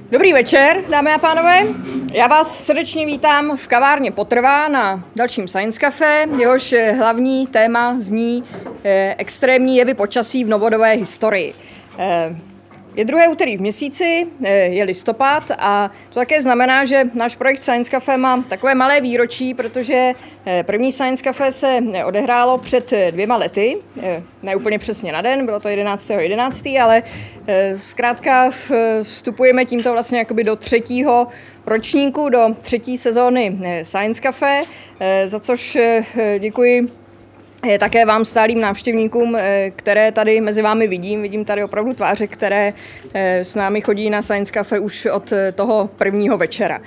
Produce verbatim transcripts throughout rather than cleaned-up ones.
Dobrý večer, dámy a pánové. Já vás srdečně vítám v kavárně Potrvá na dalším Science Café. Jehož hlavní téma zní eh, extrémní jevy počasí v novodobé historii. Eh, Je druhé úterý v měsíci, je listopad a to také znamená, že náš projekt Science Café má takové malé výročí, protože první Science Café se odehrálo před dvěma lety, ne úplně přesně na den, bylo to jedenáctého jedenáctého ale zkrátka vstupujeme tímto vlastně jakoby do třetího ročníku, do třetí sezóny Science Café, za což děkuji také vám stálým návštěvníkům, které tady mezi vámi vidím. Vidím tady opravdu tváře, které s námi chodí na Science Café už od toho prvního večera.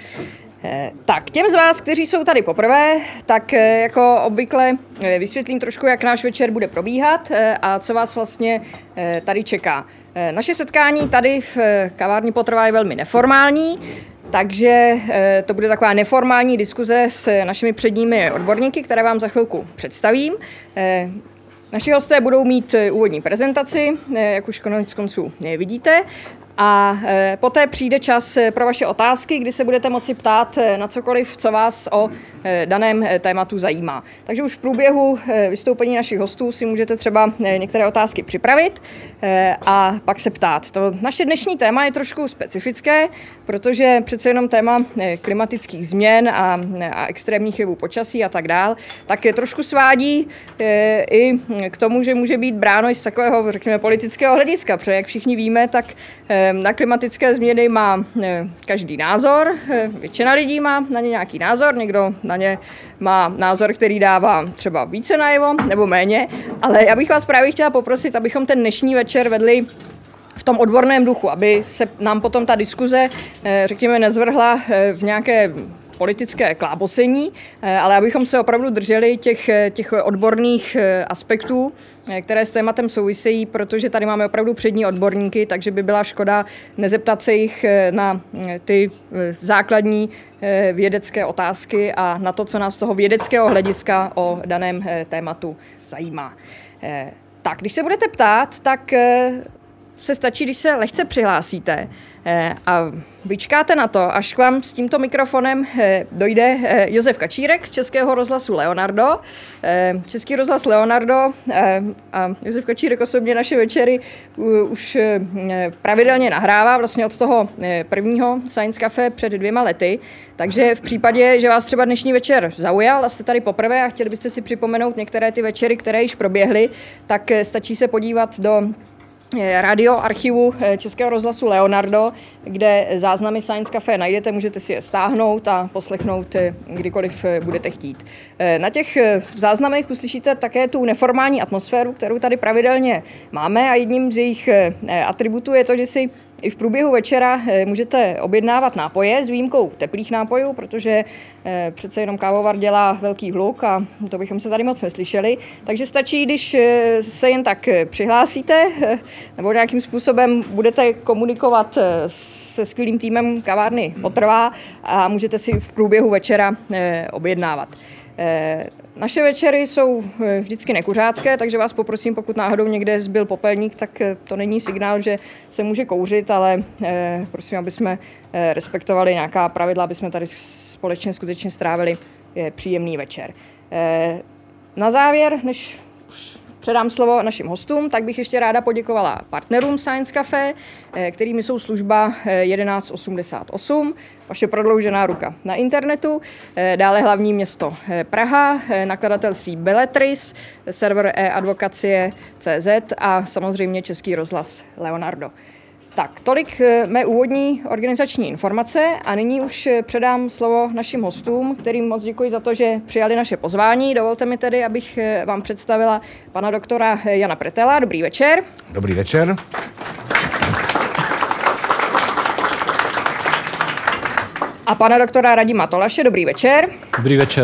Tak, těm z vás, kteří jsou tady poprvé, tak jako obvykle vysvětlím trošku, jak náš večer bude probíhat a co vás vlastně tady čeká. Naše setkání tady v kavárně Potrvá je velmi neformální, takže to bude taková neformální diskuze s našimi předními odborníky, které vám za chvilku představím. Naši hosté budou mít úvodní prezentaci, jak už konec konců vidíte, a poté přijde čas pro vaše otázky, kdy se budete moci ptát na cokoliv, co vás o daném tématu zajímá. Takže už v průběhu vystoupení našich hostů si můžete třeba některé otázky připravit a pak se ptát. To naše dnešní téma je trošku specifické, protože přece jenom téma klimatických změn a, a extrémních jevů počasí a tak dál, tak trošku svádí i k tomu, že může být bráno i z takového, řekněme, politického hlediska, protože jak všichni víme, tak na klimatické změny má každý názor, většina lidí má na ně nějaký názor, někdo na ně má názor, který dává třeba více najevo nebo méně, ale já bych vás právě chtěla poprosit, abychom ten dnešní večer vedli v tom odborném duchu, aby se nám potom ta diskuze, řekněme, nezvrhla v nějaké politické klábosení, ale abychom se opravdu drželi těch, těch odborných aspektů, které s tématem souvisejí, protože tady máme opravdu přední odborníky, takže by byla škoda nezeptat se jich na ty základní vědecké otázky a na to, co nás z toho vědeckého hlediska o daném tématu zajímá. Tak, když se budete ptát, tak se stačí, když se lehce přihlásíte a vyčkáte na to, až k vám s tímto mikrofonem dojde Josef Kačírek z Českého rozhlasu Leonardo. Český rozhlas Leonardo a Josef Kačírek osobně naše večery už pravidelně nahrává vlastně od toho prvního Science Café před dvěma lety, takže v případě, že vás třeba dnešní večer zaujal a jste tady poprvé a chtěli byste si připomenout některé ty večery, které již proběhly, tak stačí se podívat do radioarchivu Českého rozhlasu Leonardo, kde záznamy Science Café najdete, můžete si je stáhnout a poslechnout kdykoliv budete chtít. Na těch záznamech uslyšíte také tu neformální atmosféru, kterou tady pravidelně máme a jedním z jejich atributů je to, že si i v průběhu večera můžete objednávat nápoje s výjimkou teplých nápojů, protože přece jenom kávovar dělá velký hluk a to bychom se tady moc neslyšeli. Takže stačí, když se jen tak přihlásíte nebo nějakým způsobem budete komunikovat se skvělým týmem kavárny Potrvá a můžete si v průběhu večera objednávat. Naše večery jsou vždycky nekuřácké, takže vás poprosím, pokud náhodou někde zbyl popelník, tak to není signál, že se může kouřit, ale prosím, aby jsme respektovali nějaká pravidla, aby jsme tady společně skutečně strávili příjemný večer. Na závěr, než předám slovo našim hostům, tak bych ještě ráda poděkovala partnerům Science Café, kterými jsou služba jedenáct osmdesát osm, vaše prodloužená ruka na internetu, dále hlavní město Praha, nakladatelství Beletris, server e-advokacie tečka cé zet a samozřejmě Český rozhlas Leonardo. Tak, tolik mé úvodní organizační informace a nyní už předám slovo našim hostům, kterým moc děkuji za to, že přijali naše pozvání. Dovolte mi tedy, abych vám představila pana doktora Jana Pretela. Dobrý večer. Dobrý večer. A pana doktora Radima Tolaše. Dobrý večer. Dobrý večer.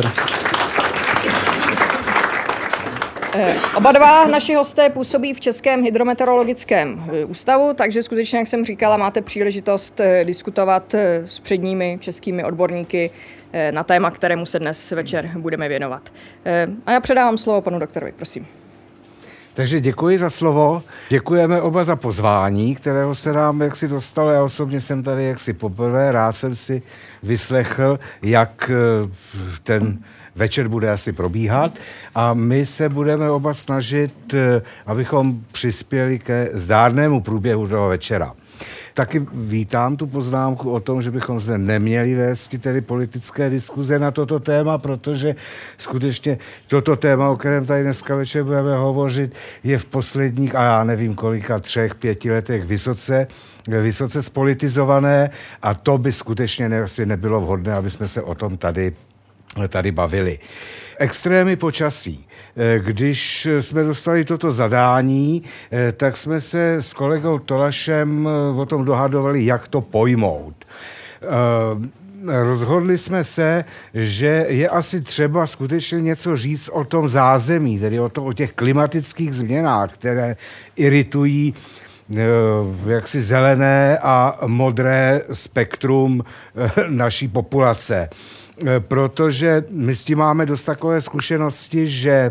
Oba dva naši hosté působí v Českém hydrometeorologickém ústavu, takže skutečně, jak jsem říkala, máte příležitost diskutovat s předními českými odborníky na téma, kterému se dnes večer budeme věnovat. A já předávám slovo panu doktorovi, prosím. Takže děkuji za slovo, děkujeme oba za pozvání, kterého se nám jaksi dostalo. Já osobně jsem tady jaksi poprvé, rád jsem si vyslechl, jak ten večer bude asi probíhat a my se budeme oba snažit, abychom přispěli ke zdárnému průběhu toho večera. Taky vítám tu poznámku o tom, že bychom zde neměli vést tedy politické diskuze na toto téma, protože skutečně toto téma, o kterém tady dneska večer budeme hovořit, je v posledních, a já nevím kolika, třech, pěti letech vysoce, vysoce spolitizované a to by skutečně ne, asi nebylo vhodné, aby jsme se o tom tady tady bavili. Extrémy počasí. Když jsme dostali toto zadání, tak jsme se s kolegou Tolašem o tom dohadovali, jak to pojmout. Rozhodli jsme se, že je asi třeba skutečně něco říct o tom zázemí, tedy o, to, o těch klimatických změnách, které iritují jaksi zelené a modré spektrum naší populace. Protože my s tím máme dost takové zkušenosti, že,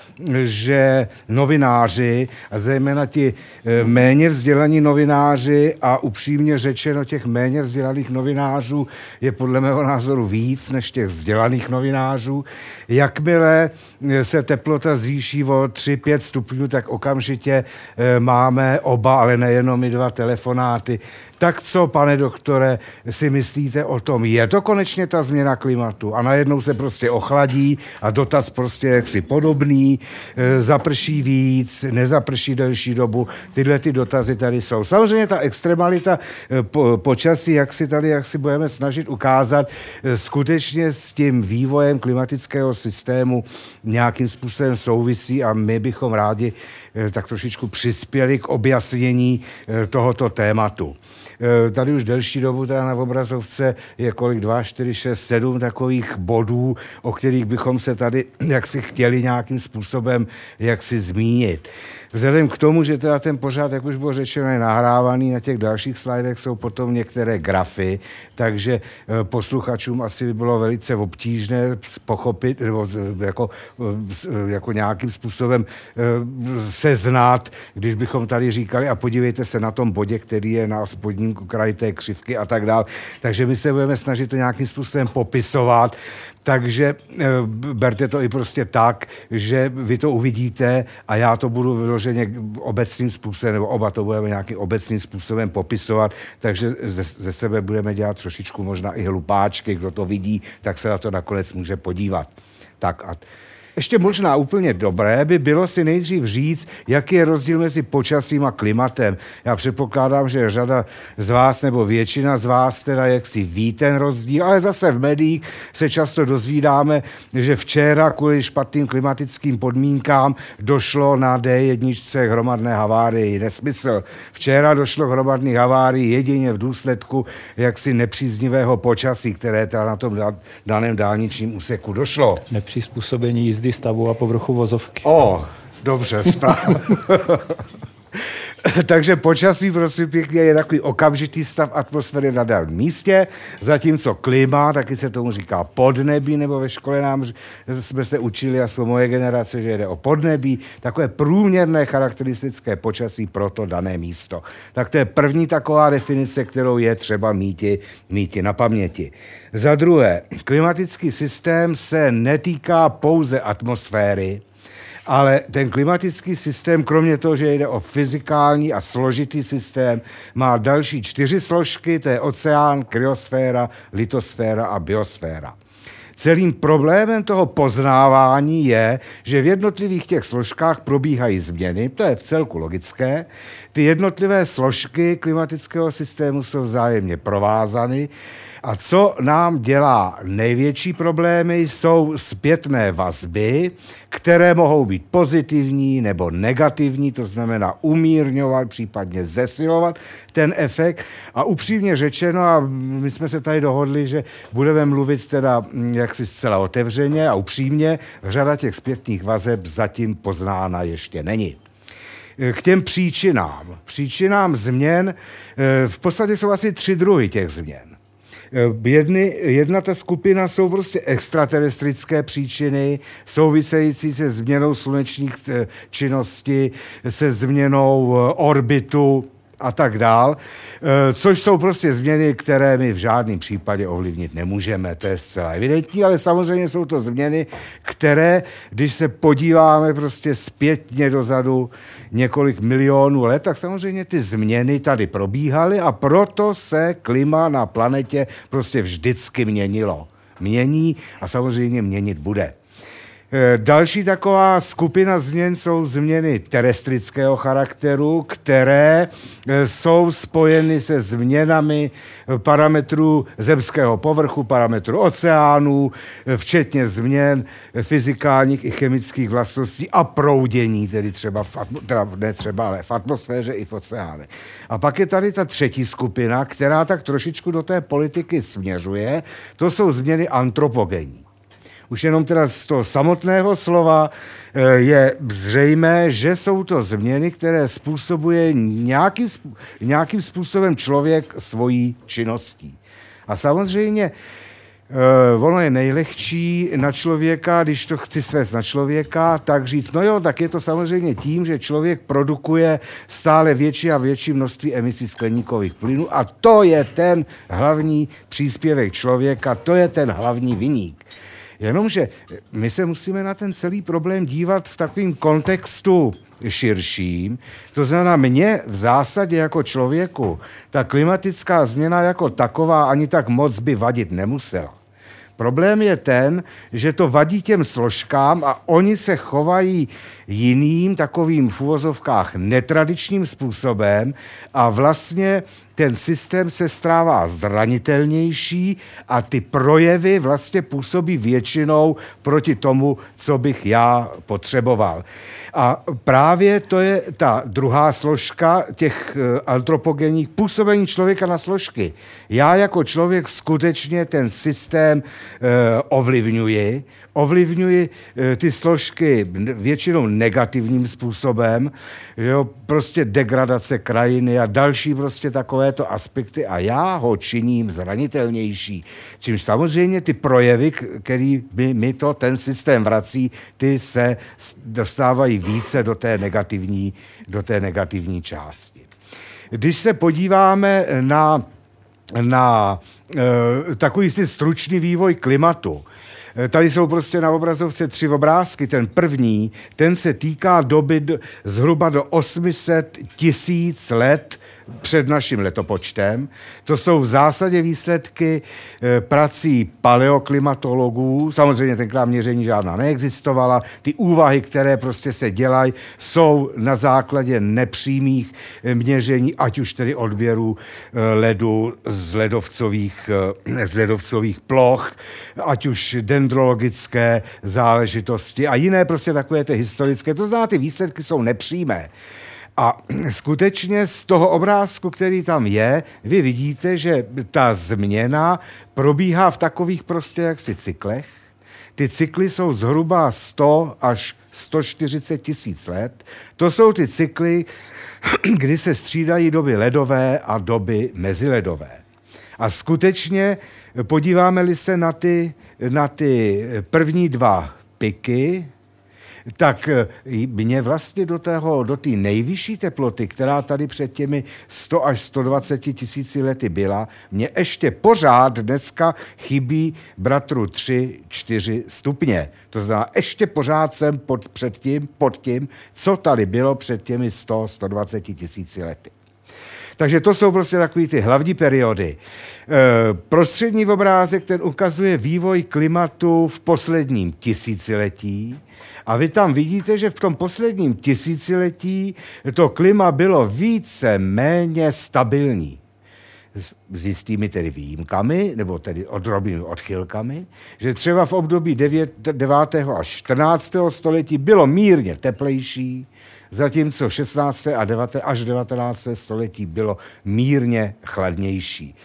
že novináři, a zejména ti méně vzdělaní novináři a upřímně řečeno těch méně vzdělaných novinářů je podle mého názoru víc než těch vzdělaných novinářů. Jakmile se teplota zvýší o tři pět stupňů, tak okamžitě máme oba, ale nejenom my dva telefonáty. Tak co, pane doktore, si myslíte o tom? Je to konečně ta změna klimatu? A najednou se prostě ochladí a dotaz prostě jaksi podobný, zaprší víc, nezaprší delší dobu. Tyhle ty dotazy tady jsou. Samozřejmě ta extremalita po, počasí, jak si tady, jak si budeme snažit ukázat, skutečně s tím vývojem klimatického systému nějakým způsobem souvisí a my bychom rádi tak trošičku přispěli k objasnění tohoto tématu. Tady už delší dobu teda na obrazovce je kolik dva, čtyři, šest, sedm takových bodů, o kterých bychom se tady jaksi chtěli nějakým způsobem jaksi zmínit. Vzhledem k tomu, že teda ten pořád, jak už bylo řečeno, je nahrávaný, na těch dalších slajdech jsou potom některé grafy, takže posluchačům asi by bylo velice obtížné pochopit, nebo jako, jako nějakým způsobem seznat, když bychom tady říkali a podívejte se na tom bodě, který je na spodním kraji té křivky a tak dále. Takže my se budeme snažit to nějakým způsobem popisovat, takže berte to i prostě tak, že vy to uvidíte a já to budu vyloženě obecným způsobem, nebo oba to budeme nějakým obecným způsobem popisovat, takže ze, ze sebe budeme dělat trošičku možná i hlupáčky, kdo to vidí, tak se na to nakonec může podívat. Tak a ještě možná úplně dobré by bylo si nejdřív říct, jaký je rozdíl mezi počasím a klimatem. Já předpokládám, že řada z vás nebo většina z vás teda jaksi ví ten rozdíl, ale zase v médiích se často dozvídáme, že včera kvůli špatným klimatickým podmínkám došlo na dé jedna k hromadné havárii. Nesmysl. Včera došlo k hromadné havárii jedině v důsledku jaksi nepříznivého počasí, které teda na tom daném dálničním úseku došlo. Nepřizpůsobení jízdy stavu a povrchu vozovky. O, dobře, správně. Takže počasí, prosím pěkně, je takový okamžitý stav atmosféry na daném místě, zatímco klima, taky se tomu říká podnebí, nebo ve škole nám jsme se učili, aspoň moje generace, že jde o podnebí, takové průměrné charakteristické počasí pro to dané místo. Tak to je první taková definice, kterou je třeba míti, míti na paměti. Za druhé, klimatický systém se netýká pouze atmosféry, ale ten klimatický systém, kromě toho, že jde o fyzikální a složitý systém, má další čtyři složky, to je oceán, kryosféra, litosféra a biosféra. Celým problémem toho poznávání je, že v jednotlivých těch složkách probíhají změny, to je v celku logické. Ty jednotlivé složky klimatického systému jsou vzájemně provázány. A co nám dělá největší problémy, jsou zpětné vazby, které mohou být pozitivní nebo negativní, to znamená umírňovat, případně zesilovat ten efekt. A upřímně řečeno, a my jsme se tady dohodli, že budeme mluvit teda jaksi zcela otevřeně a upřímně, řada těch zpětných vazeb zatím poznána ještě není. K těm příčinám. Příčinám změn v podstatě jsou asi tři druhy těch změn. Jedny, jedna ta skupina jsou prostě extraterestrické příčiny, související se změnou slunečních činnosti, se změnou orbitu a tak dál, což jsou prostě změny, které my v žádném případě ovlivnit nemůžeme, to je zcela evidentní, ale samozřejmě jsou to změny, které, když se podíváme prostě zpětně dozadu několik milionů let, tak samozřejmě ty změny tady probíhaly a proto se klima na planetě prostě vždycky měnilo. Mění a samozřejmě měnit bude. Další taková skupina změn jsou změny terestrického charakteru, které jsou spojeny se změnami parametrů zemského povrchu, parametrů oceánů, včetně změn fyzikálních i chemických vlastností a proudění, tedy třeba, v, teda ne třeba, ale v atmosféře i v oceánech. A pak je tady ta třetí skupina, která tak trošičku do té politiky směřuje, to jsou změny antropogenní. Už jenom teda z toho samotného slova je zřejmé, že jsou to změny, které způsobuje nějaký, nějakým způsobem člověk svojí činností. A samozřejmě ono je nejlehčí na člověka, když to chci svést na člověka, tak říct, no jo, tak je to samozřejmě tím, že člověk produkuje stále větší a větší množství emisí skleníkových plynů a to je ten hlavní příspěvek člověka, to je ten hlavní viník. Jenomže my se musíme na ten celý problém dívat v takovém kontextu širším. To znamená, mně v zásadě jako člověku ta klimatická změna jako taková ani tak moc by vadit nemusela. Problém je ten, že to vadí těm složkám a oni se chovají jiným takovým v uvozovkách netradičním způsobem a vlastně ten systém se stává zranitelnější a ty projevy vlastně působí většinou proti tomu, co bych já potřeboval. A právě to je ta druhá složka těch antropogenních působení člověka na složky. Já jako člověk skutečně ten systém eh, ovlivňuji, ovlivňuji ty složky většinou negativním způsobem, že jo, prostě degradace krajiny a další prostě takovéto aspekty a já ho činím zranitelnější. Čímž samozřejmě ty projevy, který mi, mi to ten systém vrací, ty se dostávají více do té negativní, do té negativní části. Když se podíváme na, na e, takový stručný vývoj klimatu, tady jsou prostě na obrazovce tři obrázky. Ten první, ten se týká doby do, zhruba do osm set tisíc let před naším letopočtem. To jsou v zásadě výsledky e, prací paleoklimatologů. Samozřejmě tenkrát měření žádná neexistovala. Ty úvahy, které prostě se dělají, jsou na základě nepřímých měření, ať už tedy odběrů e, ledu z ledovcových, e, z ledovcových ploch, ať už dendrologické záležitosti a jiné prostě takové ty historické. To znamená, ty výsledky jsou nepřímé. A skutečně z toho obrázku, který tam je, vy vidíte, že ta změna probíhá v takových prostě jaksi cyklech. Ty cykly jsou zhruba sto až sto čtyřicet tisíc let. To jsou ty cykly, kdy se střídají doby ledové a doby meziledové. A skutečně podíváme-li se na ty, na ty první dva piky, tak mě vlastně do tého, do té nejvyšší teploty, která tady před těmi sto až sto dvacet tisíci lety byla, mě ještě pořád dneska chybí bratru tři čtyři stupně. To znamená, ještě pořád jsem pod, před tím, pod tím, co tady bylo před těmi sto až sto dvacet tisíci lety. Takže to jsou prostě takový ty hlavní periody. E, prostřední obrázek, ten ukazuje vývoj klimatu v posledním tisíciletí. A vy tam vidíte, že v tom posledním tisíciletí to klima bylo více méně stabilní. S jistými tedy výjimkami, nebo tedy odrobnými odchylkami, že třeba v období devátého až čtrnáctého století bylo mírně teplejší, zatímco šestnáctého až devatenáctého století bylo mírně chladnější.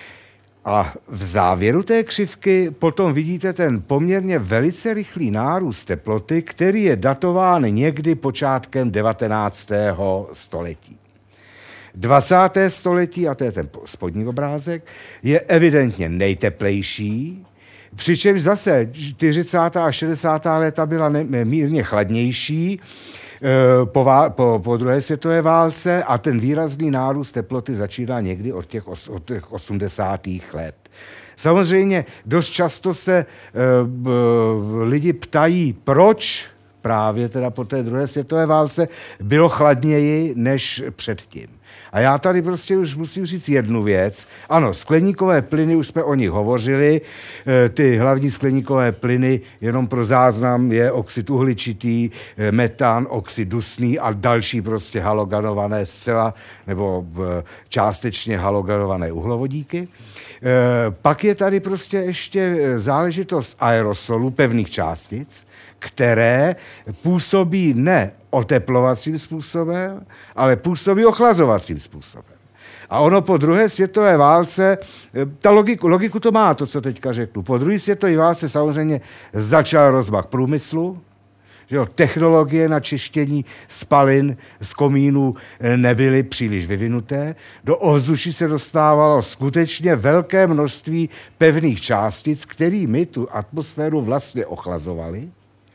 A v závěru té křivky potom vidíte ten poměrně velice rychlý nárůst teploty, který je datován někdy počátkem devatenáctého století. dvacáté století, a to je ten spodní obrázek, je evidentně nejteplejší, přičemž zase čtyřicátá a šedesátá léta byla ne, mírně chladnější po, po, po druhé světové válce a ten výrazný nárůst teploty začíná někdy od těch, os, od těch osmdesátých let. Samozřejmě dost často se e, b, lidi ptají, proč právě teda po té druhé světové válce bylo chladněji než předtím. A já tady prostě už musím říct jednu věc. Ano, skleníkové plyny, už jsme o nich hovořili. Ty hlavní skleníkové plyny, jenom pro záznam, je oxid uhličitý, metan, oxid dusný a další prostě halogenované zcela nebo částečně halogenované uhlovodíky. Pak je tady prostě ještě záležitost aerosolu, pevných částic, které působí ne oteplovacím způsobem, ale působí ochlazovacím způsobem. A ono po druhé světové válce, ta logiku, logiku to má, to, co teďka řeknu. Po druhé světové válce samozřejmě začal rozmach průmyslu, že jo, technologie na čištění spalin z komínů nebyly příliš vyvinuté. Do ovzduší se dostávalo skutečně velké množství pevných částic, kterými tu atmosféru vlastně ochlazovaly.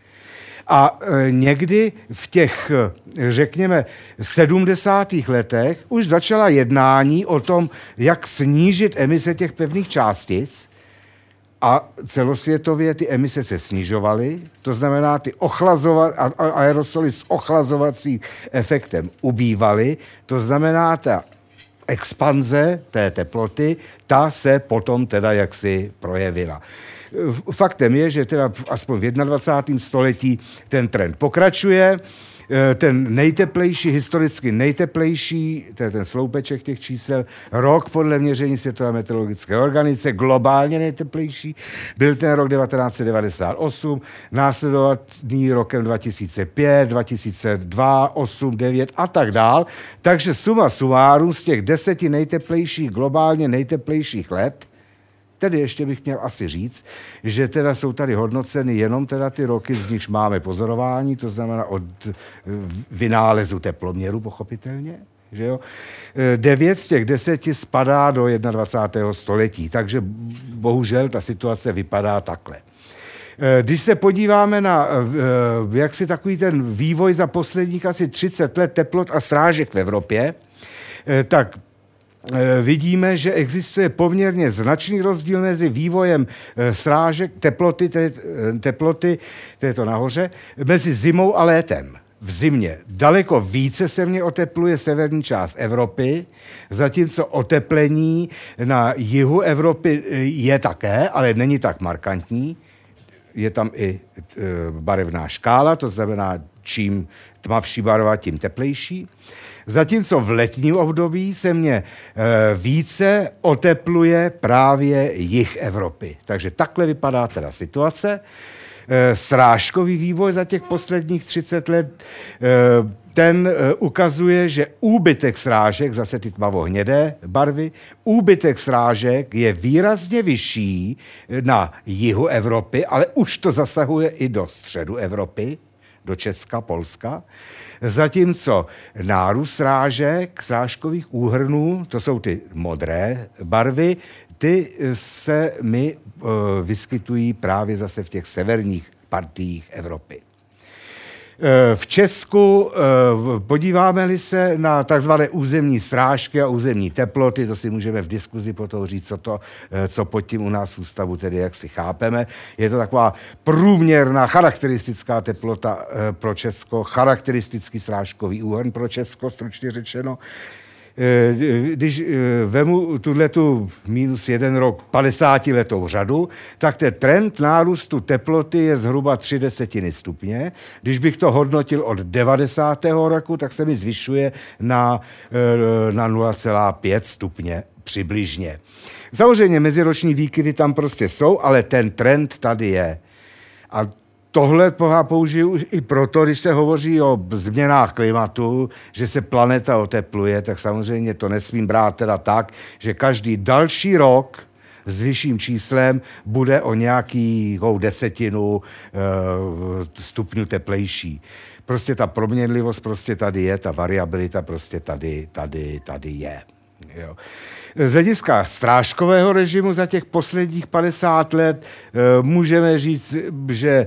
A někdy v těch, řekněme, sedmdesátých letech už začala jednání o tom, jak snížit emise těch pevných částic. A celosvětově ty emise se snižovaly, to znamená, ty ochlazova- aerosoly s ochlazovacím efektem ubývaly, to znamená, ta expanze té teploty, ta se potom teda jaksi projevila. Faktem je, že teda aspoň v dvacátém prvním století ten trend pokračuje. Ten nejteplejší, historicky nejteplejší, to je ten sloupeček těch čísel, rok podle měření Světové meteorologické organizace, globálně nejteplejší, byl ten rok devatenáct set devadesát osm, následovaný rokem dva tisíce pět, dva tisíce dva, osm, devět a tak dál. Takže suma sumárum z těch deseti nejteplejších, globálně nejteplejších let, tedy ještě bych měl asi říct, že teda jsou tady hodnoceny jenom teda ty roky, z nichž máme pozorování, to znamená od vynálezu teploměru, pochopitelně. Že jo? Devět z těch deseti spadá do dvacátého prvního století, takže bohužel ta situace vypadá takhle. Když se podíváme na jaksi takový ten vývoj za posledních asi třicet let teplot a srážek v Evropě, tak vidíme, že existuje poměrně značný rozdíl mezi vývojem srážek, teploty, teploty, to je to nahoře, mezi zimou a létem. V zimě daleko více se mně otepluje severní část Evropy, zatímco oteplení na jihu Evropy je také, ale není tak markantní. Je tam i barevná škála, to znamená, čím tmavší barva, tím teplejší. Zatímco v letním období se mě více otepluje právě jih Evropy. Takže takhle vypadá teda situace. Srážkový vývoj za těch posledních třicet let, ten ukazuje, že úbytek srážek, zase ty tmavohnědé barvy, úbytek srážek je výrazně vyšší na jihu Evropy, ale už to zasahuje i do středu Evropy, do Česka, Polska. Zatímco nárůst srážek, srážkových úhrnů, to jsou ty modré barvy, ty se mi uh, vyskytují právě zase v těch severních partiích Evropy. V Česku podíváme-li se na takzvané územní srážky a územní teploty, to si můžeme v diskuzi potom říct, co, to, co pod tím u nás v ústavu tedy jak si chápeme. Je to taková průměrná charakteristická teplota pro Česko, charakteristický srážkový úhrn pro Česko, stručně řečeno. Když vemu tuhletu minus jeden rok padesátiletou řadu, tak ten trend nárůstu teploty je zhruba tři desetiny stupně. Když bych to hodnotil od devadesátého roku, tak se mi zvyšuje na, na nula celá pět stupně přibližně. Samozřejmě meziroční výkyvy tam prostě jsou, ale ten trend tady je. A tohle použiju i proto, když se hovoří o změnách klimatu, že se planeta otepluje, tak samozřejmě to nesmím brát teda tak, že každý další rok s vyšším číslem bude o nějakou desetinu stupňů teplejší. prostě ta proměnlivost prostě tady je, ta variabilita prostě tady, tady, tady je. Jo. Z hlediska strážkového režimu za těch posledních padesát let můžeme říct, že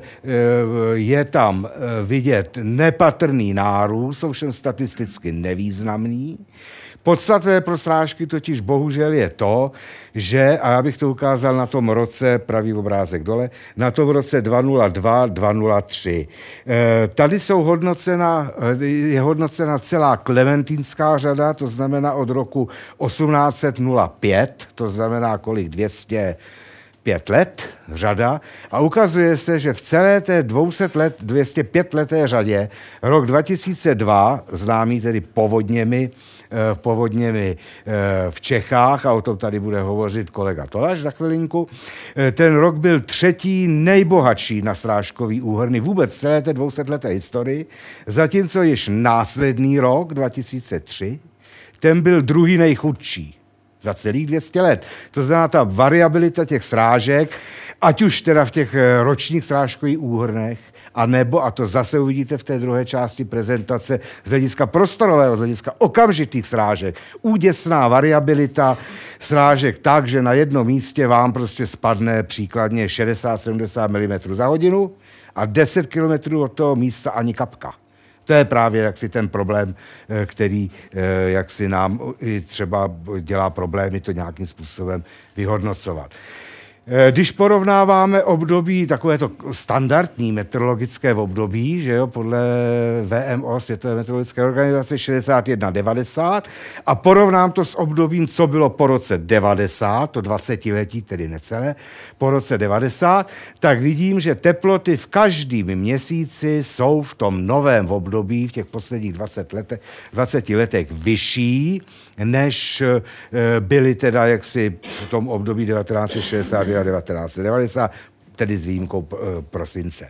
je tam vidět nepatrný nárůst, ovšem statisticky nevýznamný. Podstatné pro srážky totiž bohužel je to, že, a já bych to ukázal na tom roce, pravý obrázek dole, na tom roce dva nula dva dva nula tři. Tady jsou hodnocena, je hodnocena celá klementínská řada, to znamená od roku osmnáct set pět, to znamená kolik, dvě stě pět let řada, a ukazuje se, že v celé té dvě stě let, dvě stě pět leté řadě rok dva tisíce dva, známý tedy povodněmi, povodněmi v Čechách, a o tom tady bude hovořit kolega Tolaš za chvilinku, ten rok byl třetí nejbohatší na srážkový úhrny vůbec celé té dvousetleté historii, zatímco již následný rok dva tisíce tři, ten byl druhý nejchudší za celých dvě stě let. To znamená, ta variabilita těch srážek, ať už teda v těch ročních srážkových úhrnech, a nebo, a to zase uvidíte v té druhé části prezentace, z hlediska prostorového, z hlediska okamžitých srážek, úděsná variabilita srážek tak, že na jednom místě vám prostě spadne příkladně šedesát sedmdesát milimetrů za hodinu a deset kilometrů od toho místa ani kapka. To je právě jaksi ten problém, který jaksi nám třeba dělá problémy to nějakým způsobem vyhodnocovat. Když porovnáváme období, takové to standardní meteorologické období, že jo, podle V M O, Světové meteorologické organizace šedesát jedna devadesát, a porovnám to s obdobím, co bylo po roce devadesát, to dvacetiletí, tedy necelé, po roce devadesát, tak vidím, že teploty v každém měsíci jsou v tom novém období, v těch posledních dvaceti letech, dvaceti letech vyšší, než byly teda jaksi v tom období devatenáct set šedesát a devatenáct set devadesát, tedy s výjimkou prosince.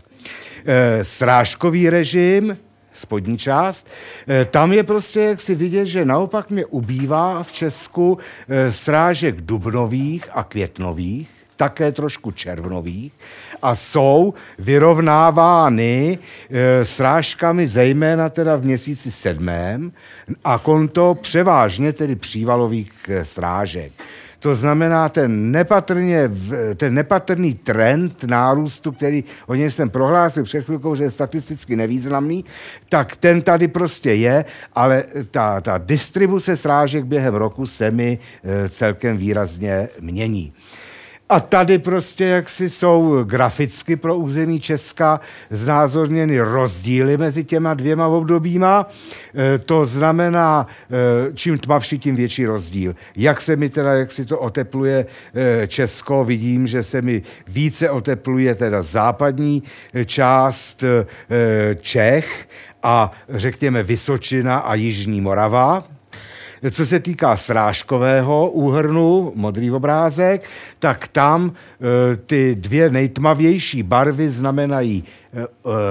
Srážkový režim, spodní část, tam je prostě, jak si vidět, že naopak mě ubývá v Česku srážek dubnových a květnových, také trošku červnových, a jsou vyrovnávány e, srážkami zejména teda v měsíci sedmém a konto převážně tedy přívalových e, srážek. To znamená, ten, nepatrně, ten nepatrný trend nárůstu, který o něm jsem prohlásil před chvilkou, že je statisticky nevýznamný, tak ten tady prostě je, ale ta, ta distribuce srážek během roku se mi e, celkem výrazně mění. A tady prostě jaksi jsou graficky pro území Česka znázorněny rozdíly mezi těma dvěma obdobíma. E, to znamená, e, čím tmavší, tím větší rozdíl. Jak se mi teda, jak si to otepluje e, Česko, vidím, že se mi více otepluje teda západní část e, Čech a řekněme Vysočina a Jižní Morava. Co se týká srážkového úhrnu, modrý obrázek, tak tam e, ty dvě nejtmavější barvy znamenají e, e,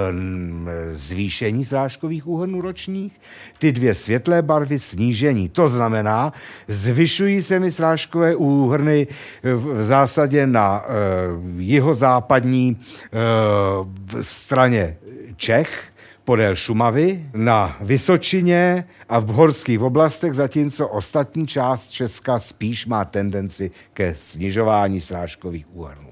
zvýšení srážkových úhrnů ročních, ty dvě světlé barvy snížení. To znamená, zvyšují se mi srážkové úhrny v zásadě na e, jihozápadní e, straně Čech, podél Šumavy, na Vysočině a v horských oblastech, zatímco ostatní část Česka spíš má tendenci ke snižování srážkových úhrnů.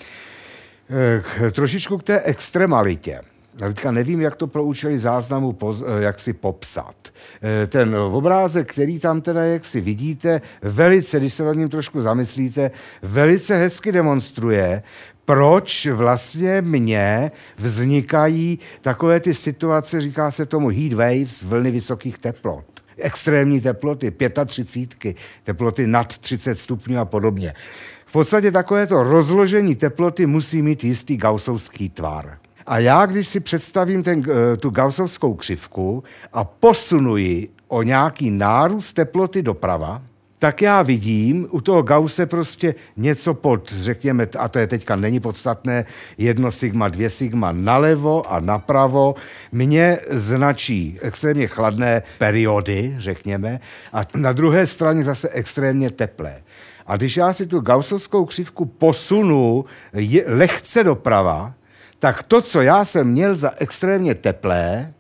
E, trošičku k té extremalitě. Teďka nevím, jak to pro účely záznamu poz, jak si popsat. E, ten obrázek, který tam teda, jak si vidíte, velice, když se nad ním trošku zamyslíte, velice hezky demonstruje, proč vlastně mně vznikají takové ty situace, říká se tomu heat waves, vlny vysokých teplot. Extrémní teploty, třicítky, teploty nad třicet stupňů a podobně. V podstatě takovéto rozložení teploty musí mít jistý gaussovský tvar. A já, když si představím ten, tu gaussovskou křivku a posunuji o nějaký nárůst teploty doprava, tak já vidím u toho Gausse prostě něco pod, řekněme, a to je teďka není podstatné, jedno sigma, dvě sigma nalevo a napravo, mě značí extrémně chladné periody, řekněme, a na druhé straně zase extrémně teplé. A když já si tu gaussovskou křivku posunu je, lehce doprava, tak to, co já jsem měl za extrémně teplé,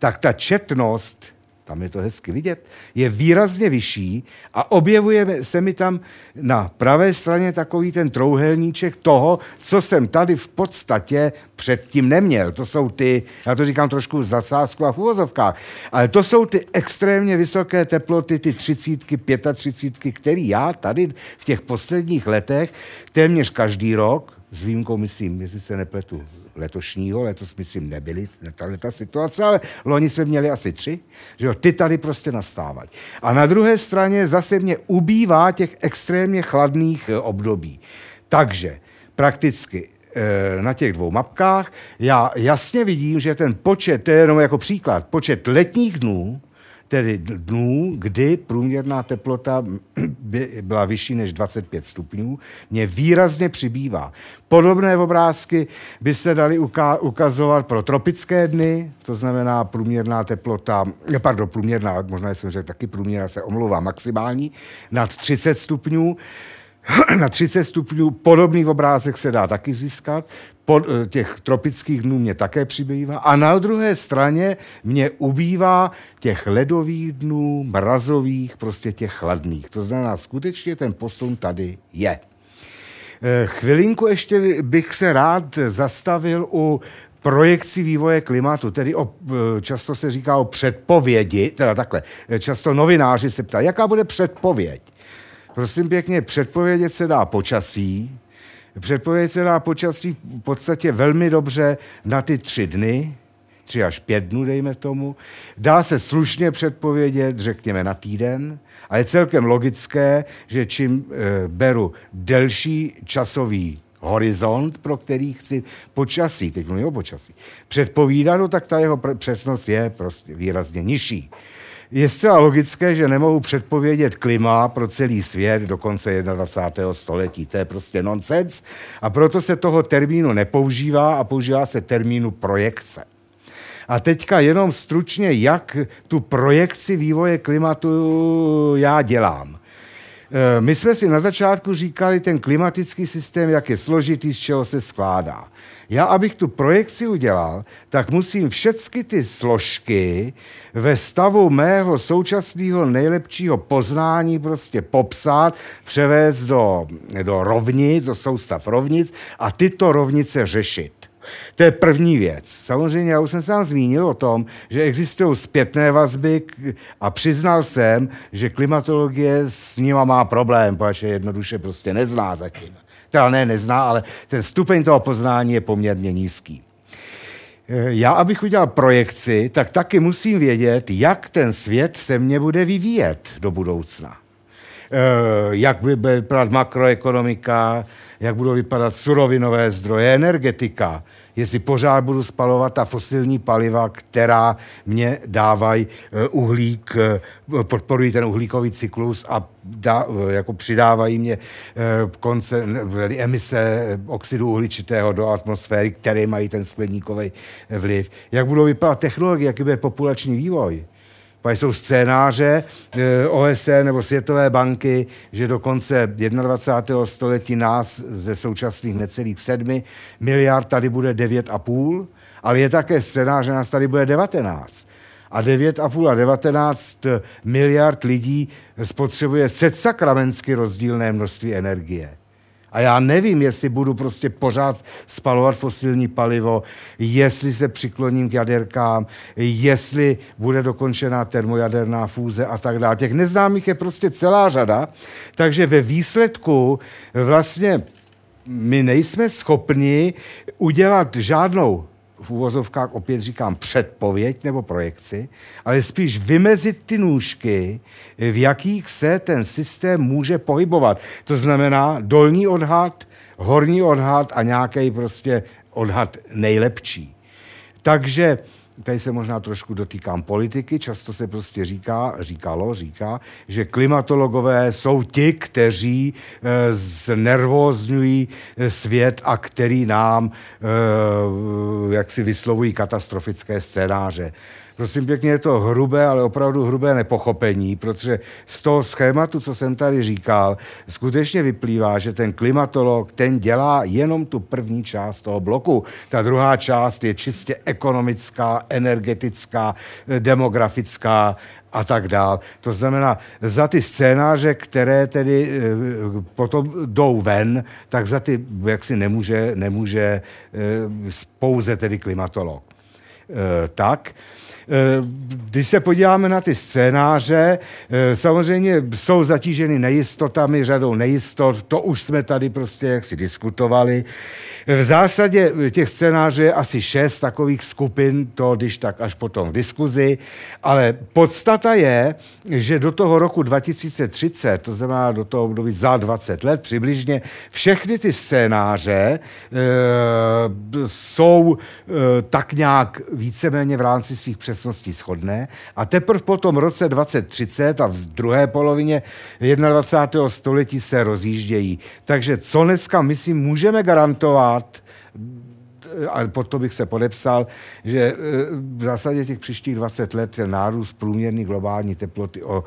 tak ta četnost, tam je to hezky vidět, je výrazně vyšší a objevuje se mi tam na pravé straně takový ten trouhelníček toho, co jsem tady v podstatě předtím neměl. To jsou ty, já to říkám trošku v zadsázku a v uvozovkách, ale to jsou ty extrémně vysoké teploty, ty třicítky, pětatřicítky, který já tady v těch posledních letech téměř každý rok, s výjimkou, myslím, jestli se nepletu, letošního, letos myslím nebyly tahle ta situace, ale loni jsme měli asi tři, že jo, ty tady prostě nastávají. A na druhé straně zase mě ubývá těch extrémně chladných období. Takže prakticky na těch dvou mapkách já jasně vidím, že ten počet, to je jenom jako příklad, počet letních dnů, tedy dnů, kdy průměrná teplota byla vyšší než dvacet pět stupňů, mě výrazně přibývá. Podobné obrázky by se daly ukazovat pro tropické dny, to znamená průměrná teplota, pardon, průměrná, možná jsem řekl taky průměrná, se omlouvá, maximální, nad třicet stupňů. Na třicet stupňů podobný obrázek se dá taky získat. Pod těch tropických dnů mě také přibývá. A na druhé straně mě ubývá těch ledových dnů, mrazových, prostě těch chladných. To znamená, skutečně ten posun tady je. Chvilinku ještě bych se rád zastavil u projekci vývoje klimatu, tedy o, často se říká o předpovědi, teda takhle, často novináři se ptají, jaká bude předpověď. Prosím pěkně, předpovědět se dá počasí. Předpovědět se dá počasí v podstatě velmi dobře na ty tři dny, tři až pět dnů, dejme tomu. Dá se slušně předpovědět, řekněme, na týden. A je celkem logické, že čím e, beru delší časový horizont, pro který chci počasí, teď mluvím o počasí, předpovídat, no, tak ta jeho přesnost je prostě výrazně nižší. Je zcela logické, že nemohu předpovědět klima pro celý svět do konce dvacátého prvního století. To je prostě nonsens a proto se toho termínu nepoužívá a používá se termínu projekce. A teďka jenom stručně, jak tu projekci vývoje klimatu já dělám. My jsme si na začátku říkali ten klimatický systém, jak je složitý, z čeho se skládá. Já, abych tu projekci udělal, tak musím všechny ty složky ve stavu mého současného nejlepšího poznání prostě popsat, převést do, do rovnic, do soustav rovnic a tyto rovnice řešit. To je první věc. Samozřejmě já už jsem se vám zmínil o tom, že existují zpětné vazby a přiznal jsem, že klimatologie s nima má problém, protože jednoduše prostě nezná zatím. Teda ne, nezná, ale ten stupeň toho poznání je poměrně nízký. Já, abych udělal projekci, tak taky musím vědět, jak ten svět se mně bude vyvíjet do budoucna. Jak bude vypadat makroekonomika, jak budou vypadat surovinové zdroje, energetika, jestli pořád budu spalovat ta fosilní paliva, která mě dávají uhlík, podporují ten uhlíkový cyklus a dá, jako přidávají mě konce, emise oxidu uhličitého do atmosféry, které mají ten skleníkový vliv. Jak budou vypadat technologie, jaký bude populační vývoj. Pak jsou scénáře O S N nebo Světové banky, že do konce dvacátého prvního století nás ze současných necelých sedmi miliard tady bude devět a půl, ale je také scénář, že nás tady bude devatenáct. A devět a půl a devatenáct miliard lidí spotřebuje setsakramentsky rozdílné množství energie. A já nevím, jestli budu prostě pořád spalovat fosilní palivo, jestli se přikloním k jaderkám, jestli bude dokončená termojaderná fúze a tak dále. Těch neznámých je prostě celá řada, takže ve výsledku vlastně my nejsme schopni udělat žádnou, v uvozovkách opět říkám předpověď nebo projekci, ale spíš vymezit ty nůžky, v jakých se ten systém může pohybovat. To znamená dolní odhad, horní odhad a nějaký prostě odhad nejlepší. Takže tady se možná trošku dotýkám politiky, často se prostě říká, říkalo, říká, že klimatologové jsou ti, kteří e, znervózňují svět a který nám e, jak si vyslovují katastrofické scénáře. Prosím pěkně, je to hrubé, ale opravdu hrubé nepochopení, protože z toho schématu, co jsem tady říkal, skutečně vyplývá, že ten klimatolog, ten dělá jenom tu první část toho bloku. Ta druhá část je čistě ekonomická, energetická, demografická a tak dál. To znamená, za ty scénáře, které tedy potom jdou ven, tak za ty jaksi nemůže, nemůže pouze tedy klimatolog. Tak. Když se podíváme na ty scénáře, samozřejmě jsou zatíženy nejistotami, řadou nejistot, to už jsme tady prostě jaksi diskutovali. V zásadě těch scénářů je asi šest takových skupin, to když tak až potom v diskuzi, ale podstata je, že do toho roku dva tisíce třicet, to znamená do toho období za dvacet let přibližně, všechny ty scénáře e, jsou e, tak nějak víceméně v rámci svých přesností shodné a teprve po tom roce dvacet třicet a v druhé polovině dvacátého prvního století se rozjíždějí. Takže co dneska, myslím, můžeme garantovat, a pod to bych se podepsal, že v zásadě těch příštích dvacet let ten nárůst průměrný globální teploty o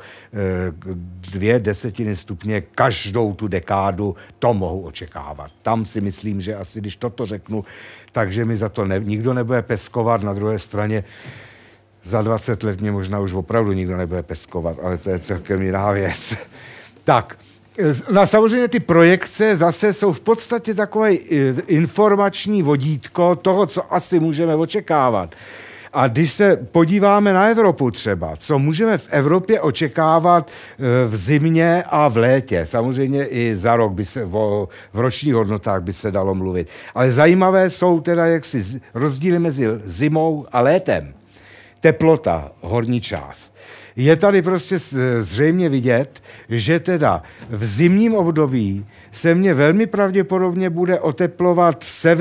dvě desetiny stupně každou tu dekádu, to mohu očekávat. Tam si myslím, že asi když toto řeknu, takže mi za to ne, nikdo nebude peskovat. Na druhé straně za dvacet let mě možná už opravdu nikdo nebude peskovat, ale to je celkem jiná věc. Tak, no samozřejmě ty projekce zase jsou v podstatě takové informační vodítko toho, co asi můžeme očekávat. A když se podíváme na Evropu třeba, co můžeme v Evropě očekávat v zimě a v létě. Samozřejmě i za rok by se, v ročních hodnotách by se dalo mluvit. Ale zajímavé jsou teda jaksi rozdíly mezi zimou a létem. Teplota, horní část. Je tady prostě zřejmě vidět, že teda v zimním období se mně velmi pravděpodobně bude oteplovat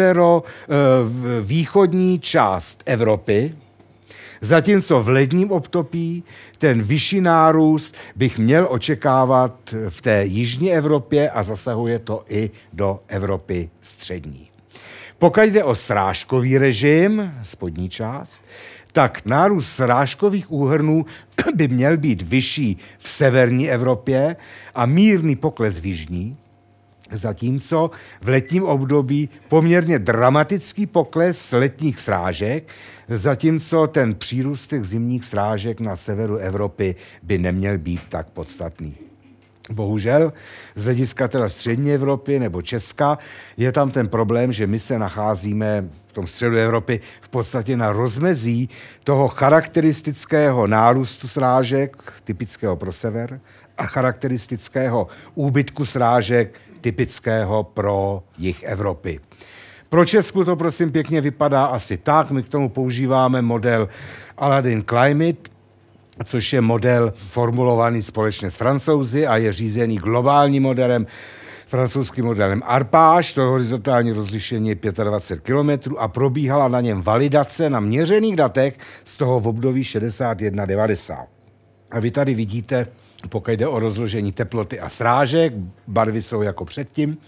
severo-východní část Evropy, zatímco v ledním období ten vyšší nárůst bych měl očekávat v té jižní Evropě a zasahuje to i do Evropy střední. Pokud jde o srážkový režim, spodní část, tak nárůst srážkových úhrnů by měl být vyšší v severní Evropě a mírný pokles v jižní, zatímco v letním období poměrně dramatický pokles letních srážek, zatímco ten přírůstek zimních srážek na severu Evropy by neměl být tak podstatný. Bohužel z hlediska teda střední Evropy nebo Česka je tam ten problém, že my se nacházíme v tom středu Evropy v podstatě na rozmezí toho charakteristického nárůstu srážek, typického pro sever, a charakteristického úbytku srážek, typického pro jih Evropy. Pro Česku to prosím pěkně vypadá asi tak, my k tomu používáme model Aladdin Climate, což je model formulovaný společně s Francouzi a je řízený globálním modelem, francouzským modelem Arpage, to horizontální rozlišení je dvacet pět kilometrů a probíhala na něm validace na měřených datech z toho v období šedesát jedna devadesát. A vy tady vidíte, pokud jde o rozložení teploty a srážek, barvy jsou jako předtím.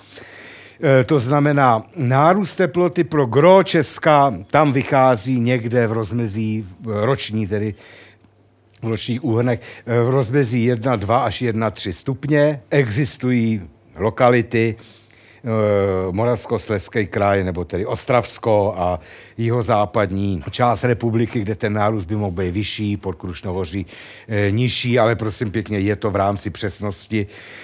To znamená, nárůst teploty pro gro Česka tam vychází někde v rozmezí roční, tedy v ročních úhrnech, v rozmezí jedna dva až jedna tři stupně. Existují lokality, Moravskoslezský kraj, nebo tedy Ostravsko a jihozápadní část republiky, kde ten nárůst by mohl být vyšší, pod Krušnohoří nižší, ale prosím pěkně, je to v rámci přesnosti.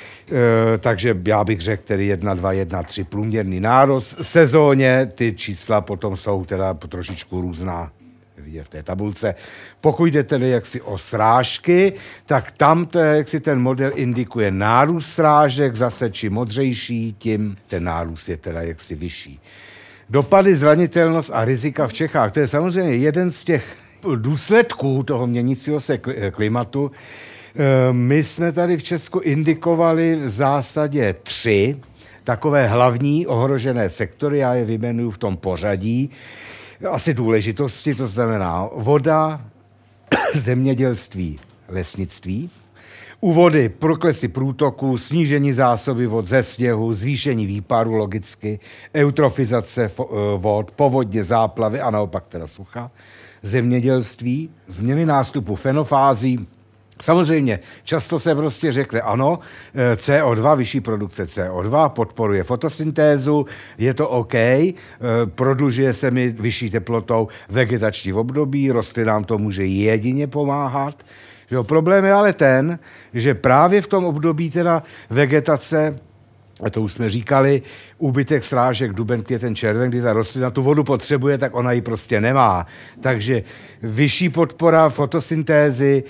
E, takže já bych řekl tedy jedna dva jedna tři průměrný nárůst. Sezóně ty čísla potom jsou teda trošičku různá, vidět v té tabulce. Pokud jde tedy jaksi o srážky, tak tam to, jaksi ten model indikuje nárůst srážek, zase čím modřejší, tím ten nárůst je teda jaksi vyšší. Dopady, zranitelnost a rizika v Čechách, to je samozřejmě jeden z těch důsledků toho měnícího se klimatu. My jsme tady v Česku indikovali v zásadě tři takové hlavní ohrožené sektory, já je vyjmenuju v tom pořadí asi důležitosti, to znamená voda, zemědělství, lesnictví. U vody proklesy průtoku, snížení zásoby vod ze sněhu, zvýšení výparu logicky, eutrofizace vod, povodně, záplavy a naopak teda sucha. Zemědělství, změny nástupu fenofází. Samozřejmě, často se prostě řekne, ano, C O dva, vyšší produkce C O dva, podporuje fotosyntézu, je to OK, prodlužuje se mi vyšší teplotou vegetační období, rostlinám to může jedině pomáhat. Že jo, problém je ale ten, že právě v tom období teda vegetace, a to už jsme říkali, úbytek srážek, duben, květen, červen, kdy ta rostlina tu vodu potřebuje, tak ona ji prostě nemá. Takže vyšší podpora fotosyntézy,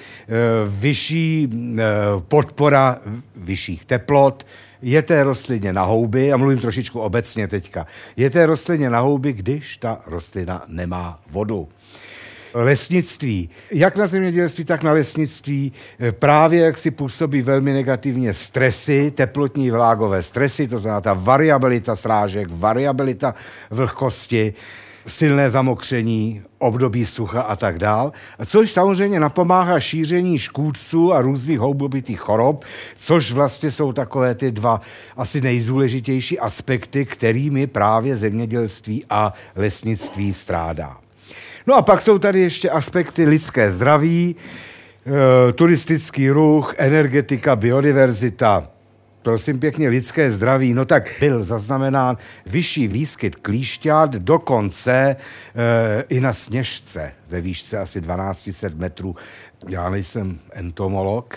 vyšší podpora vyšších teplot, je té rostlině na houby, a mluvím trošičku obecně teďka, je té rostlině na houby, když ta rostlina nemá vodu. Lesnictví. Jak na zemědělství, tak na lesnictví právě jak si působí velmi negativně stresy, teplotní vlágové stresy, to znamená ta variabilita srážek, variabilita vlhkosti, silné zamokření, období sucha a tak dál, což samozřejmě napomáhá šíření škůdců a různých houbovitých chorob, což vlastně jsou takové ty dva asi nejzůležitější aspekty, kterými právě zemědělství a lesnictví strádá. No a pak jsou tady ještě aspekty lidské zdraví, e, turistický ruch, energetika, biodiverzita. Prosím pěkně, lidské zdraví, no tak byl zaznamenán vyšší výskyt klíšťat, dokonce e, i na Sněžce, ve výšce asi dvanáct set metrů. Já nejsem entomolog,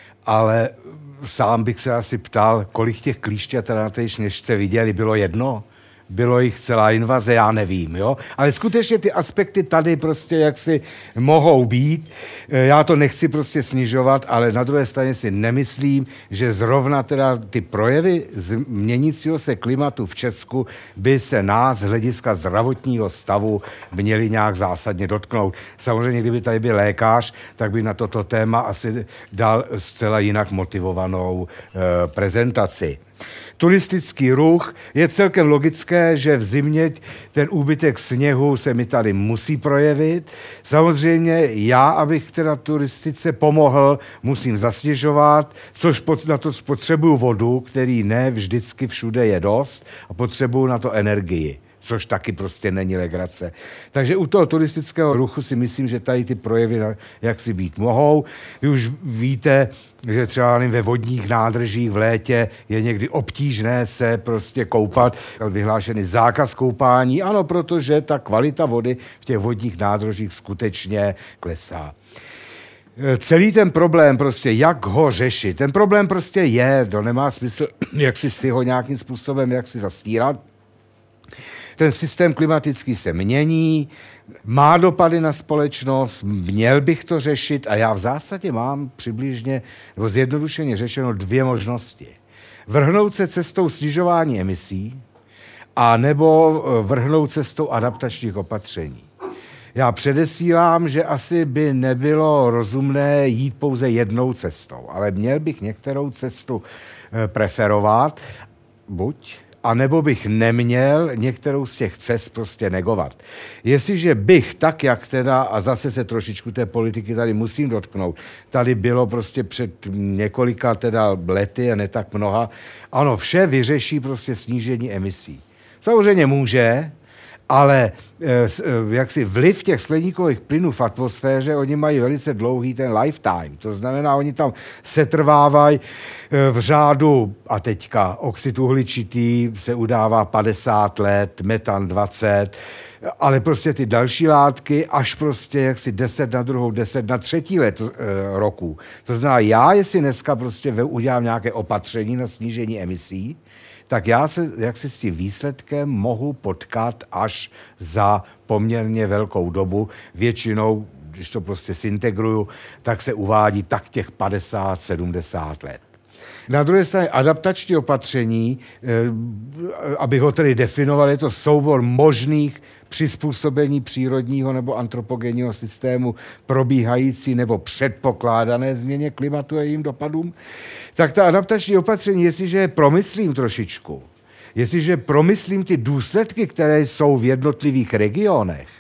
ale sám bych se asi ptal, kolik těch klíšťat na té Sněžce viděli, bylo jedno? Bylo jich celá invaze, já nevím, jo. Ale skutečně ty aspekty tady prostě jaksi mohou být. Já to nechci prostě snižovat, ale na druhé straně si nemyslím, že zrovna teda ty projevy změnícího se klimatu v Česku by se nás z hlediska zdravotního stavu měly nějak zásadně dotknout. Samozřejmě, kdyby tady byl lékař, tak by na toto téma asi dal zcela jinak motivovanou e, prezentaci. Turistický ruch, je celkem logické, že v zimě ten úbytek sněhu se mi tady musí projevit. Samozřejmě já, abych teda turistice pomohl, musím zasněžovat, což na to potřebuju vodu, který ne vždycky všude je dost, a potřebuju na to energii, což taky prostě není legrace. Takže u toho turistického ruchu si myslím, že tady ty projevy jaksi být mohou. Vy už víte, že třeba ve vodních nádržích v létě je někdy obtížné se prostě koupat. Vyhlášený zákaz koupání, ano, protože ta kvalita vody v těch vodních nádržích skutečně klesá. Celý ten problém prostě, jak ho řešit, ten problém prostě je, to nemá smysl, jak si si ho nějakým způsobem jak si zastírat. Ten systém klimatický se mění, má dopady na společnost, měl bych to řešit a já v zásadě mám přibližně, nebo zjednodušeně řešeno dvě možnosti. Vrhnout se cestou snižování emisí a nebo vrhnout cestou adaptačních opatření. Já předesílám, že asi by nebylo rozumné jít pouze jednou cestou, ale měl bych některou cestu preferovat, buď a nebo bych neměl některou z těch cest prostě negovat. Jestliže bych tak, jak teda, a zase se trošičku té politiky tady musím dotknout, tady bylo prostě před několika teda lety a ne tak mnoha, ano, vše vyřeší prostě snížení emisí. Samozřejmě může, ale jaksi vliv těch skleníkových plynů v atmosféře, oni mají velice dlouhý ten lifetime. To znamená, oni tam setrvávají v řádu, a teďka oxid uhličitý se udává padesát let, metan dvacet, ale prostě ty další látky až prostě jaksi deset na druhou, deset na třetí let e, roku. To znamená, já, jestli dneska prostě udělám nějaké opatření na snížení emisí, tak já se jaksi s tím výsledkem mohu potkat až za poměrně velkou dobu. Většinou, když to prostě zintegruju, tak se uvádí tak těch padesát sedmdesát let. Na druhé straně adaptační opatření, abych ho tedy definoval, je to soubor možných přizpůsobení přírodního nebo antropogenního systému probíhající nebo předpokládané změně klimatu a jejím dopadům. Tak ta adaptační opatření, jestliže je promyslím trošičku, jestliže promyslím ty důsledky, které jsou v jednotlivých regionech,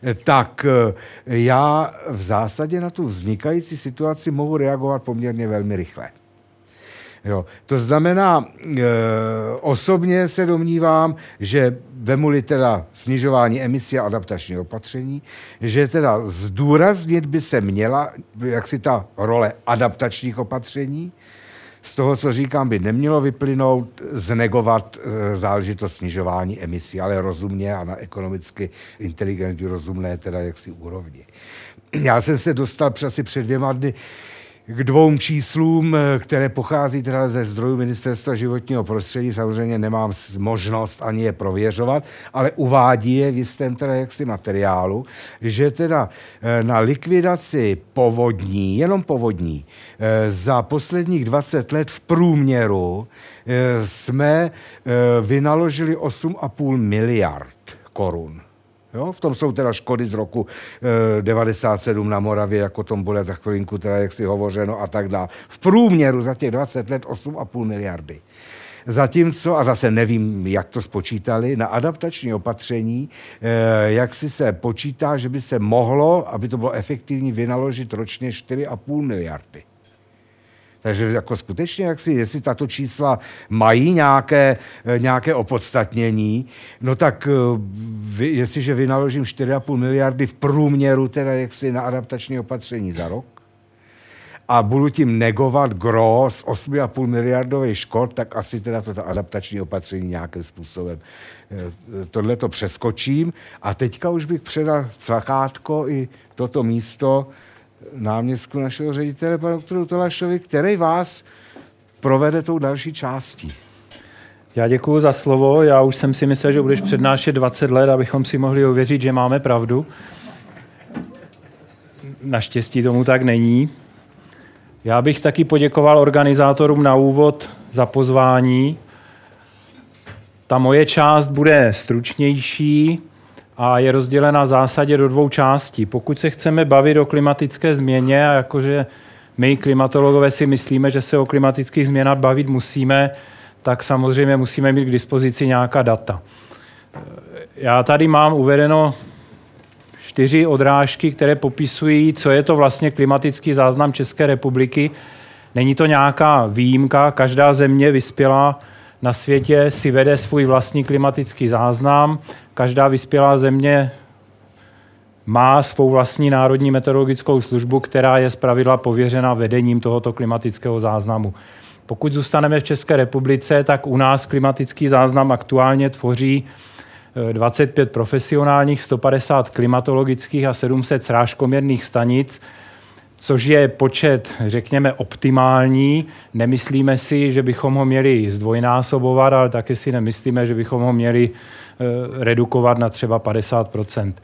tak já v zásadě na tu vznikající situaci mohu reagovat poměrně velmi rychle. Jo. To znamená, e, osobně se domnívám, že vemu-li teda snižování emisí a adaptační opatření, že teda zdůraznit by se měla jaksi ta role adaptačních opatření. Z toho, co říkám, by nemělo vyplynout, znegovat e, záležitost snižování emisí, ale rozumně a na ekonomicky inteligentní, rozumné teda jaksi úrovni. Já jsem se dostal asi před dvěma dny k dvou číslům, které pochází teda ze zdrojů Ministerstva životního prostředí. Samozřejmě nemám možnost ani je prověřovat, ale uvádí je v jistém teda jaksi materiálu, že teda na likvidaci povodní, jenom povodní, za posledních dvacet let v průměru jsme vynaložili osm a půl miliard korun. Jo? V tom jsou teda škody z roku e, devadesát sedm na Moravě, jako o tom bude za chvilinku teda jaksi hovořeno a tak dále. V průměru za těch dvacet let osm a půl miliardy. Zatímco, a zase nevím, jak to spočítali, na adaptační opatření, e, jak si se počítá, že by se mohlo, aby to bylo efektivní, vynaložit ročně čtyři a půl miliardy. Takže jako skutečně, jak si, jestli tato čísla mají nějaké, nějaké opodstatnění, no tak vy, jestliže vynaložím čtyři a půl miliardy v průměru teda jaksi na adaptační opatření za rok a budu tím negovat gro z osm a půl miliardových škod, tak asi teda toto adaptační opatření nějakým způsobem tohle to přeskočím. A teďka už bych předal cvakátko i toto místo náměstku našeho ředitele, panu doktoru Tolašovi, který vás provede tou další částí. Já děkuji za slovo. Já už jsem si myslel, že budeš přednášet dvacet let, abychom si mohli ověřit, že máme pravdu. Naštěstí tomu tak není. Já bych taky poděkoval organizátorům na úvod za pozvání. Ta moje část bude stručnější a je rozdělena v zásadě do dvou částí. Pokud se chceme bavit o klimatické změně, a jakože my klimatologové si myslíme, že se o klimatických změnách bavit musíme, tak samozřejmě musíme mít k dispozici nějaká data. Já tady mám uvedeno čtyři odrážky, které popisují, co je to vlastně klimatický záznam České republiky. Není to nějaká výjimka, každá země vyspělá na světě si vede svůj vlastní klimatický záznam. Každá vyspělá země má svou vlastní národní meteorologickou službu, která je zpravidla pověřena vedením tohoto klimatického záznamu. Pokud zůstaneme v České republice, tak u nás klimatický záznam aktuálně tvoří dvacet pět profesionálních, sto padesát klimatologických a sedm set srážkoměrných stanic, což je počet, řekněme, optimální. Nemyslíme si, že bychom ho měli zdvojnásobovat, ale taky si nemyslíme, že bychom ho měli redukovat na třeba padesát procent.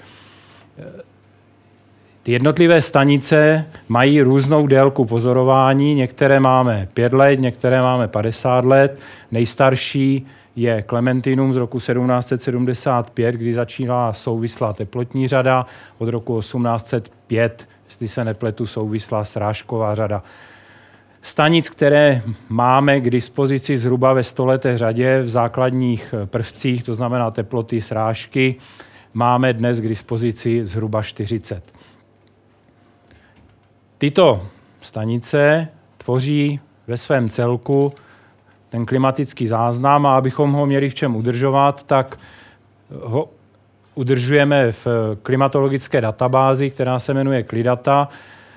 Ty jednotlivé stanice mají různou délku pozorování. Některé máme pět let, některé máme padesát let. Nejstarší je Klementinum z roku sedmnáct set sedmdesát pět, kdy začínala souvislá teplotní řada. Od roku osmnáct set pět, jestli se nepletu, souvislá srážková řada. Stanic, které máme k dispozici zhruba ve stoleté řadě v základních prvcích, to znamená teploty, srážky, máme dnes k dispozici zhruba čtyřicet. Tyto stanice tvoří ve svém celku ten klimatický záznam a abychom ho měli v čem udržovat, tak ho udržujeme v klimatologické databázi, která se jmenuje Klidata.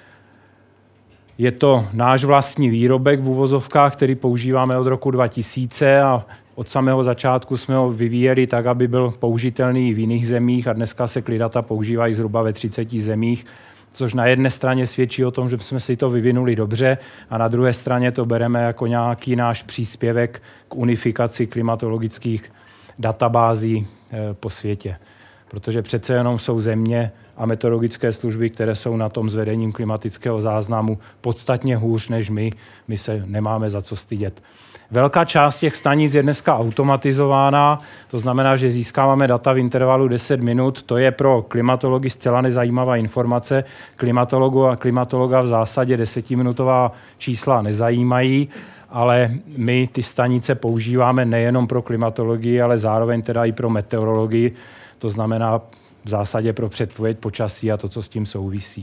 Je to náš vlastní výrobek v uvozovkách, který používáme od roku dva tisíce a od samého začátku jsme ho vyvíjeli tak, aby byl použitelný v jiných zemích a dneska se Klidata používají zhruba ve třiceti zemích, což na jedné straně svědčí o tom, že jsme si to vyvinuli dobře a na druhé straně to bereme jako nějaký náš příspěvek k unifikaci klimatologických databází po světě. Protože přece jenom jsou země a meteorologické služby, které jsou na tom s vedením klimatického záznamu podstatně hůř než my. My se nemáme za co stydět. Velká část těch stanic je dneska automatizována, to znamená, že získáváme data v intervalu deset minut. To je pro klimatology zcela nezajímavá informace. Klimatologu a klimatologa v zásadě desetiminutová čísla nezajímají, ale my ty stanice používáme nejenom pro klimatologii, ale zároveň teda i pro meteorologii. To znamená, v zásadě pro předpověď počasí a to, co s tím souvisí.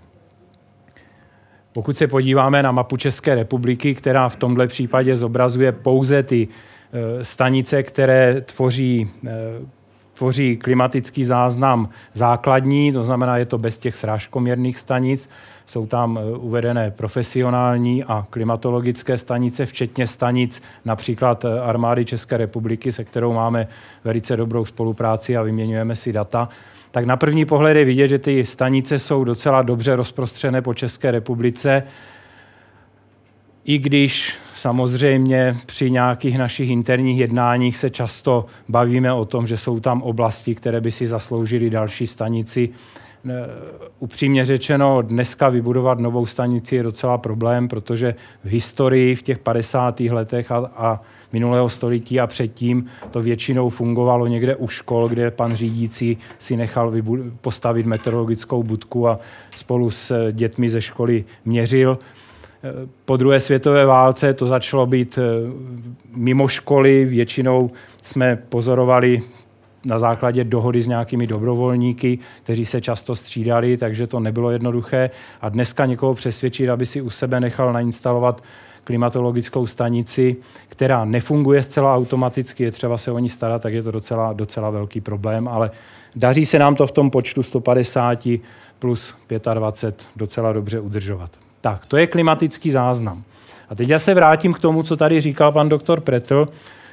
Pokud se podíváme na mapu České republiky, která v tomhle případě zobrazuje pouze ty stanice, které tvoří, tvoří klimatický záznam základní, to znamená, je to bez těch srážkoměrných stanic, jsou tam uvedené profesionální a klimatologické stanice, včetně stanic například Armády České republiky, se kterou máme velice dobrou spolupráci a vyměňujeme si data. Tak na první pohled je vidět, že ty stanice jsou docela dobře rozprostřené po České republice, i když samozřejmě při nějakých našich interních jednáních se často bavíme o tom, že jsou tam oblasti, které by si zasloužily další stanici. Upřímně řečeno, dneska vybudovat novou stanici je docela problém, protože v historii v těch padesátých letech a, a minulého století a předtím to většinou fungovalo někde u škol, kde pan řídící si nechal vybu- postavit meteorologickou budku a spolu s dětmi ze školy měřil. Po druhé světové válce to začalo být mimo školy, většinou jsme pozorovali na základě dohody s nějakými dobrovolníky, kteří se často střídali, takže to nebylo jednoduché. A dneska někoho přesvědčit, aby si u sebe nechal nainstalovat klimatologickou stanici, která nefunguje zcela automaticky, je třeba se o ní starat, tak je to docela, docela velký problém, ale daří se nám to v tom počtu sto padesát plus dvacet pět docela dobře udržovat. Tak, to je klimatický záznam. A teď já se vrátím k tomu, co tady říkal pan doktor Pretl.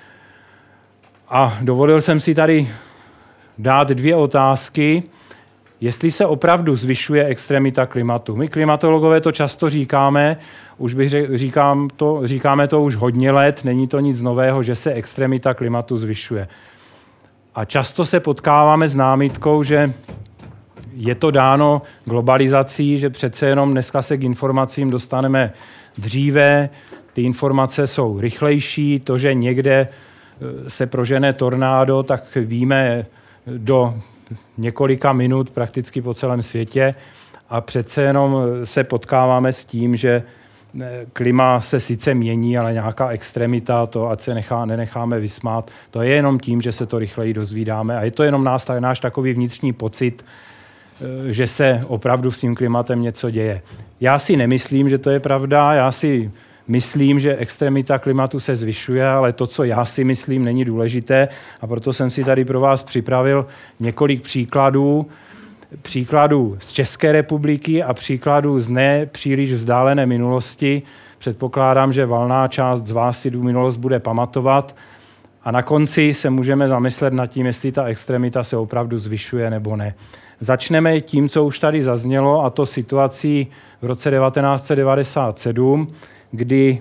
A dovolil jsem si tady dát dvě otázky, jestli se opravdu zvyšuje extremita klimatu. My klimatologové to často říkáme, už bych řek, říkám to, říkáme to už hodně let, není to nic nového, že se extremita klimatu zvyšuje. A často se potkáváme s námitkou, že je to dáno globalizací, že přece jenom dneska se k informacím dostaneme dříve, ty informace jsou rychlejší, to, že někde se prožene tornádo, tak víme do několika minut prakticky po celém světě a přece jenom se potkáváme s tím, že klima se sice mění, ale nějaká extremita, to ať se nechá, nenecháme vysmát, to je jenom tím, že se to rychleji dozvídáme a je to jenom náš, náš takový vnitřní pocit, že se opravdu s tím klimatem něco děje. Já si nemyslím, že to je pravda, já si myslím, že extremita klimatu se zvyšuje, ale to, co já si myslím, není důležité a proto jsem si tady pro vás připravil několik příkladů, příkladů z České republiky a příkladů z ne příliš vzdálené minulosti. Předpokládám, že valná část z vás si tu minulost bude pamatovat a na konci se můžeme zamyslet nad tím, jestli ta extremita se opravdu zvyšuje nebo ne. Začneme tím, co už tady zaznělo, a to situací v roce devatenáct set devadesát sedm, kdy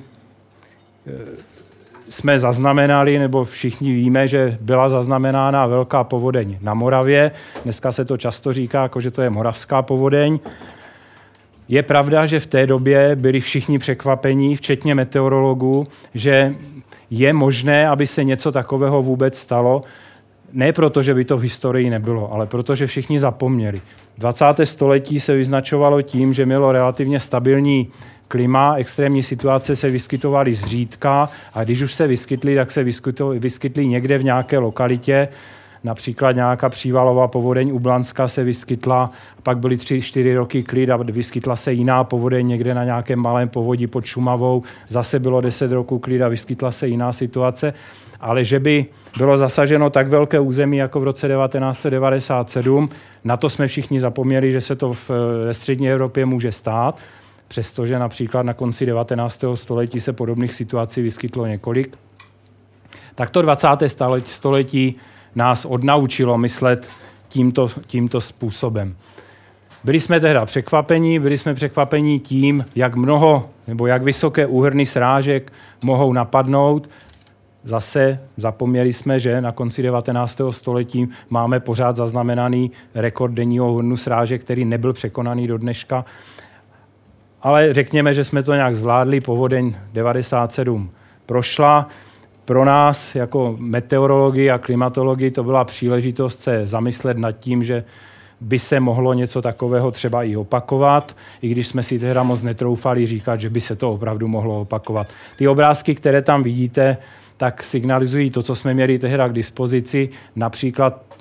jsme zaznamenali, nebo všichni víme, že byla zaznamenána velká povodeň na Moravě. Dneska se to často říká, jako že to je moravská povodeň. Je pravda, že v té době byli všichni překvapení, včetně meteorologů, že je možné, aby se něco takového vůbec stalo. Ne proto, že by to v historii nebylo, ale protože všichni zapomněli. dvacáté století se vyznačovalo tím, že mělo relativně stabilní klima, extrémní situace se vyskytovaly zřídka a když už se vyskytly, tak se vyskytly někde v nějaké lokalitě. Například nějaká přívalová povodeň u Blanska se vyskytla, pak byly tři, čtyři roky klid a vyskytla se jiná povodeň někde na nějakém malém povodí pod Šumavou. Zase bylo deset roků klid a vyskytla se jiná situace. Ale že by bylo zasaženo tak velké území jako v roce devatenáct set devadesát sedm, na to jsme všichni zapomněli, že se to v, ve střední Evropě může stát, přestože například na konci devatenáctého století se podobných situací vyskytlo několik. Tak to dvacáté století nás odnaučilo myslet tímto, tímto způsobem. Byli jsme tehda překvapení, byli jsme překvapení tím, jak mnoho nebo jak vysoké úhrny srážek mohou napadnout. Zase zapomněli jsme, že na konci devatenáctého století máme pořád zaznamenaný rekord denního úhrnu srážek, který nebyl překonaný do dneška. Ale řekněme, že jsme to nějak zvládli, povodeň devadesát sedm prošla. Pro nás jako meteorologii a klimatologii to byla příležitost se zamyslet nad tím, že by se mohlo něco takového třeba i opakovat, i když jsme si tehda moc netroufali říkat, že by se to opravdu mohlo opakovat. Ty obrázky, které tam vidíte, tak signalizují to, co jsme měli tehda k dispozici. Například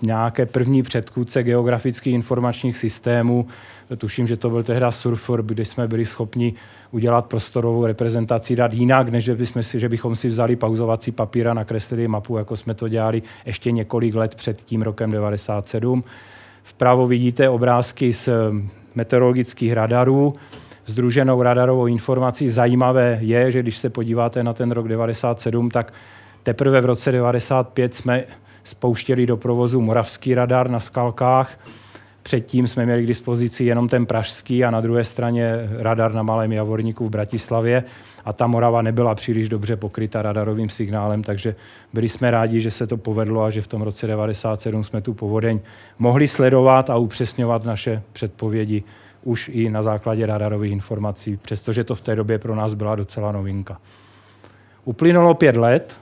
nějaké první předchůdce geografických informačních systémů. Tuším, že to byl tehdy Surfer, kde jsme byli schopni udělat prostorovou reprezentaci dat jinak, než že bychom si, že bychom si vzali pauzovací papír a nakreslili mapu, jako jsme to dělali ještě několik let před tím rokem devadesát sedm. Vpravo vidíte obrázky z meteorologických radarů, sdruženou radarovou informací. Zajímavé je, že když se podíváte na ten rok devadesát sedm, tak teprve v roce devadesát pět jsme spouštěli do provozu moravský radar na Skalkách. Předtím jsme měli k dispozici jenom ten pražský a na druhé straně radar na Malém Javorníku v Bratislavě a ta Morava nebyla příliš dobře pokryta radarovým signálem, takže byli jsme rádi, že se to povedlo a že v tom roce devadesát sedm jsme tu povodeň mohli sledovat a upřesňovat naše předpovědi už i na základě radarových informací, přestože to v té době pro nás byla docela novinka. Uplynulo pět let.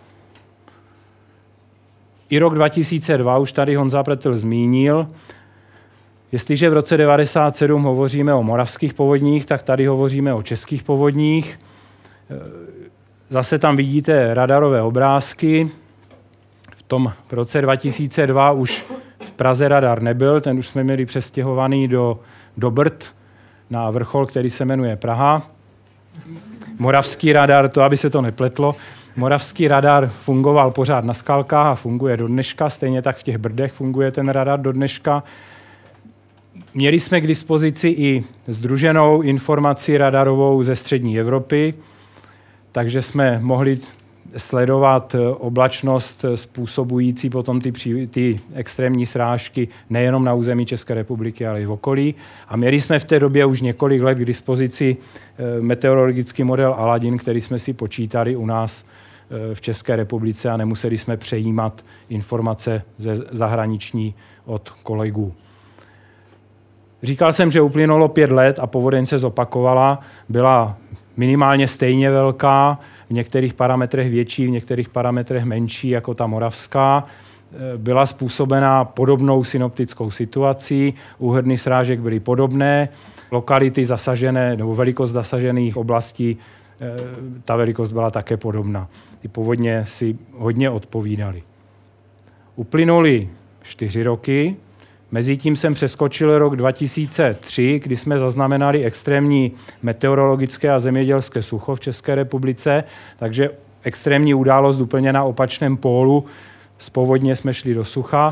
I rok dva tisíce dva už tady Honza Pretl zmínil. Jestliže v roce devadesát sedm hovoříme o moravských povodních, tak tady hovoříme o českých povodních. Zase tam vidíte radarové obrázky. V tom roce dva tisíce dva už v Praze radar nebyl, ten už jsme měli přestěhovaný do, do Brd na vrchol, který se jmenuje Praha. Moravský radar, to aby se to nepletlo, moravský radar fungoval pořád na Skalkách a funguje do dneška, stejně tak v těch Brdech funguje ten radar do dneška. Měli jsme k dispozici i sdruženou informaci radarovou ze střední Evropy, takže jsme mohli sledovat oblačnost způsobující potom ty, ty extrémní srážky nejenom na území České republiky, ale i v okolí. A měli jsme v té době už několik let k dispozici meteorologický model Aladin, který jsme si počítali u nás v České republice a nemuseli jsme přejímat informace ze zahraniční od kolegů. Říkal jsem, že uplynulo pět let a povodeň se zopakovala. Byla minimálně stejně velká, v některých parametrech větší, v některých parametrech menší jako ta moravská. Byla způsobená podobnou synoptickou situací, úhrny srážek byly podobné, lokality zasažené nebo velikost zasažených oblastí, ta velikost byla také podobná. Ty povodně si hodně odpovídaly. Uplynuly čtyři roky, mezitím jsem přeskočil rok dva tisíce tři, kdy jsme zaznamenali extrémní meteorologické a zemědělské sucho v České republice, takže extrémní událost úplně na opačném pólu. Z povodně jsme šli do sucha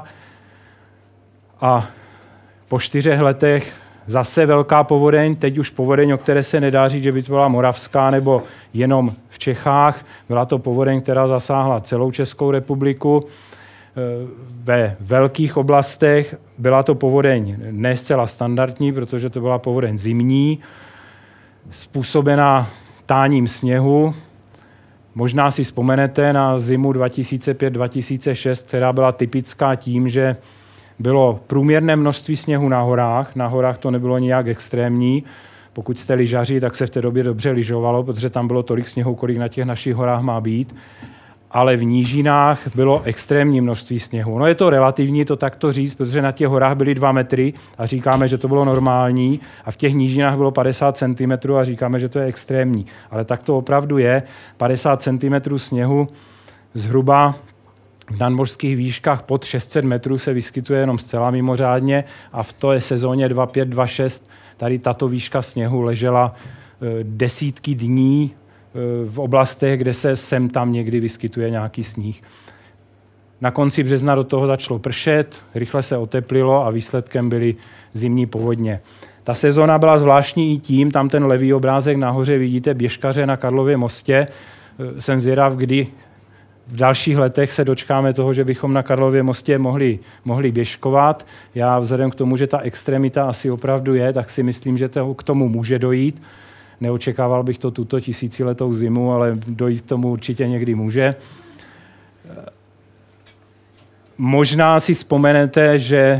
a po čtyřech letech zase velká povodeň, teď už povodeň, o které se nedá říct, že by to byla moravská nebo jenom v Čechách. Byla to povodeň, která zasáhla celou Českou republiku. Ve velkých oblastech byla to povodeň ne zcela standardní, protože to byla povodeň zimní, způsobená táním sněhu. Možná si vzpomenete na zimu dva tisíce pět dva tisíce šest, která byla typická tím, že bylo průměrné množství sněhu na horách. Na horách to nebylo nijak extrémní. Pokud jste lyžaři, tak se v té době dobře lyžovalo, protože tam bylo tolik sněhu, kolik na těch našich horách má být. Ale v nížinách bylo extrémní množství sněhu. No je to relativní to takto říct, protože na těch horách byly dva metry a říkáme, že to bylo normální a v těch nížinách bylo padesát centimetrů a říkáme, že to je extrémní. Ale tak to opravdu je. padesát centimetrů sněhu zhruba v nadmořských výškách pod šest set metrů se vyskytuje jenom zcela mimořádně a v té sezóně dva pět dva šest tady tato výška sněhu ležela desítky dní v oblastech, kde se sem tam někdy vyskytuje nějaký sníh. Na konci března do toho začalo pršet, rychle se oteplilo a výsledkem byly zimní povodně. Ta sezóna byla zvláštní i tím, tam ten levý obrázek nahoře vidíte běžkaře na Karlově mostě. Jsem zvědav, kdy v dalších letech se dočkáme toho, že bychom na Karlově mostě mohli, mohli běžkovat. Já vzhledem k tomu, že ta extremita asi opravdu je, tak si myslím, že to k tomu může dojít. Neočekával bych to tuto tisíciletou zimu, ale dojít k tomu určitě někdy může. Možná si vzpomenete, že,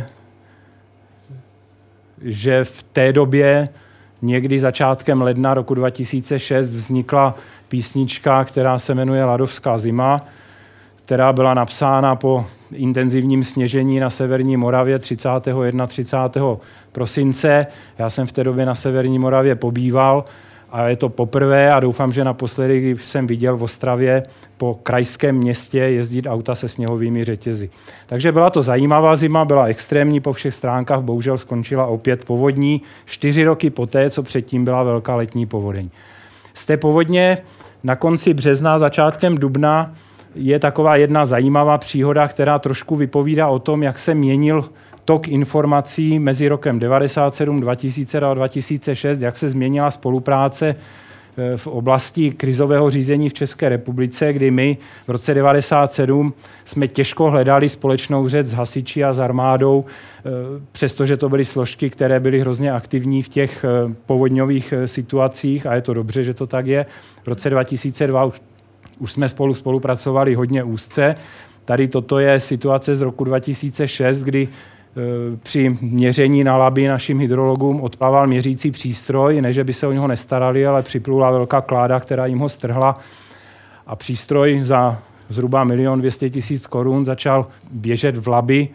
že v té době někdy začátkem ledna roku dva tisíce šest vznikla písnička, která se jmenuje Ladovská zima, která byla napsána po intenzivním sněžení na severní Moravě třicátého prvního třicátého prvního prosince. Já jsem v té době na severní Moravě pobýval A je to poprvé a doufám, že naposledy, když jsem viděl v Ostravě po krajském městě jezdit auta se sněhovými řetězy. Takže byla to zajímavá zima, byla extrémní po všech stránkách, bohužel skončila opět povodní čtyři roky poté, co předtím byla velká letní povodeň. Z té povodně na konci března, začátkem dubna je taková jedna zajímavá příhoda, která trošku vypovídá o tom, jak se měnil tok informací mezi rokem devadesát sedm, dva tisíce dva a dva tisíce šest, jak se změnila spolupráce v oblasti krizového řízení v České republice, kdy my v roce devadesát sedm jsme těžko hledali společnou řeč s hasiči a s armádou, přestože to byly složky, které byly hrozně aktivní v těch povodňových situacích a je to dobře, že to tak je. V roce dva tisíce dva už, už jsme spolu spolupracovali hodně úzce. Tady toto je situace z roku dva tisíce šest, kdy při měření na Labi našim hydrologům odplaval měřící přístroj, ne, že by se o něho nestarali, ale připlula velká kláda, která jim ho strhla a přístroj za zhruba milion dvěstě tisíc korun začal běžet v Labi.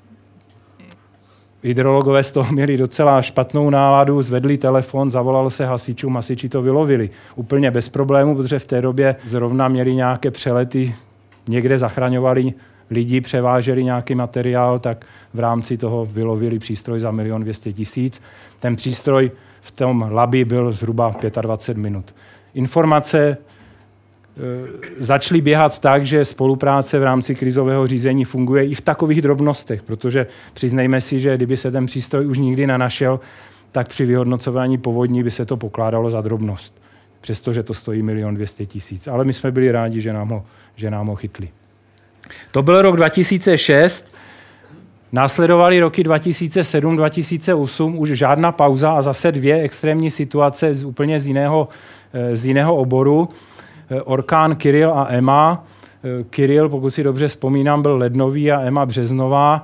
Hydrologové z toho měli docela špatnou náladu, zvedli telefon, zavolalo se hasičům, hasiči to vylovili. Úplně bez problému, protože v té době zrovna měli nějaké přelety, někde zachraňovali lidi, převáželi nějaký materiál, tak v rámci toho vylovili přístroj za milion dvěstě tisíc. Ten přístroj v tom Labi byl zhruba dvacet pět minut. Informace e, začaly běhat tak, že spolupráce v rámci krizového řízení funguje i v takových drobnostech, protože přiznejme si, že kdyby se ten přístroj už nikdy nenašel, tak při vyhodnocování povodní by se to pokládalo za drobnost. Přestože to stojí milion dvěstě tisíc. Ale my jsme byli rádi, že nám ho, že nám ho chytli. To byl rok dva tisíce šest, následovaly roky dva tisíce sedm, dva tisíce osm, už žádná pauza a zase dvě extrémní situace z úplně z jiného, z jiného oboru. Orkán Kyrill a Emma. Kyrill, pokud si dobře vzpomínám, byl lednový a Emma březnová.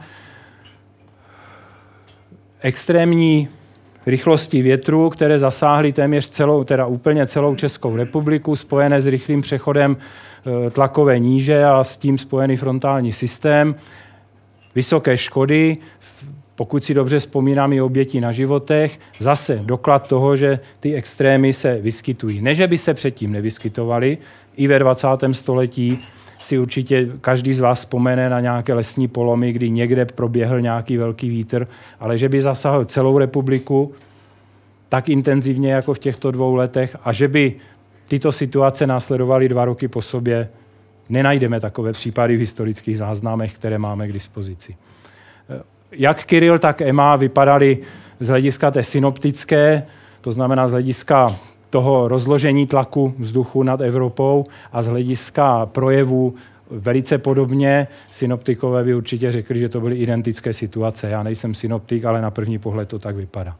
Extrémní rychlosti větru, které zasáhly téměř celou, teda úplně celou Českou republiku, spojené s rychlým přechodem tlakové níže a s tím spojený frontální systém. Vysoké škody, pokud si dobře vzpomínám, i oběti na životech. Zase doklad toho, že ty extrémy se vyskytují. Ne, že by se předtím nevyskytovaly. I ve dvacátém století si určitě každý z vás vzpomene na nějaké lesní polomy, kdy někde proběhl nějaký velký vítr, ale že by zasahl celou republiku tak intenzivně jako v těchto dvou letech a že by tyto situace následovaly dva roky po sobě, nenajdeme takové případy v historických záznamech, které máme k dispozici. Jak Kyrill, tak Emma vypadaly z hlediska té synoptické, to znamená z hlediska toho rozložení tlaku vzduchu nad Evropou a z hlediska projevů velice podobně. Synoptikové by určitě řekli, že to byly identické situace. Já nejsem synoptik, ale na první pohled to tak vypadá.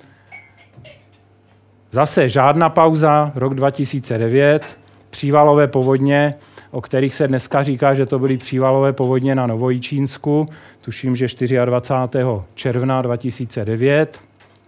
Zase žádná pauza, rok dva tisíce devět, přívalové povodně, o kterých se dneska říká, že to byly přívalové povodně na Novojičínsku. Tuším, že dvacátého čtvrtého června dva tisíce devět.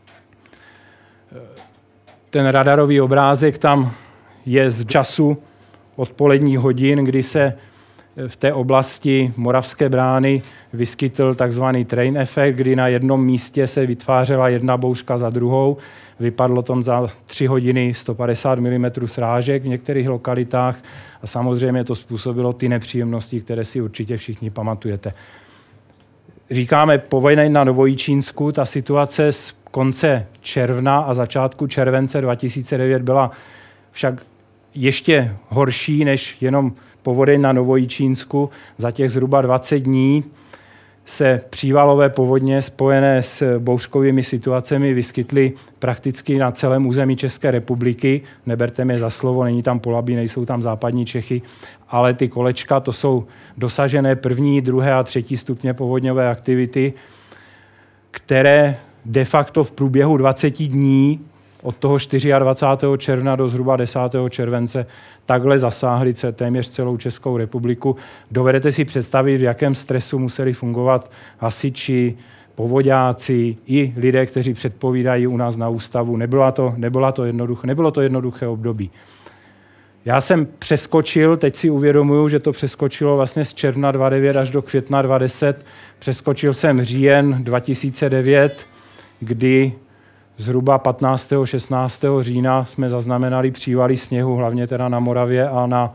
Ten radarový obrázek tam je z času odpoledních hodin, kdy se v té oblasti Moravské brány vyskytl takzvaný train efekt, kdy na jednom místě se vytvářela jedna bouřka za druhou. Vypadlo tam za tři hodiny sto padesát milimetrů srážek v některých lokalitách a samozřejmě to způsobilo ty nepříjemnosti, které si určitě všichni pamatujete. Říkáme povodeň na Novojičínsku, ta situace z konce června a začátku července dva tisíce devět byla však ještě horší než jenom povodeň na Novojičínsku. Za těch zhruba dvacet dní se přívalové povodně spojené s bouřkovými situacemi vyskytly prakticky na celém území České republiky. Neberte mě za slovo, není tam Polabí, nejsou tam západní Čechy, ale ty kolečka, to jsou dosažené první, druhé a třetí stupně povodňové aktivity, které de facto v průběhu dvacet dní od toho dvacátého čtvrtého června do zhruba desátého července takhle zasáhly téměř celou Českou republiku. Dovedete si představit, v jakém stresu museli fungovat hasiči, povoďáci i lidé, kteří předpovídají u nás na ústavu. Nebylo to, nebylo to, jednoduché, nebylo to jednoduché období. Já jsem přeskočil, teď si uvědomuju, že to přeskočilo vlastně z června dva tisíce devět až do května dva tisíce deset. Přeskočil jsem říjen dva tisíce devět, kdy zhruba patnáctého šestnáctého října jsme zaznamenali přívaly sněhu, hlavně teda na Moravě a na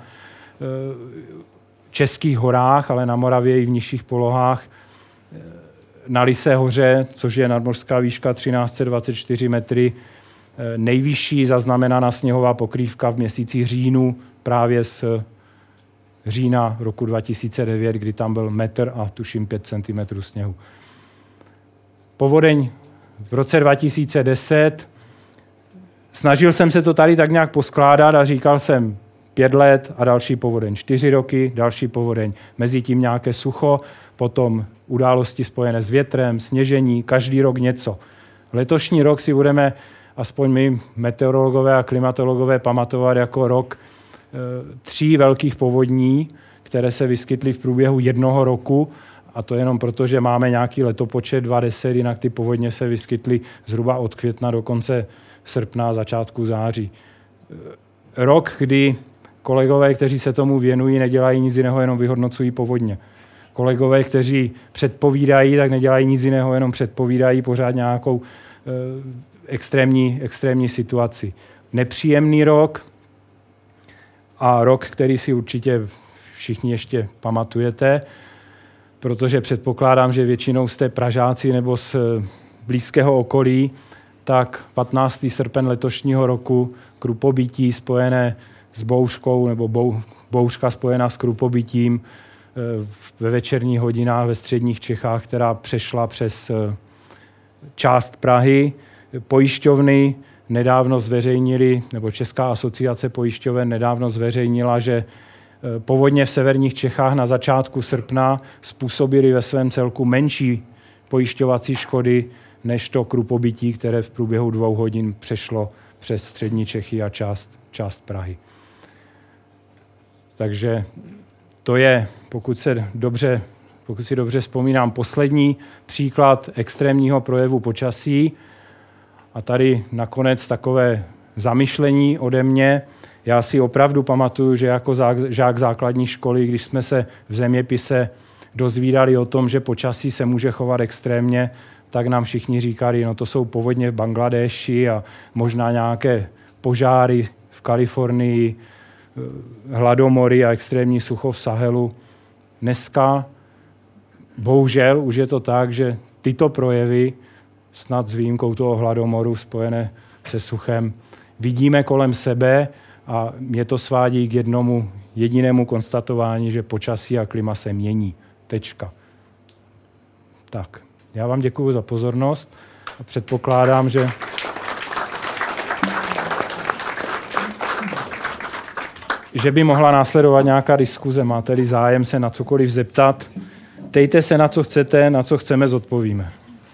českých horách, ale na Moravě i v nižších polohách. Na Lysé hoře, což je nadmořská výška tři tisíce tři sta dvacet čtyři metry, nejvyšší zaznamenaná sněhová pokrývka v měsíci říjnu právě z října roku dva tisíce devět, kdy tam byl metr a tuším pět centimetrů sněhu. Povodeň v roce dva tisíce deset. Snažil jsem se to tady tak nějak poskládat a říkal jsem pět let a další povodeň, čtyři roky, další povodeň. Mezitím nějaké sucho, potom události spojené s větrem, sněžení, každý rok něco. Letošní rok si budeme, aspoň my meteorologové a klimatologové, pamatovat jako rok e, tří velkých povodní, které se vyskytly v průběhu jednoho roku, a to jenom proto, že máme nějaký letopočet dva tisíce deset, jinak ty povodně se vyskytly zhruba od května do konce srpna, začátku září. Rok, kdy kolegové, kteří se tomu věnují, nedělají nic jiného, jenom vyhodnocují povodně. Kolegové, kteří předpovídají, tak nedělají nic jiného, jenom předpovídají pořád nějakou e, extrémní, extrémní situaci. Nepříjemný rok a rok, který si určitě všichni ještě pamatujete, protože předpokládám, že většinou jste Pražáci nebo z blízkého okolí, tak patnáctého srpen letošního roku krupobytí spojené s bouřkou nebo bou, bouřka spojená s krupobytím ve večerních hodinách ve středních Čechách, která přešla přes část Prahy. Pojišťovny nedávno zveřejnili, nebo Česká asociace pojišťoven nedávno zveřejnila, že povodně v severních Čechách na začátku srpna způsobily ve svém celku menší pojišťovací škody než to krupobytí, které v průběhu dvou hodin přešlo přes střední Čechy a část, část Prahy. Takže to je, pokud, se dobře, pokud si dobře vzpomínám, poslední příklad extrémního projevu počasí. A tady nakonec takové zamyšlení ode mě. Já si opravdu pamatuju, že jako žák základní školy, když jsme se v zeměpise dozvídali o tom, že počasí se může chovat extrémně, tak nám všichni říkali, no to jsou povodně v Bangladeši a možná nějaké požáry v Kalifornii, hladomory a extrémní sucho v Sahelu. Dneska, bohužel, už je to tak, že tyto projevy, snad s výjimkou toho hladomoru spojené se suchem, vidíme kolem sebe a mě to svádí k jednomu jedinému konstatování, že počasí a klima se mění. Tečka. Tak, já vám děkuji za pozornost a předpokládám, že že by mohla následovat nějaká diskuze. Máte-li zájem se na cokoliv zeptat, ptejte se, na co chcete, na co chceme, zodpovíme.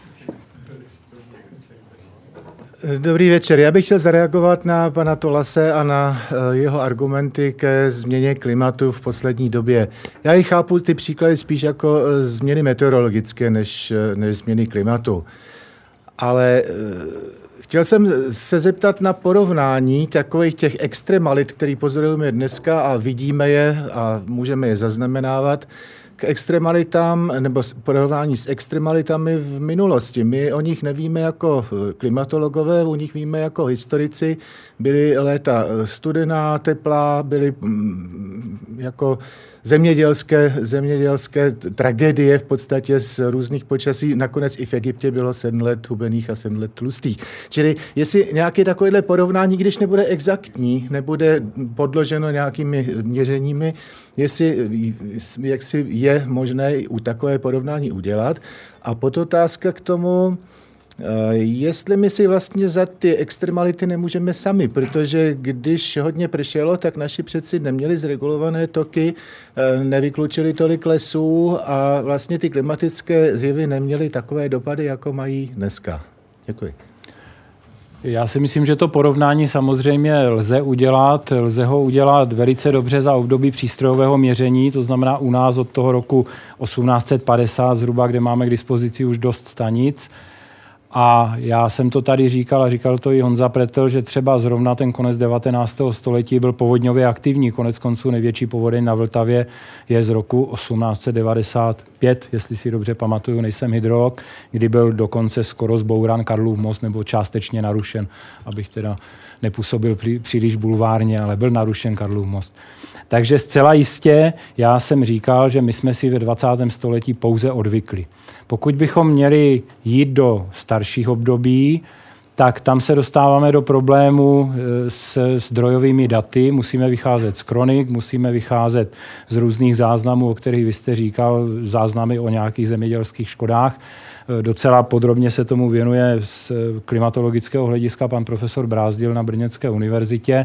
Dobrý večer. Já bych chtěl zareagovat na pana Tolase a na jeho argumenty ke změně klimatu v poslední době. Já ji chápu ty příklady spíš jako změny meteorologické než, než změny klimatu. Ale chtěl jsem se zeptat na porovnání takových těch extremalit, které pozorujeme dneska a vidíme je a můžeme je zaznamenávat, k extremalitám nebo porovnání s extremalitami v minulosti. My o nich nevíme jako klimatologové, o nich víme jako historici. Byly léta studená, teplá, byly jako zemědělské, zemědělské tragédie v podstatě z různých počasí. Nakonec i v Egyptě bylo sedm let hubených a sedm let tlustých. Čili jestli nějaké takovéhle porovnání, když nebude exaktní, nebude podloženo nějakými měřeními, jestli jaksi je možné u takové porovnání udělat. A podotázka k tomu, jestli my si vlastně za ty extremality nemůžeme sami, protože když hodně pršelo, tak naši přeci neměli zregulované toky, nevyklučili tolik lesů a vlastně ty klimatické zjevy neměly takové dopady, jako mají dneska. Děkuji. Já si myslím, že to porovnání samozřejmě lze udělat. Lze ho udělat velice dobře za období přístrojového měření, to znamená u nás od toho roku osmnáct set padesát zhruba, kde máme k dispozici už dost stanic. A já jsem to tady říkal a říkal to i Honza Pretel, že třeba zrovna ten konec devatenáctého století byl povodňově aktivní. Konec konců největší povodeň na Vltavě je z roku osmnáct set devadesát pět, jestli si dobře pamatuju, nejsem hydrolog, kdy byl dokonce skoro zbourán Karlův most nebo částečně narušen, abych teda nepůsobil pří, příliš bulvárně, ale byl narušen Karlův most. Takže zcela jistě já jsem říkal, že my jsme si ve dvacátém století pouze odvykli. Pokud bychom měli jít do starších období, tak tam se dostáváme do problému s zdrojovými daty. Musíme vycházet z kronik, musíme vycházet z různých záznamů, o kterých vy jste říkal, záznamy o nějakých zemědělských škodách. Docela podrobně se tomu věnuje z klimatologického hlediska pan profesor Brázdil na Brněnské univerzitě.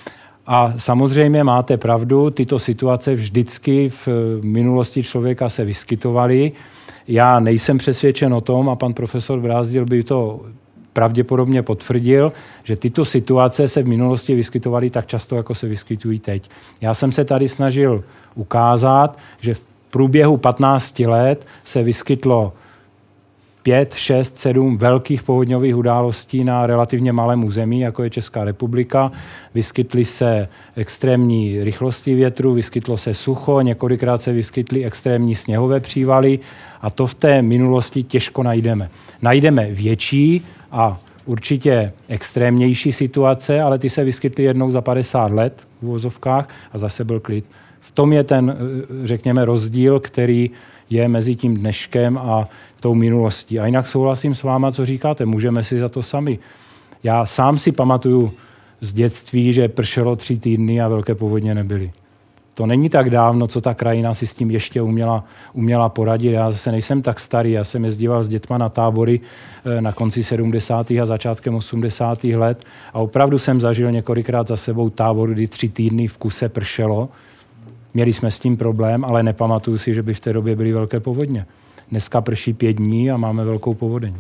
A samozřejmě máte pravdu, tyto situace vždycky v minulosti člověka se vyskytovaly. Já nejsem přesvědčen o tom, a pan profesor Brázdil by to pravděpodobně potvrdil, že tyto situace se v minulosti vyskytovaly tak často, jako se vyskytují teď. Já jsem se tady snažil ukázat, že v průběhu patnácti let se vyskytlo pět, šest, sedm velkých povodňových událostí na relativně malém území, jako je Česká republika. Vyskytly se extrémní rychlosti větru, vyskytlo se sucho, několikrát se vyskytly extrémní sněhové přívaly a to v té minulosti těžko najdeme. Najdeme větší a určitě extrémnější situace, ale ty se vyskytly jednou za padesát let v uvozovkách a zase byl klid. V tom je ten, řekněme, rozdíl, který je mezi tím dneškem a tou minulostí. A jinak souhlasím s váma, co říkáte, můžeme si za to sami. Já sám si pamatuju z dětství, že pršelo tři týdny a velké povodně nebyly. To není tak dávno, co ta krajina si s tím ještě uměla, uměla poradit. Já zase nejsem tak starý, já jsem jezdíval s dětma na tábory na konci sedmdesátých a začátkem osmdesátých let a opravdu jsem zažil několikrát za sebou tábor, kdy tři týdny v kuse pršelo. Měli jsme s tím problém, ale nepamatuju si, že by v té době byly velké povodně. Dneska prší pět dní a máme velkou povodeň.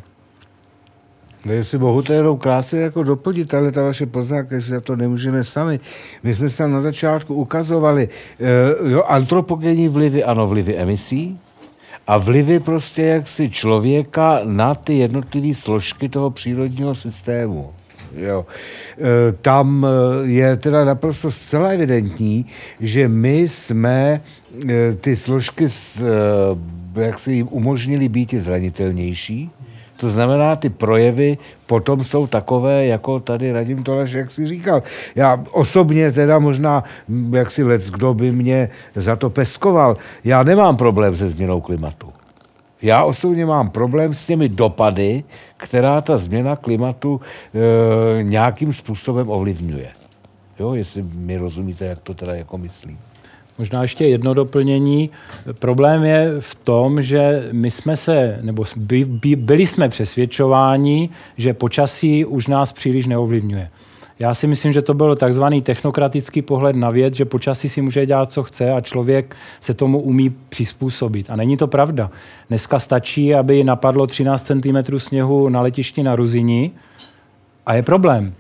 No, jestli mohu to jenom krátce jako doplnit, ale ta vaše poznámka, jestli za to nemůžeme sami. My jsme se na začátku ukazovali, uh, jo, antropogenní vlivy, ano, vlivy emisí a vlivy prostě jaksi člověka na ty jednotlivé složky toho přírodního systému. Jo. Tam je teda naprosto zcela evidentní, že my jsme ty složky, jak si jim umožnili být zranitelnější. To znamená, ty projevy potom jsou takové, jako tady Radim Tolaš, jak si říkal. Já osobně teda možná, jak si lec, kdo by mě za to peskoval, já nemám problém se změnou klimatu. Já osobně mám problém s těmi dopady, která ta změna klimatu e, nějakým způsobem ovlivňuje. Jo, jestli mi rozumíte, jak to teda jako myslím. Možná ještě jedno doplnění. Problém je v tom, že my jsme se, nebo by, by, byli jsme přesvědčováni, že počasí už nás příliš neovlivňuje. Já si myslím, že to byl takzvaný technokratický pohled na věc, že počasí si může dělat, co chce a člověk se tomu umí přizpůsobit. A není to pravda. Dneska stačí, aby napadlo třináct centimetrů sněhu na letišti na Ruzini a je problém.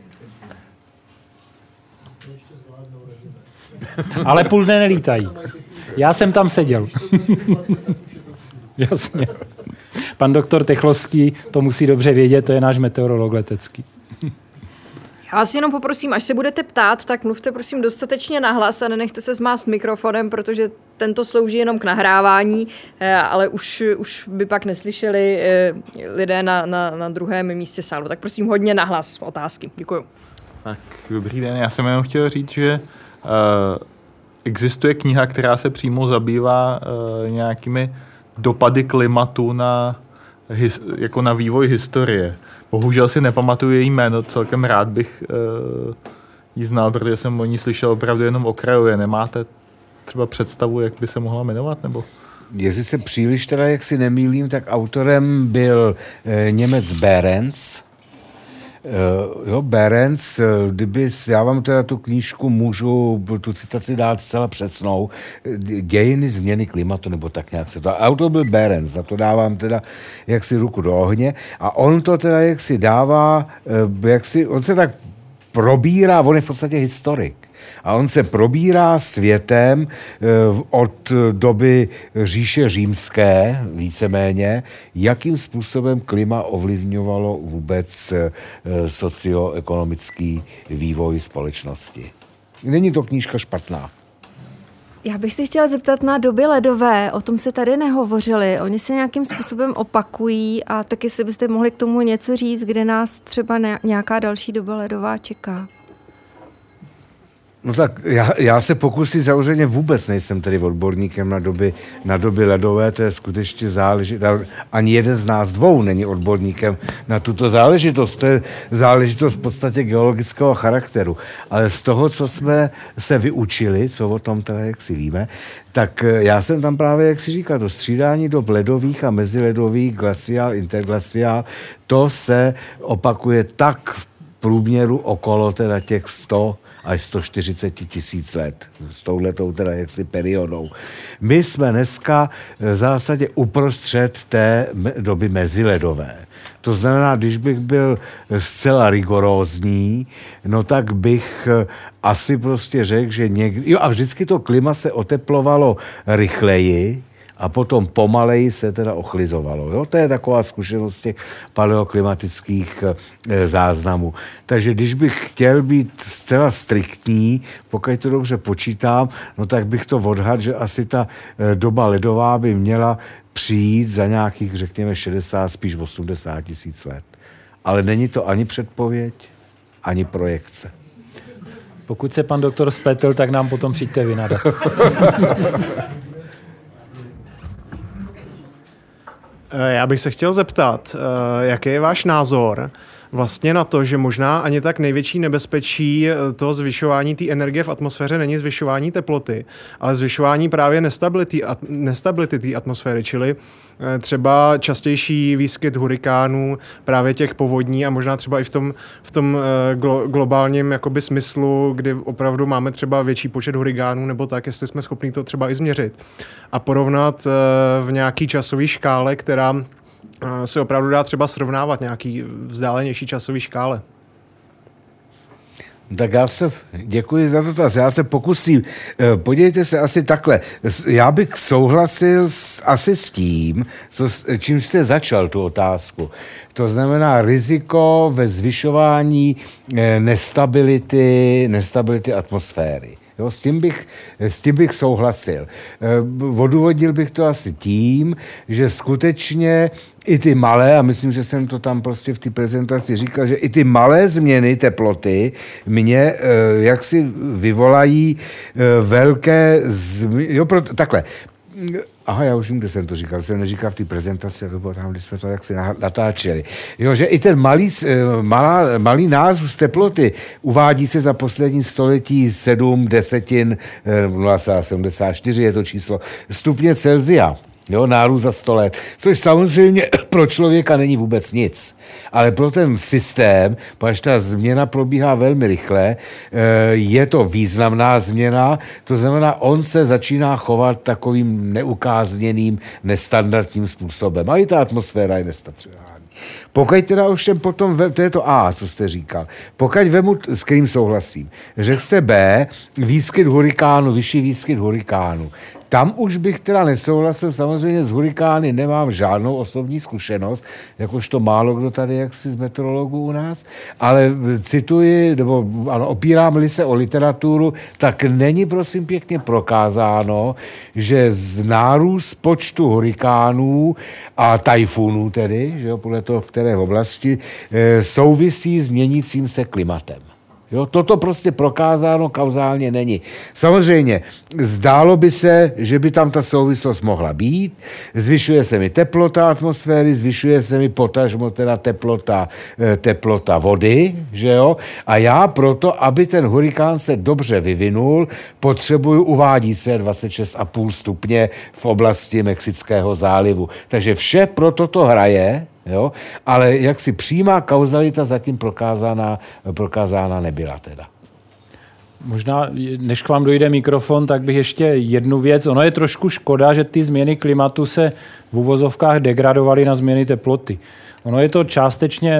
Ale půl dne nelítají. Já jsem tam seděl. Jasně. Pan doktor Techlovský to musí dobře vědět, to je náš meteorolog letecký. Já vás jenom poprosím, až se budete ptát, tak mluvte prosím dostatečně nahlas a nenechte se zmást mikrofonem, protože tento slouží jenom k nahrávání, ale už, už by pak neslyšeli lidé na, na, na druhém místě sálu. Tak prosím hodně nahlas otázky. Děkuju. Tak dobrý den, já jsem jenom chtěl říct, že uh, existuje kniha, která se přímo zabývá uh, nějakými dopady klimatu na, his, jako na vývoj historie. Bohužel si nepamatuju její jméno, celkem rád bych uh, ji znal, protože jsem o ní slyšel opravdu jenom okrajově. Nemáte třeba představu, jak by se mohla jmenovat? Nebo? Jestli se příliš teda, jak si nemýlím, tak autorem byl e, Němec Behrens. E, jo, Behrens, kdyby, já vám teda tu knížku můžu, tu citaci dát zcela přesnou, Dějiny změny klimatu, nebo tak nějak se to. Autor byl Behrens, za to dávám teda jaksi ruku do ohně a on to teda jaksi dává, e, jaksi, on se tak probírá, on je v podstatě historik. A on se probírá světem od doby říše římské, víceméně, jakým způsobem klima ovlivňovalo vůbec socioekonomický vývoj společnosti. Není to knížka špatná. Já bych se chtěla zeptat na doby ledové, o tom se tady nehovořili, oni se nějakým způsobem opakují a tak jestli byste mohli k tomu něco říct, kde nás třeba nějaká další doba ledová čeká. No tak já, já se pokusím, samozřejmě vůbec nejsem tedy odborníkem na doby, na doby ledové, to je skutečně záležitost, ani jeden z nás dvou není odborníkem na tuto záležitost, to je záležitost v podstatě geologického charakteru, ale z toho, co jsme se vyučili, co o tom teda, jak si víme, tak já jsem tam právě, jak si říkal, to střídání dob ledových a meziledových, glaciál, interglaciál, to se opakuje tak v průměru okolo teda těch sto až sto čtyřicet tisíc let s touhletou teda jaksi periodou. My jsme dneska v zásadě uprostřed té doby meziledové. To znamená, když bych byl zcela rigorózní, no tak bych asi prostě řekl, že někdy... Jo, a vždycky to klima se oteplovalo rychleji, a potom pomaleji se teda ochlizovalo. Jo? To je taková zkušenost těch paleoklimatických e, záznamů. Takže když bych chtěl být zcela striktní, pokud to dobře počítám, no tak bych to odhadl, že asi ta e, doba ledová by měla přijít za nějakých, řekněme, šedesát, spíš osmdesát tisíc let. Ale není to ani předpověď, ani projekce. Pokud se pan doktor spletl, tak nám potom přijďte vynadat. Já bych se chtěl zeptat, jaký je váš názor vlastně na to, že možná ani tak největší nebezpečí toho zvyšování té energie v atmosféře není zvyšování teploty, ale zvyšování právě nestability, nestability té atmosféry, čili třeba častější výskyt hurikánů, právě těch povodní a možná třeba i v tom, v tom glo, globálním jakoby smyslu, kdy opravdu máme třeba větší počet hurikánů nebo tak, jestli jsme schopni to třeba i změřit a porovnat v nějaký časové škále, která se opravdu dá třeba srovnávat nějaký vzdálenější časový škále. Tak já se, děkuji za dotaz, já se pokusím. Podívejte se asi takhle. Já bych souhlasil s, asi s tím, co, čím jste začal tu otázku. To znamená riziko ve zvyšování nestability, nestability atmosféry. Jo, s tím bych, s tím bych souhlasil. Odůvodnil bych to asi tím, že skutečně i ty malé, a myslím, že jsem to tam prostě v té prezentaci říkal, že i ty malé změny teploty mě jaksi vyvolají velké změny. Jo, proto, takhle. Aha, já už vím, kde jsem to říkal. Jsem neříkal v té prezentaci, to bylo tam, kde jsme to jaksi natáčeli. Jo, že i ten malý, malá, malý nárůst teploty uvádí se za poslední století sedm desetin, nula celá sedmdesát čtyři je to číslo, stupně Celsia. Jo, nárůst za sto let, což samozřejmě pro člověka není vůbec nic. Ale pro ten systém, protože ta změna probíhá velmi rychle, je to významná změna, to znamená, on se začíná chovat takovým neukázněným, nestandardním způsobem. A i ta atmosféra je nestacionální. Pokud teda už jsem potom, to je to A, co jste říkal, pokud vemu, s kterým souhlasím, řekl jste B, výskyt hurikánu, vyšší výskyt hurikánu. Tam už bych teda nesouhlasil, samozřejmě z hurikány nemám žádnou osobní zkušenost, jakož to málo kdo tady jaksi z meteorologů u nás, ale cituji, nebo ano, opírám-li se o literaturu, tak není prosím pěkně prokázáno, že z nárůst počtu hurikánů a tajfunů tedy, že jo, podle toho, v které oblasti, souvisí s měnícím se klimatem. Jo, toto prostě prokázáno kauzálně není. Samozřejmě, zdálo by se, že by tam ta souvislost mohla být. Zvyšuje se mi teplota atmosféry, zvyšuje se mi potažmo teda teplota, teplota vody, že jo? A já proto, aby ten hurikán se dobře vyvinul, potřebuju, uvádí se dvacet šest celá pět stupně v oblasti Mexického zálivu. Takže vše pro toto hraje, jo? Ale jaksi přímá kauzalita zatím prokázána, prokázána nebyla teda. Možná, než k vám dojde mikrofon, tak bych ještě jednu věc. Ono je trošku škoda, že ty změny klimatu se v uvozovkách degradovaly na změny teploty. Ono je to částečně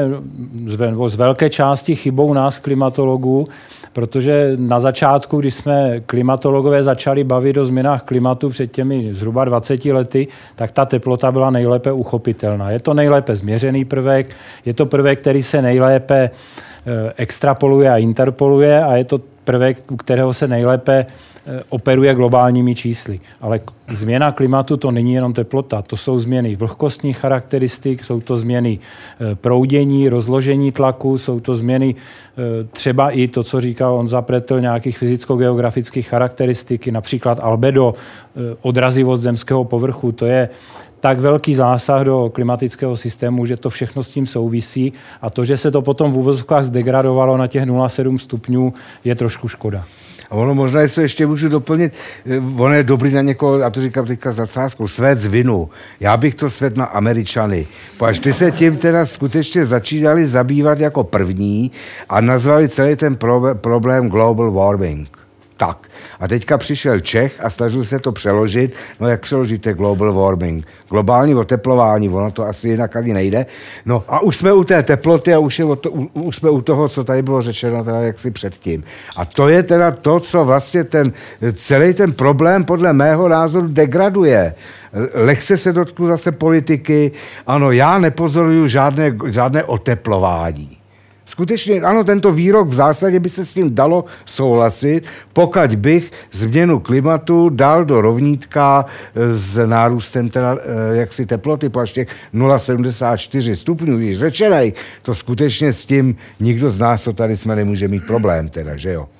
z velké části chybou nás klimatologů, protože na začátku, když jsme klimatologové začali bavit o změnách klimatu před těmi zhruba dvaceti lety, tak ta teplota byla nejlépe uchopitelná. Je to nejlépe změřený prvek, je to prvek, který se nejlépe extrapoluje a interpoluje a je to prvek, u kterého se nejlépe operuje globálními čísly. Ale změna klimatu to není jenom teplota, to jsou změny vlhkostních charakteristik, jsou to změny proudění, rozložení tlaku, jsou to změny třeba i to, co říkal Honza Pretl, nějakých fyzicko-geografických charakteristik, například albedo, odrazivost zemského povrchu, to je tak velký zásah do klimatického systému, že to všechno s tím souvisí a to, že se to potom v uvozovkách zdegradovalo na těch nula celá sedm stupňů, je trošku škoda. A ono možná, jestli to ještě můžu doplnit, ono je dobrý na někoho, a to říkám teďka s nadsázkou, svést z vinu. Já bych to svedl na Američany. Až ty se tím teda skutečně začínali zabývat jako první a nazvali celý ten problém global warming. Tak. A teďka přišel Čech a snažil se to přeložit. No jak přeložíte global warming? Globální oteplování, ono to asi jinak ani nejde. No a už jsme u té teploty a už, je to, už jsme u toho, co tady bylo řečeno teda jaksi předtím. A to je teda to, co vlastně ten celý ten problém podle mého názoru degraduje. Lehce se dotknu zase politiky. Ano, já nepozoruju žádné, žádné oteplování. Skutečně, ano, tento výrok v zásadě by se s tím dalo souhlasit, pokud bych změnu klimatu dal do rovnítka s nárůstem teda, jaksi teploty po až těch nula celá sedmdesát čtyři stupňů, již řečenej, to skutečně s tím nikdo z nás, co tady jsme, nemůže mít problém teda, že jo?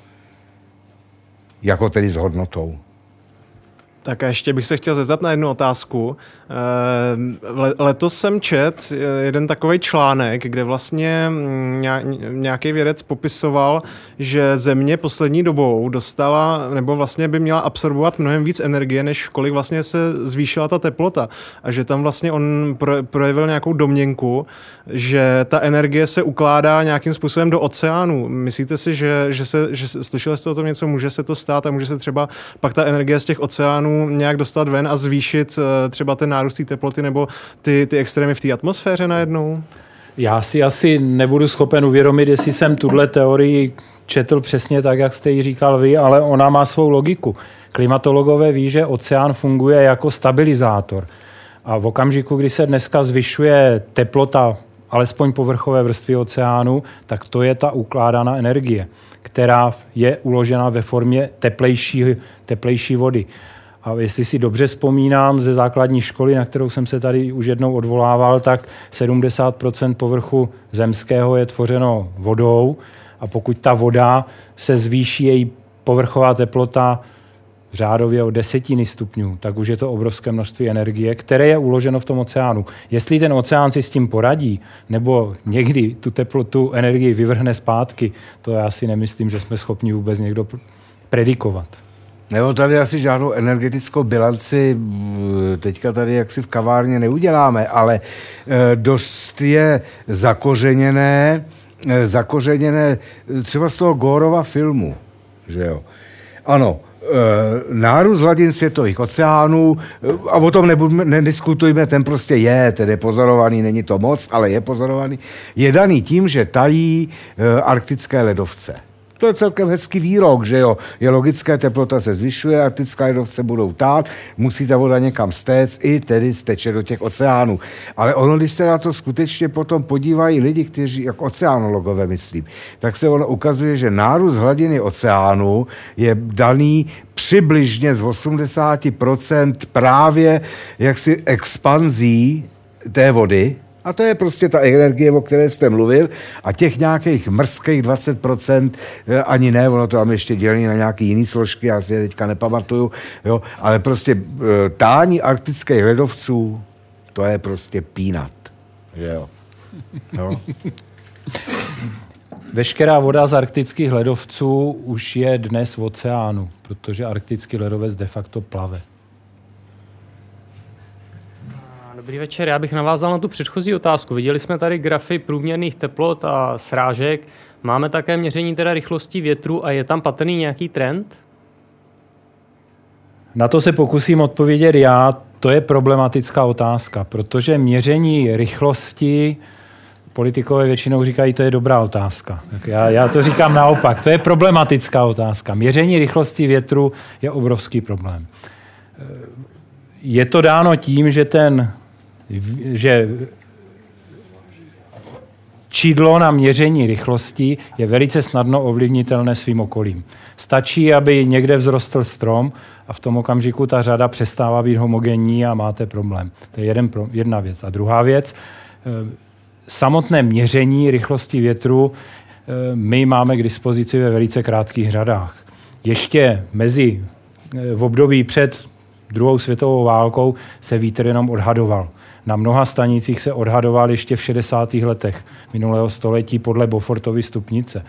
Jako tedy s hodnotou. Tak a ještě bych se chtěl zeptat na jednu otázku. Letos jsem čet jeden takový článek, kde vlastně nějaký vědec popisoval, že Země poslední dobou dostala, nebo vlastně by měla absorbovat mnohem víc energie, než kolik vlastně se zvýšila ta teplota. A že tam vlastně on projevil nějakou domněnku, že ta energie se ukládá nějakým způsobem do oceánu. Myslíte si, že, že se, že slyšeli jste o tom něco, může se to stát a může se třeba pak ta energie z těch oceánů nějak dostat ven a zvýšit třeba ten nárůst té teploty nebo ty, ty extrémy v té atmosféře najednou? Já si asi nebudu schopen uvědomit, jestli jsem tuhle teorii četl přesně tak, jak jste ji říkal vy, ale ona má svou logiku. Klimatologové ví, že oceán funguje jako stabilizátor. A v okamžiku, kdy se dneska zvyšuje teplota alespoň povrchové vrstvy oceánu, tak to je ta ukládaná energie, která je uložena ve formě teplejší, teplejší vody. A jestli si dobře vzpomínám ze základní školy, na kterou jsem se tady už jednou odvolával, tak sedmdesát procent povrchu zemského je tvořeno vodou a pokud ta voda se zvýší její povrchová teplota řádově o desetiny stupňů, tak už je to obrovské množství energie, které je uloženo v tom oceánu. Jestli ten oceán si s tím poradí, nebo někdy tu teplotu energii vyvrhne zpátky, to já si nemyslím, že jsme schopni vůbec někdo predikovat. Nebo tady asi žádnou energetickou bilanci teďka tady jaksi v kavárně neuděláme, ale dost je zakořeněné, zakořeněné třeba z toho Gorova filmu, že jo. Ano, nárůst hladin světových oceánů, a o tom nebudeme, nediskutujme, ten prostě je, ten je pozorovaný, není to moc, ale je pozorovaný, je daný tím, že tají arktické ledovce. To je celkem hezký výrok, že jo. Je logické, teplota se zvyšuje, arktická ledovce budou tát, musí ta voda někam stéct, i tedy steče do těch oceánů. Ale ono, když se na to skutečně potom podívají lidi, kteří, jako oceánologové myslím, tak se ono ukazuje, že nárůst hladiny oceánu je daný přibližně z osmdesát procent právě jaksi expanzí té vody. A to je prostě ta energie, o které jste mluvil. A těch nějakých mrzkých dvacet procent ani ne, ono to tam ještě dělí na nějaký jiný složky, já si je teďka nepamatuju, jo, ale prostě tání arktických ledovců, to je prostě peanut, že jo. jo. Veškerá voda z arktických ledovců už je dnes v oceánu, protože arktický ledovec de facto plave. Dobrý večer, já bych navázal na tu předchozí otázku. Viděli jsme tady grafy průměrných teplot a srážek. Máme také měření teda rychlosti větru a je tam patrný nějaký trend? Na to se pokusím odpovědět já. To je problematická otázka, protože měření rychlosti, politikové většinou říkají, to je dobrá otázka. Tak já, já to říkám naopak, to je problematická otázka. Měření rychlosti větru je obrovský problém. Je to dáno tím, že ten že čidlo na měření rychlosti je velice snadno ovlivnitelné svým okolím. Stačí, aby někde vzrostl strom a v tom okamžiku ta řada přestává být homogenní a máte problém. To je jeden, jedna věc. A druhá věc, samotné měření rychlosti větru my máme k dispozici ve velice krátkých řadách. Ještě mezi v období před druhou světovou válkou se vítr jenom odhadoval. Na mnoha stanicích se odhadoval ještě v šedesátých letech minulého století podle Beaufortovy stupnice.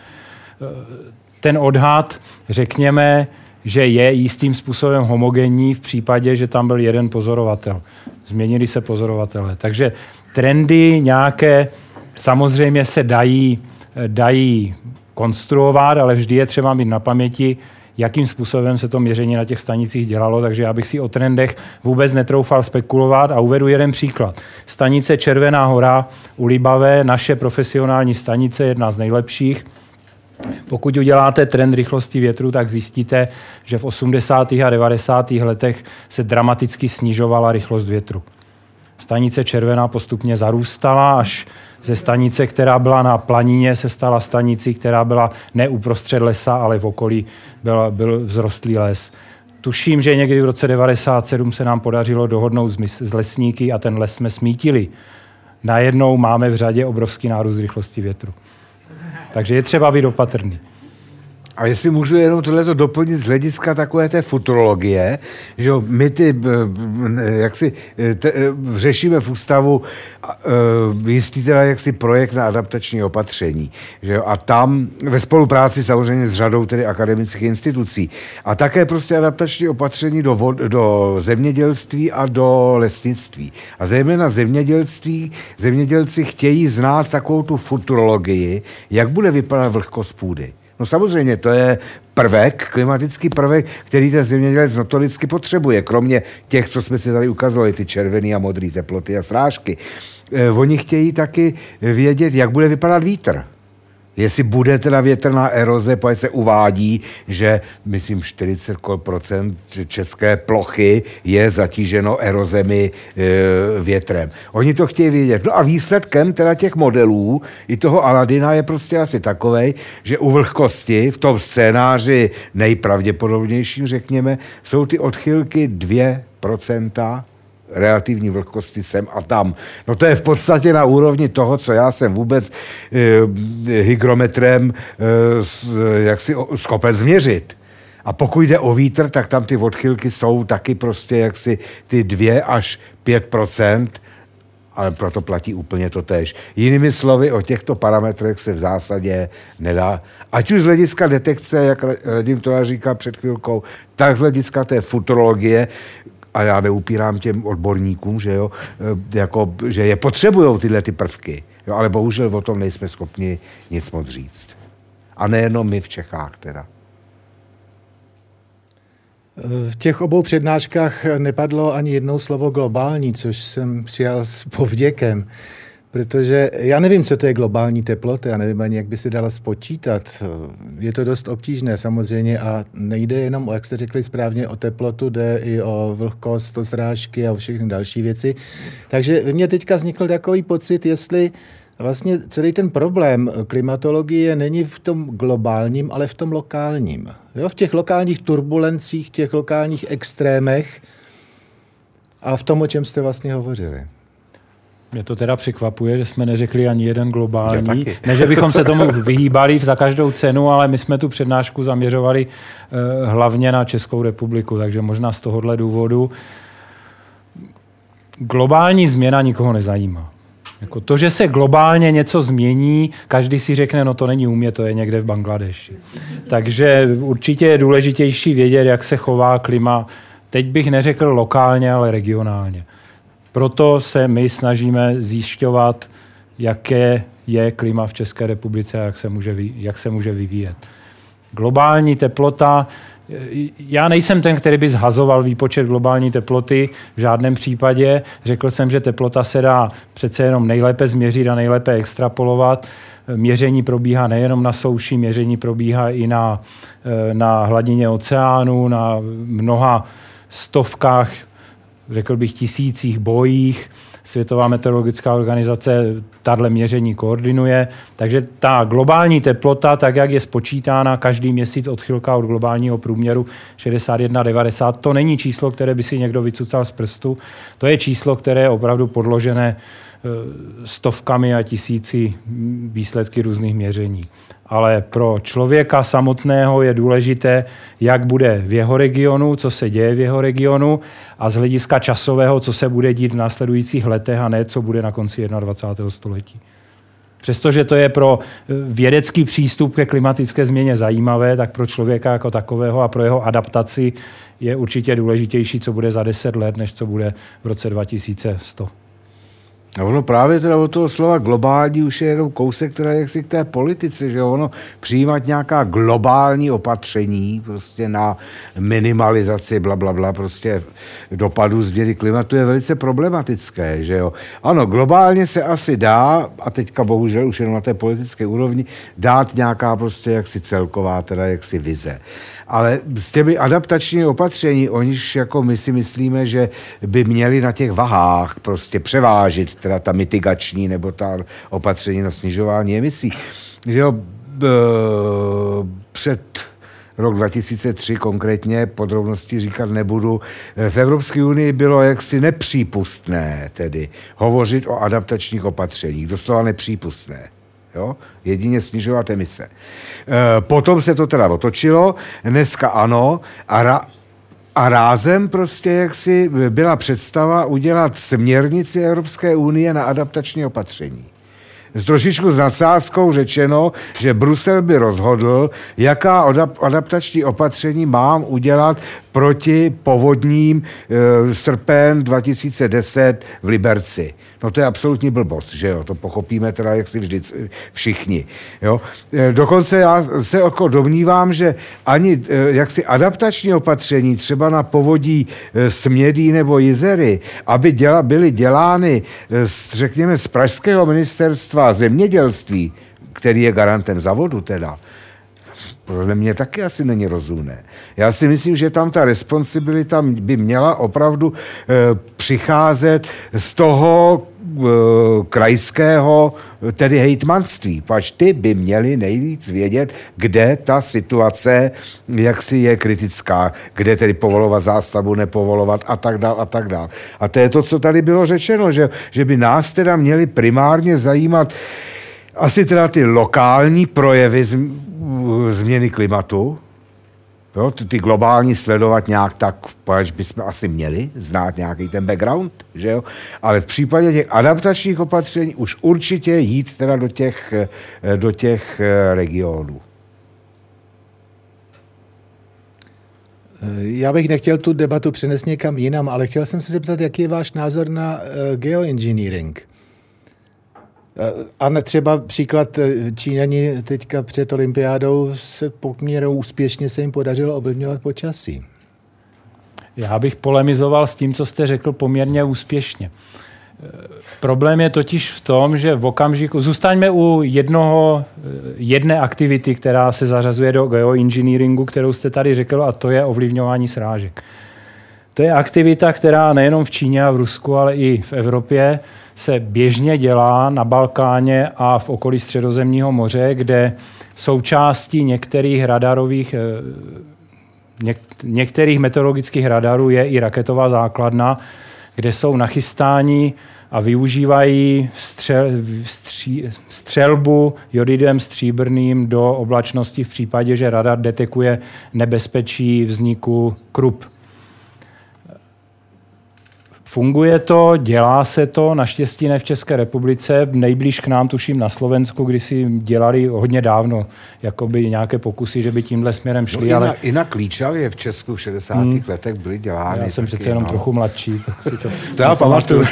Ten odhad, řekněme, že je jistým způsobem homogenní v případě, že tam byl jeden pozorovatel. Změnili se pozorovatelé. Takže trendy nějaké samozřejmě se dají, dají konstruovat, ale vždy je třeba mít na paměti, jakým způsobem se to měření na těch stanicích dělalo, takže já bych si o trendech vůbec netroufal spekulovat a uvedu jeden příklad. Stanice Červená hora u Libavé, naše profesionální stanice, jedna z nejlepších. Pokud uděláte trend rychlosti větru, tak zjistíte, že v osmdesátých a devadesátých letech se dramaticky snižovala rychlost větru. Stanice Červená postupně zarůstala, až ze stanice, která byla na planině, se stala stanicí, která byla ne uprostřed lesa, ale v okolí byl, byl vzrostlý les. Tuším, že někdy v roce devadesát sedm se nám podařilo dohodnout s lesníky a ten les jsme smítili. Najednou máme v řadě obrovský nárůst rychlosti větru. Takže je třeba být opatrný. A jestli můžu jenom tohleto doplnit z hlediska takové té futurologie, že jo, my ty, jak si te, řešíme v ústavu jistý teda jaksi projekt na adaptační opatření, že jo, a tam ve spolupráci samozřejmě s řadou tedy akademických institucí a také prostě adaptační opatření do, vod, do zemědělství a do lesnictví. A zejména zemědělství, zemědělci chtějí znát takovou tu futurologii, jak bude vypadat vlhkost půdy. No samozřejmě, to je prvek, klimatický prvek, který ten zemědělec notoricky potřebuje, kromě těch, co jsme si tady ukazovali, ty červený a modrý teploty a srážky. Eh, oni chtějí taky vědět, jak bude vypadat vítr. Jestli bude teda větrná eroze, protože se uvádí, že myslím čtyřicet procent české plochy je zatíženo erozemi e, větrem. Oni to chtějí vědět. No a výsledkem teda těch modelů i toho Aladina je prostě asi takovej, že u vlhkosti v tom scénáři nejpravděpodobnějším, řekněme, jsou ty odchylky dvě procenta relativní vlhkosti sem a tam. No to je v podstatě na úrovni toho, co já jsem vůbec eh, hygrometrem eh, jaksi schopen změřit. A pokud jde o vítr, tak tam ty odchylky jsou taky prostě jaksi ty dvě až pět procent, ale proto platí úplně to též. Jinými slovy, o těchto parametrech se v zásadě nedá, ať už z hlediska detekce, jak Radim to říkal před chvilkou, tak z hlediska té futurologie, a já neupírám těm odborníkům, že, jo, jako, že je potřebujou tyhle ty prvky, jo, ale bohužel o tom nejsme schopni nic moc říct. A nejenom my v Čechách teda. V těch obou přednáškách nepadlo ani jednou slovo globální, což jsem přijal s povděkem. Protože já nevím, co to je globální teplota, já nevím ani, jak by se dala spočítat. Je to dost obtížné samozřejmě a nejde jenom, jak jste řekli správně, o teplotu, jde i o vlhkost, o srážky a o všechny další věci. Takže ve mně teďka vznikl takový pocit, jestli vlastně celý ten problém klimatologie není v tom globálním, ale v tom lokálním. Jo? V těch lokálních turbulencích, těch lokálních extrémech a v tom, o čem jste vlastně hovořili. Mě to teda překvapuje, že jsme neřekli ani jeden globální. Ne, že bychom se tomu vyhýbali za každou cenu, ale my jsme tu přednášku zaměřovali eh, hlavně na Českou republiku, takže možná z tohohle důvodu globální změna nikoho nezajímá. Jako to, že se globálně něco změní, každý si řekne, no to není u mě, to je někde v Bangladeši. Takže určitě je důležitější vědět, jak se chová klima. Teď bych neřekl lokálně, ale regionálně. Proto se my snažíme zjišťovat, jaké je klima v České republice a jak se může, jak se může vyvíjet. Globální teplota, já nejsem ten, který by zhazoval výpočet globální teploty v žádném případě. Řekl jsem, že teplota se dá přece jenom nejlépe změřit a nejlépe extrapolovat. Měření probíhá nejenom na souši, měření probíhá i na, na hladině oceánu, na mnoha stovkách, řekl bych tisících bojích. Světová meteorologická organizace tato měření koordinuje. Takže ta globální teplota, tak jak je spočítána každý měsíc odchylka od globálního průměru šedesát jedna devadesát, to není číslo, které by si někdo vycucal z prstu. To je číslo, které je opravdu podložené stovkami a tisíci výsledky různých měření. Ale pro člověka samotného je důležité, jak bude v jeho regionu, co se děje v jeho regionu a z hlediska časového, co se bude dít v následujících letech a ne, co bude na konci dvacátého prvního století. Přestože to je pro vědecký přístup ke klimatické změně zajímavé, tak pro člověka jako takového a pro jeho adaptaci je určitě důležitější, co bude za deset let, než co bude v roce dva tisíce sto. A ono právě teda od toho slova globální už je jenom kousek teda jaksi k té politice, že ono přijímat nějaká globální opatření prostě na minimalizaci blablabla bla, bla, prostě dopadů změny klimatu je velice problematické, že jo. Ano, globálně se asi dá, a teďka bohužel už jenom na té politické úrovni, dát nějaká prostě jaksi celková teda jaksi vize. Ale s těmi adaptačními opatření, oniž jako my si myslíme, že by měli na těch vahách prostě převážit teda ta mitigační nebo ta opatření na snižování emisí. Že jo, před rok dva tisíce tři konkrétně, podrobnosti říkat nebudu, v Evropské unii bylo jaksi nepřípustné tedy hovořit o adaptačních opatřeních, doslova nepřípustné. Jo? Jedině snižovat emise. E, potom se to teda otočilo, dneska ano, a, ra, a rázem prostě jaksi byla představa udělat směrnici Evropské unie na adaptační opatření. S trošičku s nadsázkou řečeno, že Brusel by rozhodl, jaká adaptační opatření mám udělat proti povodním e, srpen dva tisíce deset v Liberci. No to je absolutní blbost, že jo, to pochopíme teda jak si vždy všichni. Jo? E, dokonce já se jako domnívám, že ani e, jaksi adaptační opatření třeba na povodí e, Smědí nebo Jizery, aby děla, byly dělány e, z, řekněme z pražského ministerstva zemědělství, který je garantem za vodu teda, podle mě taky asi není rozumné. Já si myslím, že tam ta responsibilita by měla opravdu e, přicházet z toho e, krajského, tedy hejtmanství. Pač ty by měli nejvíc vědět, kde ta situace jaksi je kritická, kde tedy povolovat zástavbu, nepovolovat a tak dál a tak dál. A to je to, co tady bylo řečeno, že, že by nás teda měli primárně zajímat asi teda ty lokální projevy změny klimatu, jo, ty globální sledovat nějak tak, protože bychom asi měli znát nějaký ten background, že jo? Ale v případě těch adaptačních opatření už určitě jít teda do těch, do těch regionů. Já bych nechtěl tu debatu přenést někam jinam, ale chtěl jsem se zeptat, jaký je váš názor na geoengineering. A třeba příklad Číňani teďka před olympiádou se poměrou úspěšně se jim podařilo ovlivňovat počasí. Já bych polemizoval s tím, co jste řekl, poměrně úspěšně. Problém je totiž v tom, že v okamžiku... Zůstaňme u jednoho, jedné aktivity, která se zařazuje do geoengineeringu, kterou jste tady řekl, a to je ovlivňování srážek. To je aktivita, která nejenom v Číně a v Rusku, ale i v Evropě se běžně dělá na Balkáně a v okolí Středozemního moře, kde součástí některých radarových, něk, některých meteorologických radarů je i raketová základna, kde jsou nachystáni a využívají střel, stří, střelbu jodidem stříbrným do oblačnosti v případě, že radar detekuje nebezpečí vzniku krup. Funguje to, dělá se to, naštěstí ne v České republice, nejblíž k nám, tuším na Slovensku, kdy si dělali hodně dávno jakoby nějaké pokusy, že by tímhle směrem šli. No, ale... I na, i na Klíčavě v Česku v šedesátých hmm. letech byly dělány. Já jsem přece jenom no. trochu mladší. Tak si to to já pamatuju.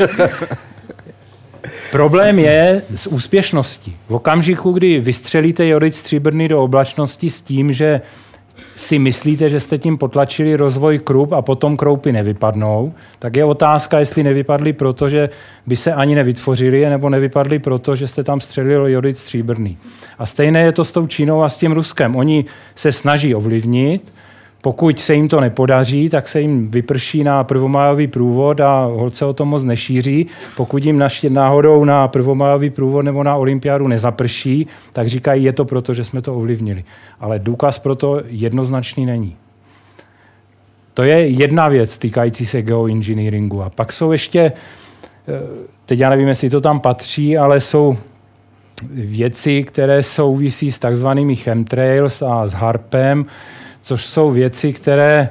Problém je s úspěšností. V okamžiku, kdy vystřelíte jodid stříbrný do oblačnosti s tím, že si myslíte, že jste tím potlačili rozvoj krup a potom kroupy nevypadnou, tak je otázka, jestli nevypadly proto, že by se ani nevytvořily, nebo nevypadly proto, že jste tam střelili jodid stříbrný. A stejné je to s tou Čínou a s tím Ruskem. Oni se snaží ovlivnit, Pokud se jim to nepodaří, tak se jim vyprší na prvomájový průvod a holt se o tom moc nešíří. Pokud jim náhodou na prvomájový průvod nebo na olympiádu nezaprší, tak říkají, je to proto, že jsme to ovlivnili. Ale důkaz pro to jednoznačný není. To je jedna věc týkající se geoengineeringu. A pak jsou ještě, teď já nevím, jestli to tam patří, ale jsou věci, které souvisí s takzvanými chemtrails a s harpem, což jsou věci, které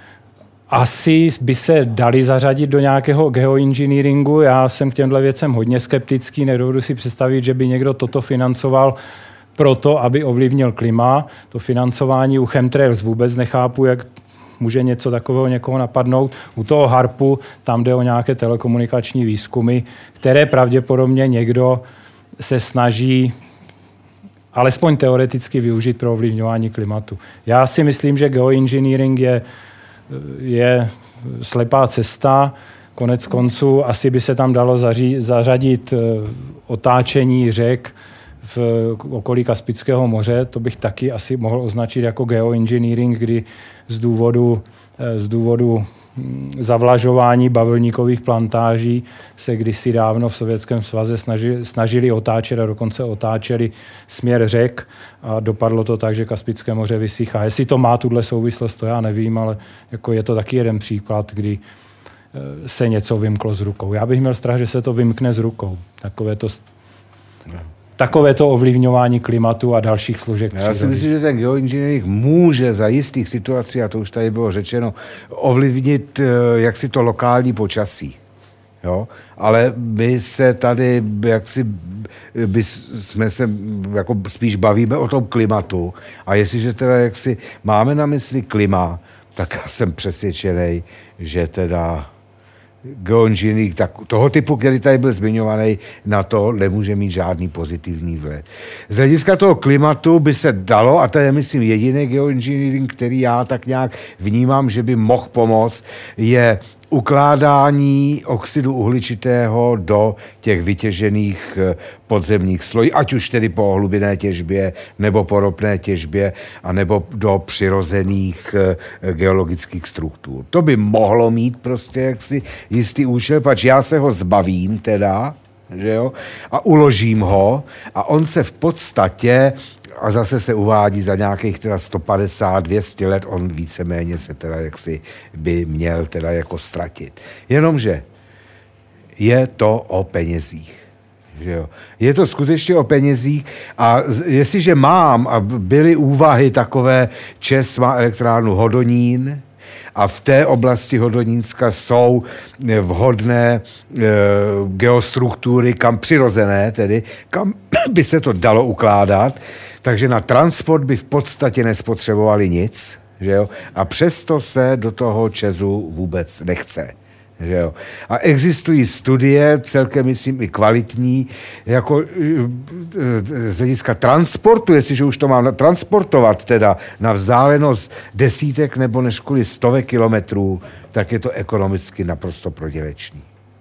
asi by se daly zařadit do nějakého geoengineeringu. Já jsem k těmhle věcem hodně skeptický, nedovedu si představit, že by někdo toto financoval proto, aby ovlivnil klima. To financování u chemtrails vůbec nechápu, jak může něco takového někoho napadnout. U toho harpu tam jde o nějaké telekomunikační výzkumy, které pravděpodobně někdo se snaží alespoň teoreticky využít pro ovlivňování klimatu. Já si myslím, že geoengineering je, je slepá cesta. Konec konců asi by se tam dalo zaří, zařadit otáčení řek v okolí Kaspického moře. To bych taky asi mohl označit jako geoengineering, kdy z důvodu, z důvodu zavlažování bavlníkových plantáží se kdysi dávno v Sovětském svaze snažili, snažili otáčet a dokonce otáčeli směr řek a dopadlo to tak, že Kaspické moře vysychá. Jestli to má tuhle souvislost, to já nevím, ale jako je to taky jeden příklad, kdy se něco vymklo z rukou. Já bych měl strach, že se to vymkne z rukou. Takové to Takové to ovlivňování klimatu a dalších složek přírody. Já si myslím, že ten geoengineering může za jistých situací, a to už tady bylo řečeno, ovlivnit jaksi to lokální počasí. Jo? Ale my se tady, jaksi, by jsme se jako spíš bavíme o tom klimatu. A jestliže teda jaksi máme na mysli klima, tak já jsem přesvědčený, že teda geoengineering toho typu, který tady byl zmiňovaný, na to nemůže mít žádný pozitivní vliv. Z hlediska toho klimatu by se dalo, a to je, myslím, jediný geoengineering, který já tak nějak vnímám, že by mohl pomoct, je ukládání oxidu uhličitého do těch vytěžených podzemních slojí, ať už tedy po hlubinné těžbě, nebo po ropné těžbě, anebo do přirozených geologických struktur. To by mohlo mít prostě jaksi jistý účel, pač já se ho zbavím teda, že jo, a uložím ho a on se v podstatě, a zase se uvádí za nějakých teda sto padesát dvě stě let, on víceméně se teda jaksi by měl teda jako ztratit. Jenomže je to o penězích. Že jo. Je to skutečně o penězích a jestliže mám, a byly úvahy takové, ČEZ má elektrárnu Hodonín, a v té oblasti Hodonínska jsou vhodné e, geostruktury, kam přirozené, tedy kam by se to dalo ukládat, takže na transport by v podstatě nespotřebovali nic, že jo? A přesto se do toho ČEZu vůbec nechce. Že jo. A existují studie, celkem myslím i kvalitní, jako z hlediska transportu, jestliže už to mám transportovat teda na vzdálenost desítek nebo než kvůli stovek kilometrů, tak je to ekonomicky naprosto prodělečný.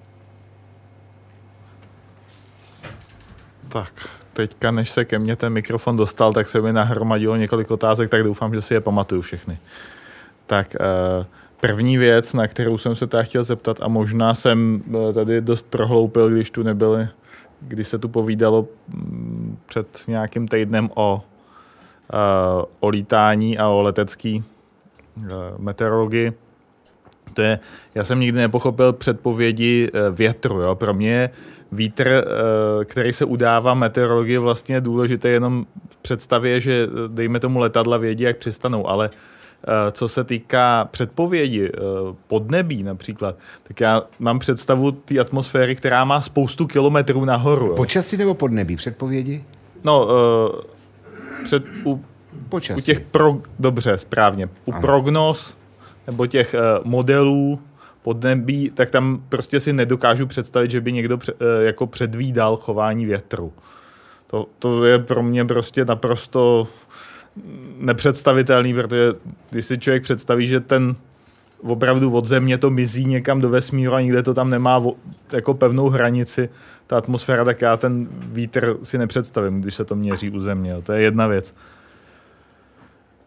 Tak, teďka, než se ke mně ten mikrofon dostal, tak se mi nahromadilo několik otázek, tak doufám, že si je pamatuju všechny. Tak, uh, první věc, na kterou jsem se teda chtěl zeptat, a možná jsem tady dost prohloupil, když tu nebyli, když se tu povídalo před nějakým týdnem o, o lítání a o letecké meteorologii. To je, já jsem nikdy nepochopil předpovědi větru. Jo. Pro mě vítr, který se udává meteorologii, vlastně je důležité jenom v představě, že dejme tomu letadla vědí, jak přistanou, ale co se týká předpovědi podnebí například, tak já mám představu té atmosféry, která má spoustu kilometrů nahoru. Jo. Počasí nebo podnebí? Předpovědi? No, před, u, u těch pro, dobře, správně. U ano. prognóz nebo těch modelů podnebí, tak tam prostě si nedokážu představit, že by někdo před, jako předvídal chování větru. To, to je pro mě prostě naprosto nepředstavitelný, protože když si člověk představí, že ten opravdu od země to mizí někam do vesmíru a nikde to tam nemá jako pevnou hranici, ta atmosféra, tak já ten vítr si nepředstavím, když se to měří u země. To je jedna věc.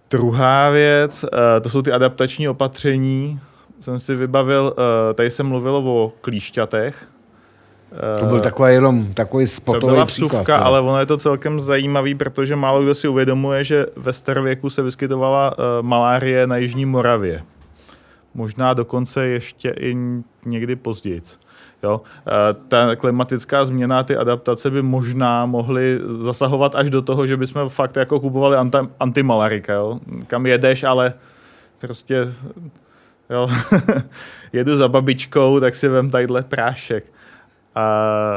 Druhá věc, to jsou ty adaptační opatření. Jsem si vybavil, tady se mluvilo o klíšťatech. To byl takový jenom takový spotový To byla příklad. vsuvka, teda. Ale ono je to celkem zajímavý, protože málo kdo si uvědomuje, že ve starověku se vyskytovala malárie na Jižní Moravě. Možná dokonce ještě i někdy později. Jo? Ta klimatická změna, ty adaptace by možná mohly zasahovat až do toho, že bychom fakt jako kupovali anti- antimalarika. Jo? Kam jedeš, ale prostě jo, jedu za babičkou, tak si vem tadyhle prášek. A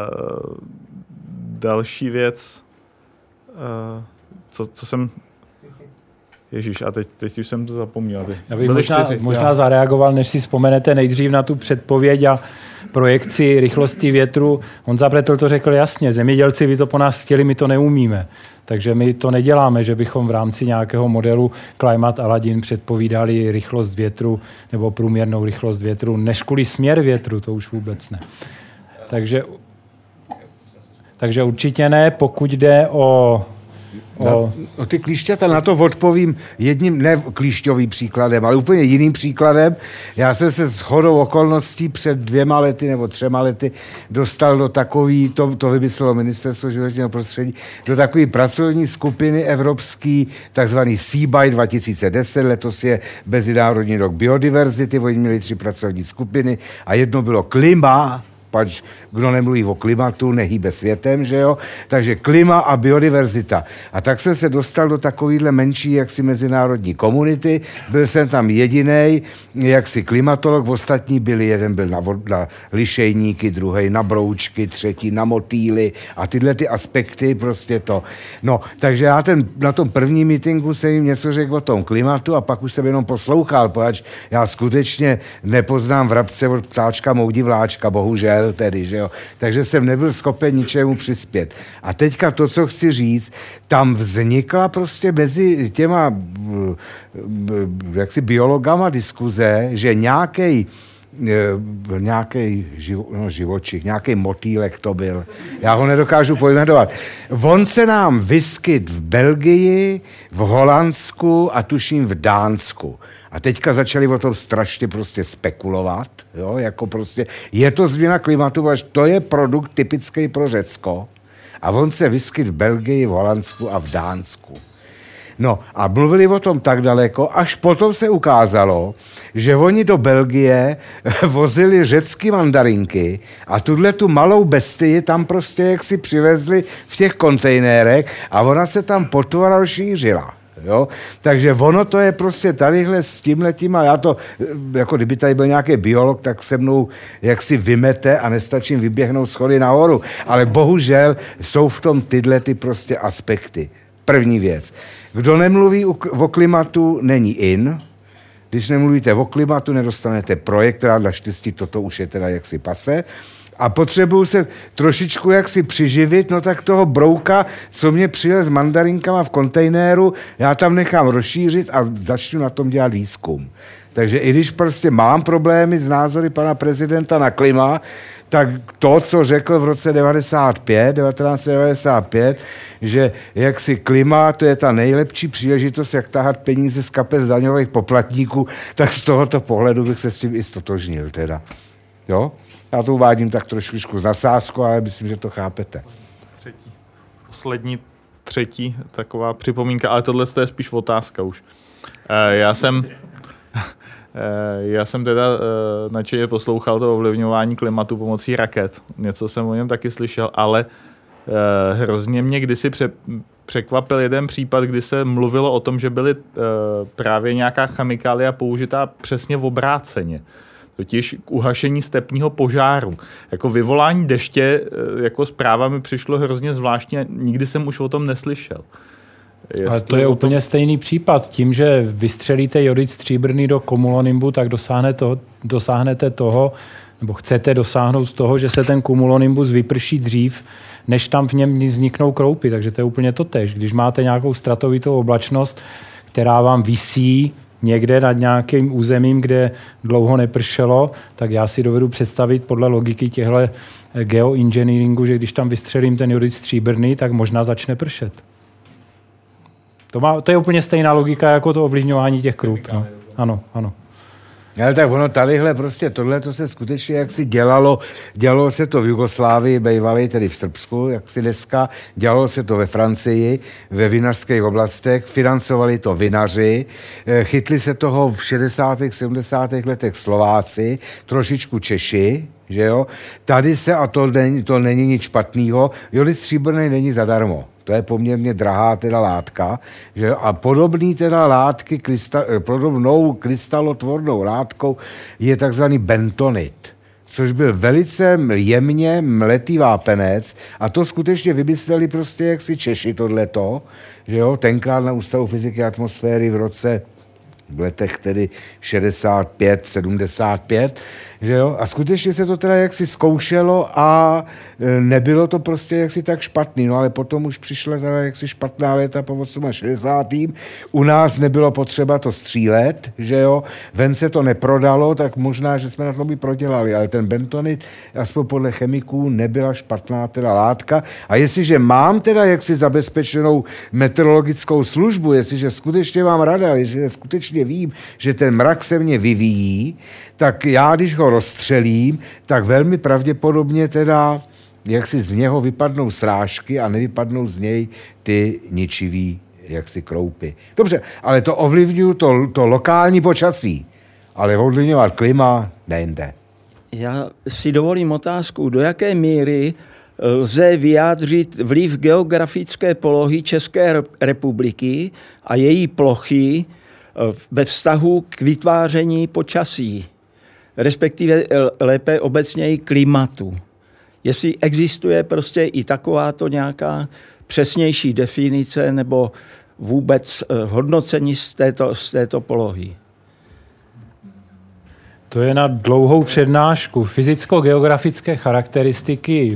další věc, co, co jsem... Ježíš, a teď, teď už jsem to zapomněl. Ty. Já bych možná, možná zareagoval, než si vzpomenete nejdřív na tu předpověď a projekci rychlosti větru. Honza Bretl to řekl jasně, zemědělci by to po nás chtěli, my to neumíme. Takže my to neděláme, že bychom v rámci nějakého modelu Climate Aladin předpovídali rychlost větru nebo průměrnou rychlost větru, než kvůli směr větru, to už vůbec ne. Takže, takže určitě ne, pokud jde o... O... No, ty klíšťata, na to odpovím jedním, ne klíšťovým příkladem, ale úplně jiným příkladem. Já jsem se shodou okolností před dvěma lety nebo třema lety dostal do takový, to, to vymyslelo Ministerstvo životního prostředí, do takové pracovní skupiny evropský, takzvaný C B I dva tisíce deset, letos je Mezinárodní rok biodiverzity, oni měli tři pracovní skupiny a jedno bylo klima, pač kdo nemluví o klimatu, nehýbe světem, že jo? Takže klima a biodiverzita. A tak jsem se dostal do takovýhle menší jaksi mezinárodní komunity. Byl jsem tam jedinej, jaksi klimatolog, ostatní byli, jeden byl na, na lišejníky, druhý na broučky, třetí na motýly a tyhle ty aspekty, prostě to. No, takže já ten, na tom prvním meetingu jsem jim něco řekl o tom klimatu a pak už jsem jenom poslouchal, protože já skutečně nepoznám vrabce od ptáčka moudivláčka, bohužel. Tedy, že jo? Takže jsem nebyl schopen ničemu přispět. A teďka to, co chci říct, tam vznikla prostě mezi těma jaksi biologama diskuze, že nějaký nějaký živo, no, živočich, nějaký motýlek to byl. Já ho nedokážu pojmenovat. On se nám vyskyt v Belgii, v Holandsku a tuším v Dánsku. A teďka začali o tom strašně prostě spekulovat. Jo? Jako prostě, je to změna klimatu, až to je produkt typický pro Řecko. A on se vyskyt v Belgii, v Holandsku a v Dánsku. No a mluvili o tom tak daleko, až potom se ukázalo, že oni do Belgie vozili řecky mandarinky a tuhle tu malou bestii tam prostě jaksi přivezli v těch kontejnerech a ona se tam potvora rozšířila. Jo? Takže ono to je prostě tadyhle s tímhletím a já to, jako kdyby tady byl nějaký biolog, tak se mnou jaksi vymete a nestačím vyběhnout schody nahoru. Ale bohužel jsou v tom tyhle ty prostě aspekty. První věc. Kdo nemluví o klimatu, není in. Když nemluvíte o klimatu, nedostanete projekt, a naštěstí toto už je teda jaksi pase. A potřebuju se trošičku jaksi přiživit, no tak toho brouka, co mě přijel s mandarinkama v kontejneru, já tam nechám rozšířit a začnu na tom dělat výzkum. Takže i když prostě mám problémy s názory pana prezidenta na klima, tak to, co řekl v roce devadesát pět, devatenáct set devadesát pět, že jaksi klima, to je ta nejlepší příležitost, jak tahat peníze z kapes daňových poplatníků, tak z tohoto pohledu bych se s tím i stotožnil teda. Jo? Já to uvádím tak trošku z nadsázku, ale myslím, že to chápete. Třetí. Poslední, třetí taková připomínka, ale tohle je spíš otázka už. E, já jsem... Já jsem teda uh, nadšeně poslouchal to ovlivňování klimatu pomocí raket. Něco jsem o něm taky slyšel, ale uh, hrozně mě kdysi pře- překvapil jeden případ, kdy se mluvilo o tom, že byly uh, právě nějaká chemikália použitá přesně v obráceně. Totiž k uhašení stepního požáru. Jako vyvolání deště, uh, jako zpráva mi přišlo hrozně zvláštně, nikdy jsem už o tom neslyšel. Jestli ale to je tom... úplně stejný případ. Tím, že vystřelíte jodid stříbrný do cumulonimbu, tak dosáhne toho, dosáhnete toho, nebo chcete dosáhnout toho, že se ten cumulonimbus vyprší dřív, než tam v něm vzniknou kroupy. Takže to je úplně totéž. Když máte nějakou stratovitou oblačnost, která vám visí někde nad nějakým územím, kde dlouho nepršelo, tak já si dovedu představit podle logiky těchto geoengineeringu, že když tam vystřelím ten jodid stříbrný, tak možná začne pršet. To, má, to je úplně stejná logika jako to ovlivňování těch krup. No. Ano, ano. Ale tak ono tadyhle prostě tohle to se skutečně jaksi dělalo, dělalo se to v Jugoslávii, bývalej, tedy v Srbsku, jak si dneska, dělalo se to ve Francii, ve vinařských oblastech, financovali to vinaři, chytli se toho v šedesátých, sedmdesátých letech Slováci, trošičku Češi, že jo. Tady se, a to není, to není nic špatného, jodid stříbrný není zadarmo. To je poměrně drahá teda látka, že? A podobný teda látky, krysta, podobnou krystalotvornou látkou je takzvaný bentonit, což byl velice jemně mletý vápenec a to skutečně vymysleli prostě jaksi Češi tohleto, že jo, tenkrát na Ústavu fyziky a atmosféry v roce v letech tedy šedesát pět, sedmdesát pět, že jo? A skutečně se to teda jaksi zkoušelo a nebylo to prostě jaksi tak špatný, no ale potom už přišla teda jaksi špatná léta po šedesátém osmém U nás nebylo potřeba to střílet, že jo? Ven se to neprodalo, tak možná, že jsme na tom i prodělali, ale ten bentonit, aspoň podle chemiků, nebyla špatná teda látka. A jestliže mám teda jaksi zabezpečenou meteorologickou službu, jestliže skutečně mám radar, jestliže skutečně vím, že ten mrak se mě vyvíjí, tak já, když ho rozstřelím, tak velmi pravděpodobně teda, jak si z něho vypadnou srážky a nevypadnou z něj ty ničivý jaksi kroupy. Dobře, ale to ovlivňuje to, to lokální počasí, ale ovlivňovat klima nejde. Já si dovolím otázku, do jaké míry lze vyjádřit vliv geografické polohy České republiky a její plochy ve vztahu k vytváření počasí, respektive lépe obecněji klimatu. Jestli existuje prostě i takováto nějaká přesnější definice nebo vůbec hodnocení z této, z této polohy. To je na dlouhou přednášku. Fyzicko-geografické charakteristiky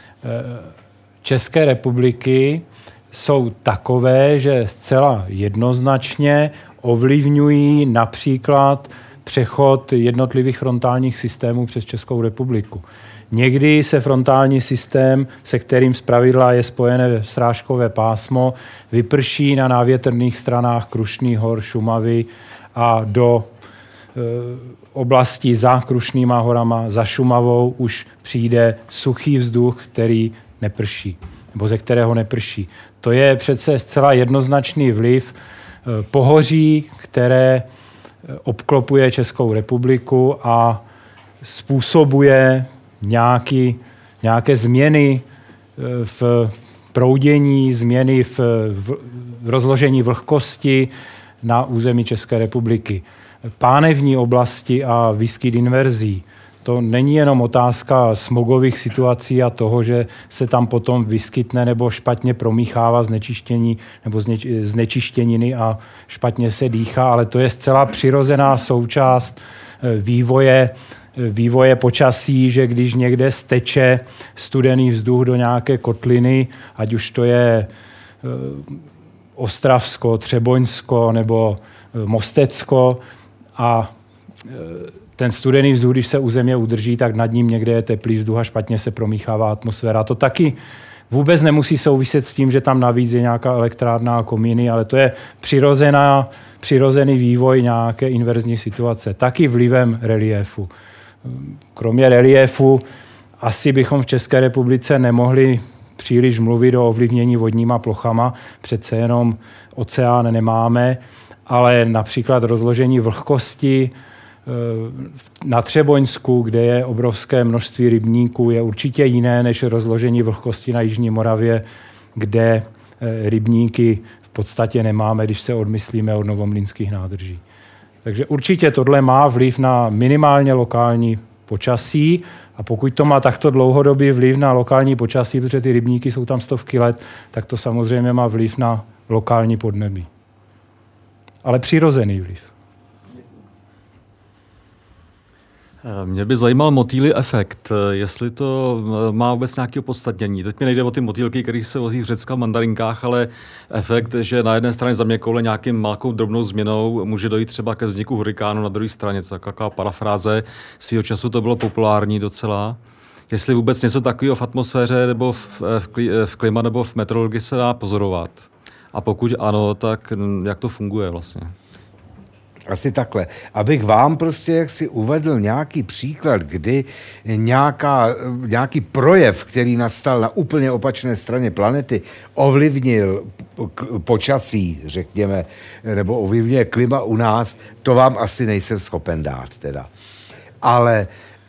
České republiky jsou takové, že zcela jednoznačně ovlivňují například přechod jednotlivých frontálních systémů přes Českou republiku. Někdy se frontální systém, se kterým zpravidla je spojené srážkové pásmo, vyprší na návětrných stranách Krušných hor, Šumavy a do e, oblasti za Krušnýma horama, za Šumavou už přijde suchý vzduch, který neprší, nebo ze kterého neprší. To je přece zcela jednoznačný vliv e, pohoří, které obklopuje Českou republiku a způsobuje nějaký, nějaké změny v proudění, změny v, v rozložení vlhkosti na území České republiky. Pánevní oblasti a výskyt inverzí. To není jenom otázka smogových situací a toho, že se tam potom vyskytne nebo špatně promíchává znečištění nebo znečištěniny a špatně se dýchá, ale to je zcela přirozená součást vývoje, vývoje počasí, že když někde steče studený vzduch do nějaké kotliny, ať už to je Ostravsko, Třeboňsko nebo Mostecko a ten studený vzduch, když se u země udrží, tak nad ním někde je teplý vzduch a špatně se promíchává atmosféra. To taky vůbec nemusí souviset s tím, že tam navíc je nějaká elektrárna a komíny, ale to je přirozená, přirozený vývoj nějaké inverzní situace. Taky vlivem reliéfu. Kromě reliéfu asi bychom v České republice nemohli příliš mluvit o ovlivnění vodníma plochama, přece jenom oceán nemáme, ale například rozložení vlhkosti na Třeboňsku, kde je obrovské množství rybníků, je určitě jiné než rozložení vlhkosti na Jižní Moravě, kde rybníky v podstatě nemáme, když se odmyslíme od novomlýnských nádrží. Takže určitě tohle má vliv na minimálně lokální počasí a pokud to má takto dlouhodobý vliv na lokální počasí, protože ty rybníky jsou tam stovky let, tak to samozřejmě má vliv na lokální podnebí. Ale přirozený vliv. Mě by zajímal motýlí efekt, jestli to má vůbec nějaké opodstatnění. Teď mi nejde o ty motýlky, které se vozí v Řecka v mandarinkách, ale efekt, že na jedné straně zaměkoule nějakým malkou drobnou změnou může dojít třeba ke vzniku hurikánu, na druhé straně taková parafráze. Svýho času to bylo populární docela. Jestli vůbec něco takového v atmosféře nebo v, v, v klima nebo v meteorologii se dá pozorovat. A pokud ano, tak jak to funguje vlastně? Asi takhle. Abych vám prostě jaksi uvedl nějaký příklad, kdy nějaká, nějaký projev, který nastal na úplně opačné straně planety, ovlivnil počasí, řekněme, nebo ovlivnil klima u nás, to vám asi nejsem schopen dát teda. Ale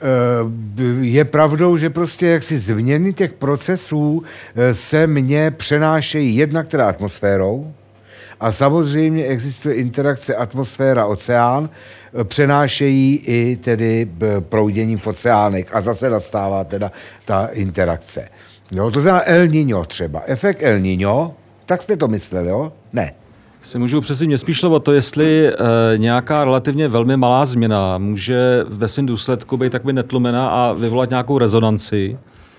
je pravdou, že prostě jaksi změny těch procesů se mně přenášejí jednak teda atmosférou, a samozřejmě existuje interakce atmosféra-oceán, přenášejí i tedy prouděním v oceánech a zase nastává teda ta interakce. Jo, to znamená El Niño třeba. Efekt El Niño, tak jste to mysleli, jo? Ne. Si můžu přesně, mě spíš o to, jestli e, nějaká relativně velmi malá změna může ve svém důsledku být takhle netlumená a vyvolat nějakou rezonanci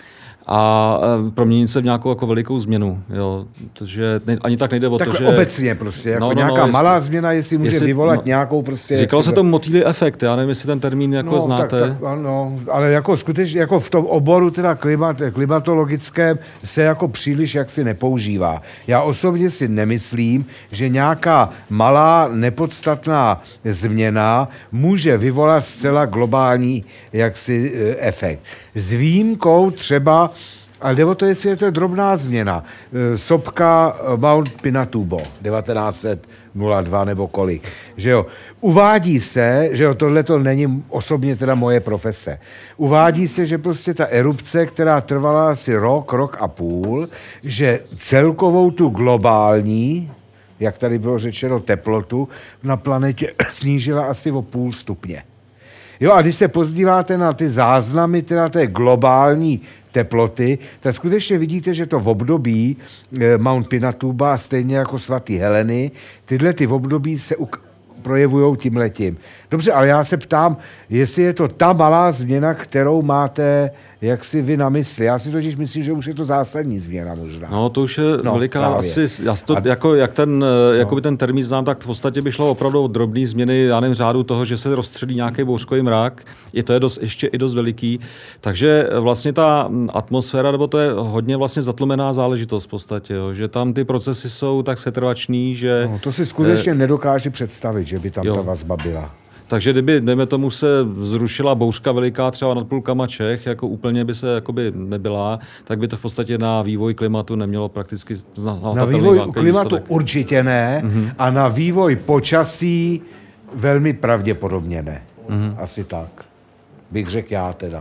a proměnit se v nějakou jako velikou změnu. Jo. Takže ne, ani tak nejde o Takhle to, že... obecně prostě, jako no, no, nějaká no, malá jestli, změna, jestli může jestli, vyvolat no, nějakou prostě... Říkalo jestli... se to motýlí efekt, já nevím, jestli ten termín jako no, znáte. Tak, tak, ano, ale jako skutečně jako v tom oboru teda klimat, klimatologickém se jako příliš jaksi nepoužívá. Já osobně si nemyslím, že nějaká malá nepodstatná změna může vyvolat zcela globální jaksi efekt. S výjimkou třeba, ale jde o to, jestli je to drobná změna. Sopka Mount Pinatubo, devatenáct set dva nebo kolik. Že jo. Uvádí se, že jo, tohle to není osobně teda moje profese. Uvádí se, že prostě ta erupce, která trvala asi rok, rok a půl, že celkovou tu globální, jak tady bylo řečeno, teplotu na planetě snížila asi o půl stupně. Jo, a když se podíváte na ty záznamy teda té globální teploty, tak skutečně vidíte, že to v období Mount Pinatuba, stejně jako svatý Heleny, tyhle ty v období se uk- projevujou tímhletím. Dobře, ale já se ptám, jestli je to ta malá změna, kterou máte jak si vy na mysli. Já si totiž myslím, že už je to zásadní změna možná. No to už je no, veliká právě. Asi, já to, A... jako, jak ten, no. jakoby ten termín znám, tak v podstatě by šlo opravdu o drobné změny, já nevím, řádu toho, že se rozstředí nějaký bouřkový mrak, je to je dost, ještě i dost veliký, takže vlastně ta atmosféra, nebo to je hodně vlastně zatlumená záležitost v podstatě, jo, že tam ty procesy jsou tak setrvační, že... No, to si skutečně eh... nedokáži představit, že by tam jo. ta vazba byla. Takže kdyby, dejme tomu, se zrušila bouřka veliká třeba nad půlkama Čech, jako úplně by se jakoby nebyla, tak by to v podstatě na vývoj klimatu nemělo prakticky znamenatelný. Na vývoj klimatu určitě ne mm-hmm. a na vývoj počasí velmi pravděpodobně ne. Mm-hmm. Asi tak. Bych řekl já teda.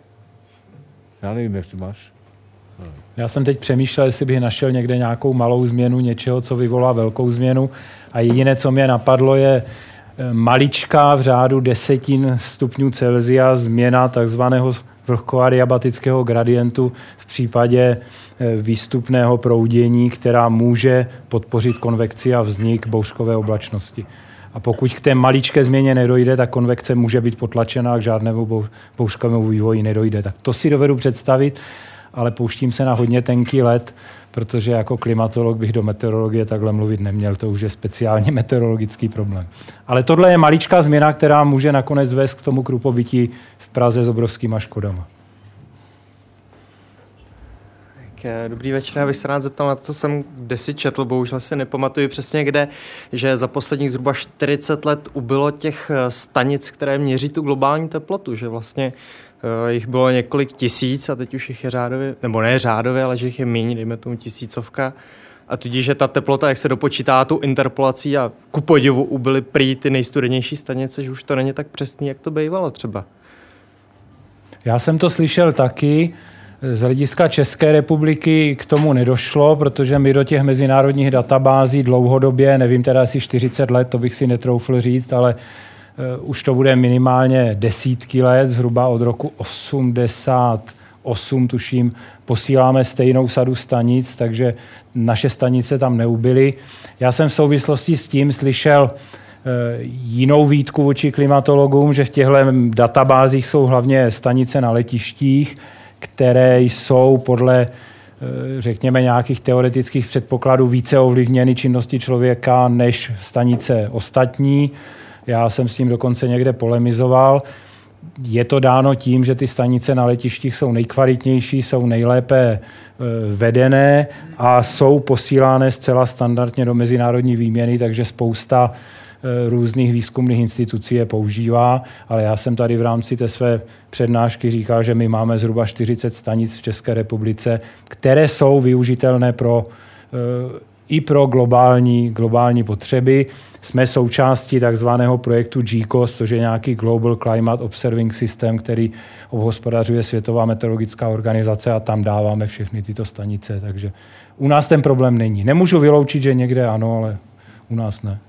Já nevím, jak si máš. Já jsem teď přemýšlel, jestli bych našel někde nějakou malou změnu něčeho, co vyvolá velkou změnu a jediné, co mě napadlo, je maličká v řádu desetin stupňů Celsia změna takzvaného vlhkoadiabatického gradientu v případě výstupného proudění, která může podpořit konvekci a vznik bouřkové oblačnosti. A pokud k té maličké změně nedojde, tak konvekce může být potlačena a k žádnému bouřkovému vývoji nedojde. Tak to si dovedu představit, ale pouštím se na hodně tenký led, protože jako klimatolog bych do meteorologie takhle mluvit neměl, to už je speciálně meteorologický problém. Ale tohle je maličká změna, která může nakonec vést k tomu krupobytí v Praze s obrovskýma škodama. Dobrý večer, já bych se rád zeptal na to, co jsem kdesi četl, bohužel si nepamatuju přesně kde, že za posledních zhruba čtyřicet let ubylo těch stanic, které měří tu globální teplotu, že vlastně uh, jich bylo několik tisíc a teď už jich je řádově, nebo ne řádově, ale že jich je méně, dejme tomu tisícovka. A tudíž, že ta teplota, jak se dopočítá tu interpolací a ku podivu ubyly prý ty nejstudenější stanice, že už to není tak přesný, jak to bývalo třeba. Já jsem to slyšel taky. Z hlediska České republiky k tomu nedošlo, protože my do těch mezinárodních databází dlouhodobě, nevím teda asi čtyřicet let, to bych si netroufl říct, ale uh, už to bude minimálně desítky let, zhruba od roku osmdesát osm, tuším, posíláme stejnou sadu stanic, takže naše stanice tam neubyly. Já jsem v souvislosti s tím slyšel uh, jinou výtku vůči klimatologům, že v těchto databázích jsou hlavně stanice na letištích, které jsou podle, řekněme, nějakých teoretických předpokladů více ovlivněny činností člověka než stanice ostatní. Já jsem s tím dokonce někde polemizoval. je to dáno tím, že ty stanice na letištích jsou nejkvalitnější, jsou nejlépe vedené a jsou posílány zcela standardně do mezinárodní výměny, takže spousta různých výzkumných institucí je používá, ale já jsem tady v rámci té své přednášky říkal, že my máme zhruba čtyřicet stanic v České republice, které jsou využitelné pro, i pro globální, globální potřeby. Jsme součástí takzvaného projektu G C O S, což je nějaký Global Climate Observing System, který obhospodařuje Světová meteorologická organizace a tam dáváme všechny tyto stanice, takže u nás ten problém není. Nemůžu vyloučit, že někde ano, ale u nás ne.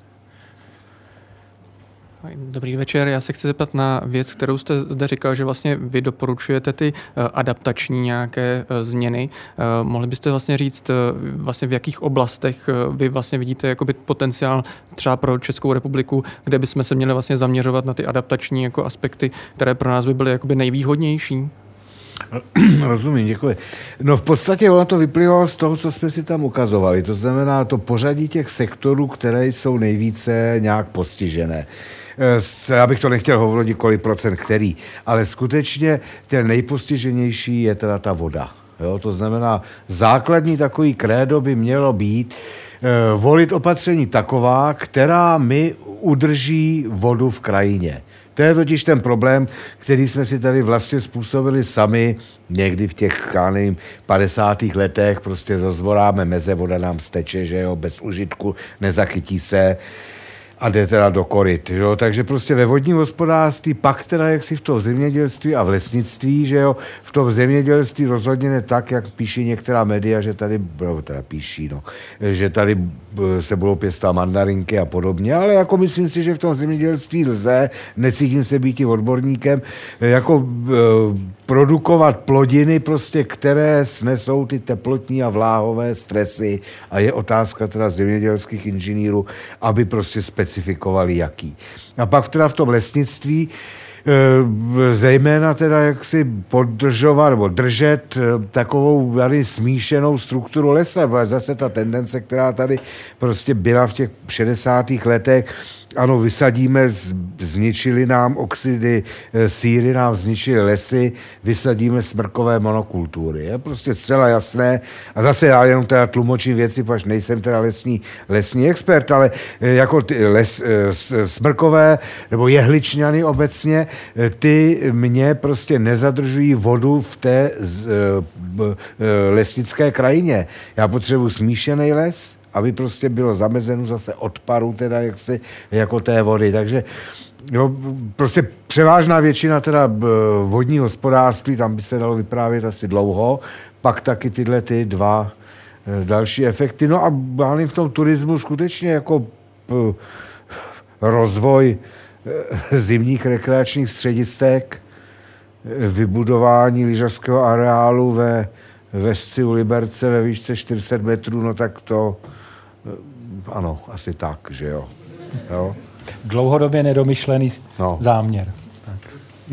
Dobrý večer, já se chci zeptat na věc, kterou jste zde říkal, že vlastně vy doporučujete ty adaptační nějaké změny. Mohli byste vlastně říct, vlastně v jakých oblastech vy vlastně vidíte jakoby potenciál třeba pro Českou republiku, kde bychom se měli vlastně zaměřovat na ty adaptační jako aspekty, které pro nás by byly jakoby nejvýhodnější? Rozumím, děkuji. No v podstatě ono to vyplývalo z toho, co jsme si tam ukazovali. To znamená to pořadí těch sektorů, které jsou nejvíce nějak postižené. Já bych to nechtěl hovořit kolik procent který, ale skutečně ten nejpostiženější je teda ta voda. Jo? To znamená, základní takový krédo by mělo být eh, volit opatření taková, která mi udrží vodu v krajině. To je totiž ten problém, který jsme si tady vlastně způsobili sami někdy v těch, já nevím, padesátých letech, prostě rozvoráme meze, voda nám steče, že jo, bez užitku, nezachytí se a jde teda do koryt, že jo? Takže prostě ve vodním hospodářství, pak teda jaksi v tom zemědělství a v lesnictví, že jo, v tom zemědělství rozhodně ne tak, jak píší některá média, že tady, no, teda píší, no, že tady se budou pěstovat mandarinky a podobně, ale jako myslím si, že v tom zemědělství lze, necítím se být odborníkem, jako e, produkovat plodiny, prostě, které snesou ty teplotní a vláhové stresy a je otázka teda zemědělských inženýrů, aby prostě specifikovali jaký. A pak teda v tom lesnictví zejména teda jak si podržovat nebo držet takovou tady smíšenou strukturu lesa. Byla zase ta tendence, která tady prostě byla v těch šedesátých letech. Ano, vysadíme, zničili nám oxidy síry, nám zničili lesy, vysadíme smrkové monokultury. Je prostě zcela jasné. A zase já jenom teda tlumočím věci, protože nejsem teda lesní, lesní expert, ale jako ty les, smrkové nebo jehličňany obecně, ty mě prostě nezadržují vodu v té z, lesnické krajině. Já potřebuji smíšený les, aby prostě bylo zamezeno zase odparu teda jaksi, jako té vody. Takže jo, prostě převážná většina teda vodního hospodářství, tam by se dalo vyprávět asi dlouho, pak taky tyhle ty dva další efekty. No a hlavně v tom turismu skutečně jako rozvoj zimních rekreačních středistek, vybudování lyžařského areálu ve Vesci u Liberce ve výšce čtyři sta metrů, no tak to ano, asi tak, že jo. jo. Dlouhodobě nedomyšlený no. záměr. Tak.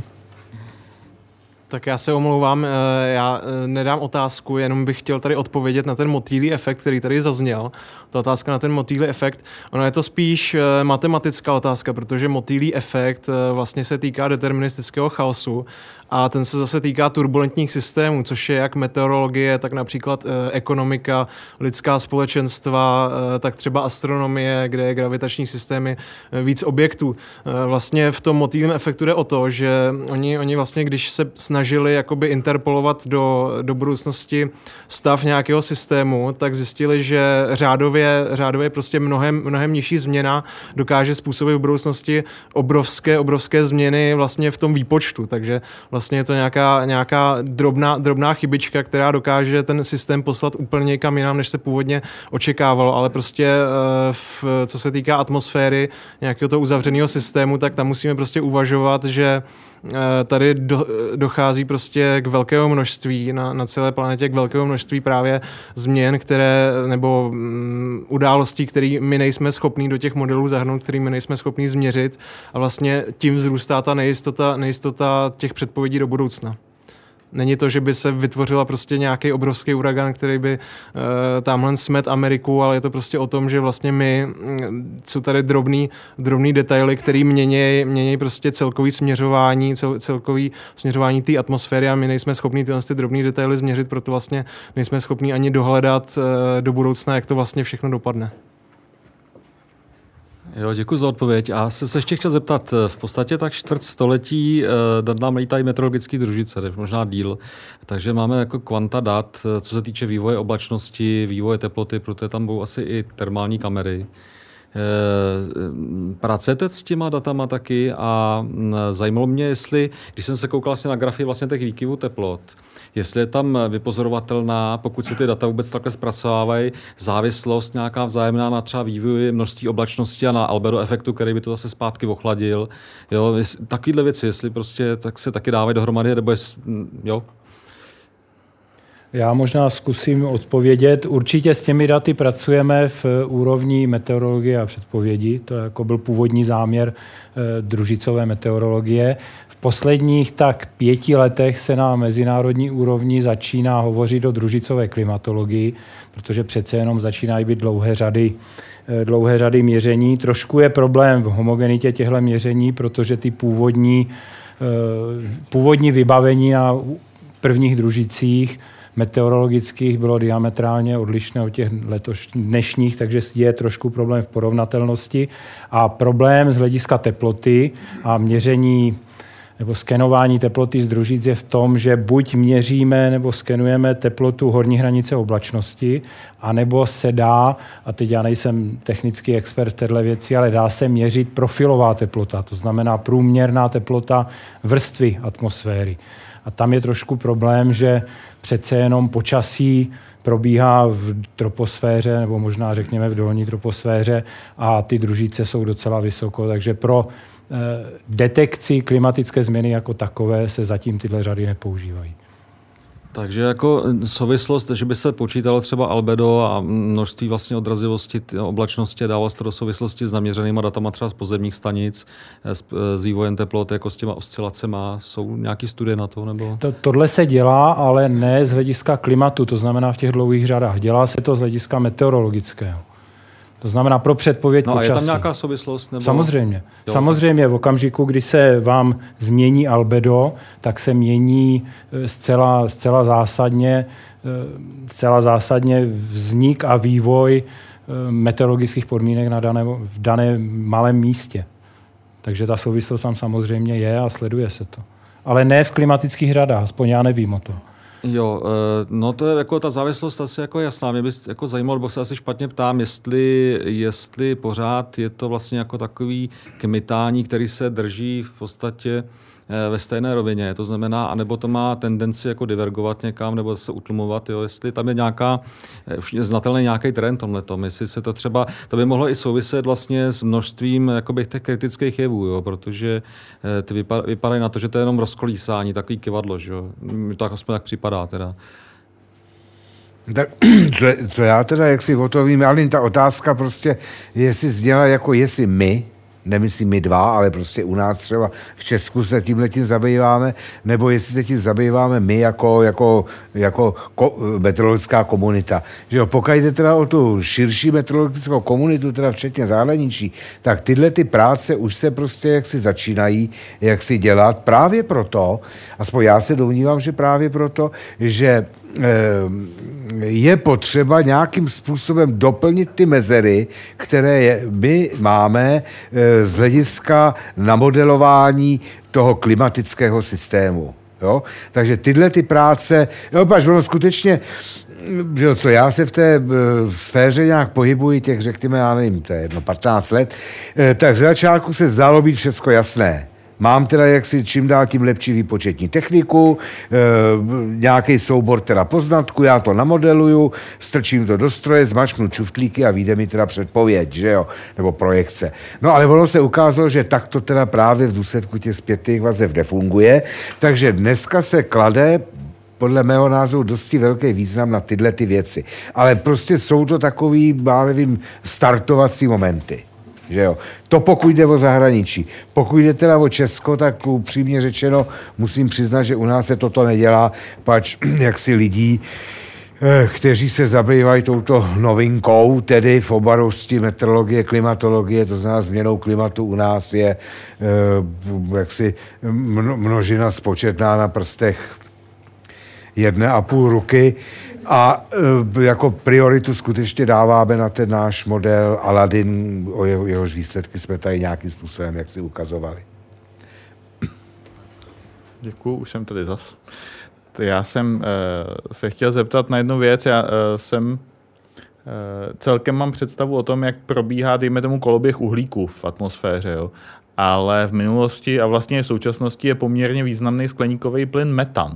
Tak já se omlouvám, já nedám otázku, jenom bych chtěl tady odpovědět na ten motýlí efekt, který tady zazněl. Ta otázka na ten motýlí efekt, ono je to spíš matematická otázka, protože motýlí efekt vlastně se týká deterministického chaosu a ten se zase týká turbulentních systémů, což je jak meteorologie, tak například ekonomika, lidská společenstva, tak třeba astronomie, kde je gravitační systémy, víc objektů. Vlastně v tom motýlím efektu jde o to, že oni, oni vlastně, když se snažili jakoby interpolovat do, do budoucnosti stav nějakého systému, tak zjistili, že řádově, řádově prostě mnohem, mnohem nižší změna dokáže způsobit v budoucnosti obrovské, obrovské změny vlastně v tom výpočtu. Takže vlastně je to nějaká, nějaká drobná, drobná chybička, která dokáže ten systém poslat úplně někam jinam, než se původně očekávalo. Ale prostě v, co se týká atmosféry nějakého toho uzavřeného systému, tak tam musíme prostě uvažovat, že tady do, dochází prostě k velkému množství, na, na celé planetě k velkému množství právě změn, které, nebo um, událostí, které my nejsme schopní do těch modelů zahrnout, které my nejsme schopní změřit a vlastně tím vzrůstá ta nejistota, nejistota těch předpovědí do budoucna. Není to, že by se vytvořila prostě nějaký obrovský uragan, který by uh, tamhle smet Ameriku, ale je to prostě o tom, že vlastně my, jsou tady drobný, drobný detaily, který mění, mění prostě celkový směřování, cel, celkový směřování té atmosféry a my nejsme schopní tyhle ty drobný detaily změřit, proto vlastně nejsme schopní ani dohledat uh, do budoucna, jak to vlastně všechno dopadne. Jo, děkuji za odpověď. Já se, se ještě chtěl zeptat, v podstatě tak čtvrt století nad nám lítají meteorologické družice, možná díl, takže máme jako kvanta dat, co se týče vývoje oblačnosti, vývoje teploty, protože tam budou asi i termální kamery. Pracujete s těma datama taky a zajímalo mě, jestli, když jsem se koukal vlastně na grafy vlastně těch výkyvů teplot, jestli je tam vypozorovatelná, pokud se ty data vůbec takhle zpracovávají, závislost nějaká vzájemná na třeba vývoji množství oblačnosti a na albedo efektu, který by to zase zpátky ochladil. Jo, takovýhle věci, jestli prostě tak se taky dávají dohromady, nebo jest, jo? Já možná zkusím odpovědět. Určitě s těmi daty pracujeme v úrovni meteorologie a předpovědi. To jako byl původní záměr e, družicové meteorologie. V posledních tak pěti letech se na mezinárodní úrovni začíná hovořit o družicové klimatologii, protože přece jenom začínají být dlouhé řady, e, dlouhé řady měření. Trošku je problém v homogenitě těchto měření, protože ty původní, e, původní vybavení na prvních družicích meteorologických bylo diametrálně odlišné od těch letoš, dnešních, takže je trošku problém v porovnatelnosti. A problém z hlediska teploty a měření nebo skenování teploty z družic je v tom, že buď měříme nebo skenujeme teplotu horní hranice oblačnosti, anebo se dá, a teď já nejsem technický expert v této věci, ale dá se měřit profilová teplota, to znamená průměrná teplota vrstvy atmosféry. A tam je trošku problém, že přece jenom počasí probíhá v troposféře, nebo možná řekněme v dolní troposféře a ty družice jsou docela vysoko, takže pro eh, detekci klimatické změny jako takové se zatím tyhle řady nepoužívají. Takže jako souvislost, že by se počítalo třeba albedo a množství vlastně odrazivosti oblačnosti, dávalo se to do souvislosti s naměřenýma datama třeba z pozemních stanic, s, s vývojem teplot, jako s těma oscilacema. Jsou nějaké studie na to? Nebo? To, tohle se dělá, ale ne z hlediska klimatu, to znamená v těch dlouhých řadách. Dělá se to z hlediska meteorologického. To znamená pro předpověď no počasí. No a je tam nějaká souvislost? Nebo... Samozřejmě. Jo, Samozřejmě v okamžiku, kdy se vám změní albedo, tak se mění zcela, zcela, zásadně, zcela zásadně vznik a vývoj meteorologických podmínek na dané, v daném malém místě. Takže ta souvislost tam samozřejmě je a sleduje se to. Ale ne v klimatických řadách, aspoň já nevím o to. Jo, no to je jako ta závislost asi jako jasná. Mě by jako zajímalo, nebo se asi špatně ptám, jestli, jestli pořád je to vlastně jako takový kmitání, který se drží v podstatě ve stejné rovině. To znamená, anebo to má tendenci jako divergovat někam, nebo se utlumovat, jo, jestli tam je nějaká, už je znatelný nějaký trend tomhletom, jestli se to třeba, to by mohlo i souviset vlastně s množstvím jakoby těch kritických jevů, jo, protože ty vypad, vypadají na to, že to je jenom rozkolísání, takový kyvadlo, že jo. To aspoň tak připadá teda. Tak, co, co já teda, jak si o to vím, ale ta otázka prostě, jestli zdělá jako jestli my, nemyslím my dva, ale prostě u nás třeba v Česku se tímhletím zabýváme, nebo jestli se tím zabýváme my jako, jako, jako ko, meteorologická komunita. Že jo, pokud jde teda o tu širší meteorologickou komunitu, teda včetně zahraničí, tak tyhle ty práce už se prostě jaksi začínají, jak si dělat právě proto, aspoň já se domnívám, že právě proto, že je potřeba nějakým způsobem doplnit ty mezery, které je, my máme z hlediska namodelování toho klimatického systému. Jo? Takže tyhle ty práce, jo, pač ono skutečně, že jo, co já se v té sféře nějak pohybuji, těch řekněme, já nevím, to je jedno patnáct let, tak z začátku se zdálo být všecko jasné. Mám teda jaksi čím dál tím lepší výpočetní techniku, e, nějaký soubor teda poznatků, já to namodeluju, strčím to do stroje, zmačknu čuftlíky a vyjde mi teda předpověď, že jo, nebo projekce. No ale ono se ukázalo, že tak to teda právě v důsledku těch zpětných vazeb nefunguje, takže dneska se klade podle mého názoru dosti velký význam na tyhle ty věci. Ale prostě jsou to takový, já nevím, startovací momenty. Že jo? To pokud jde o zahraničí. Pokud jde teda o Česko, tak upřímně řečeno musím přiznat, že u nás se toto nedělá, pač jaksi lidí, kteří se zabývají touto novinkou, tedy v obarosti meteorologie, klimatologie, to znamená změnou klimatu u nás je jaksi množina spočetná na prstech jedné a půl ruky a jako prioritu skutečně dáváme na ten náš model Aladdin, o jeho, jehož výsledky jsme tady nějakým způsobem jak si ukazovali. Děkuju, už jsem tady zas. Já jsem e, se chtěl zeptat na jednu věc. Já e, jsem e, celkem mám představu o tom, jak probíhá, dejme tomu, koloběh uhlíku v atmosféře, jo. Ale v minulosti a vlastně v současnosti je poměrně významný skleníkový plyn metan.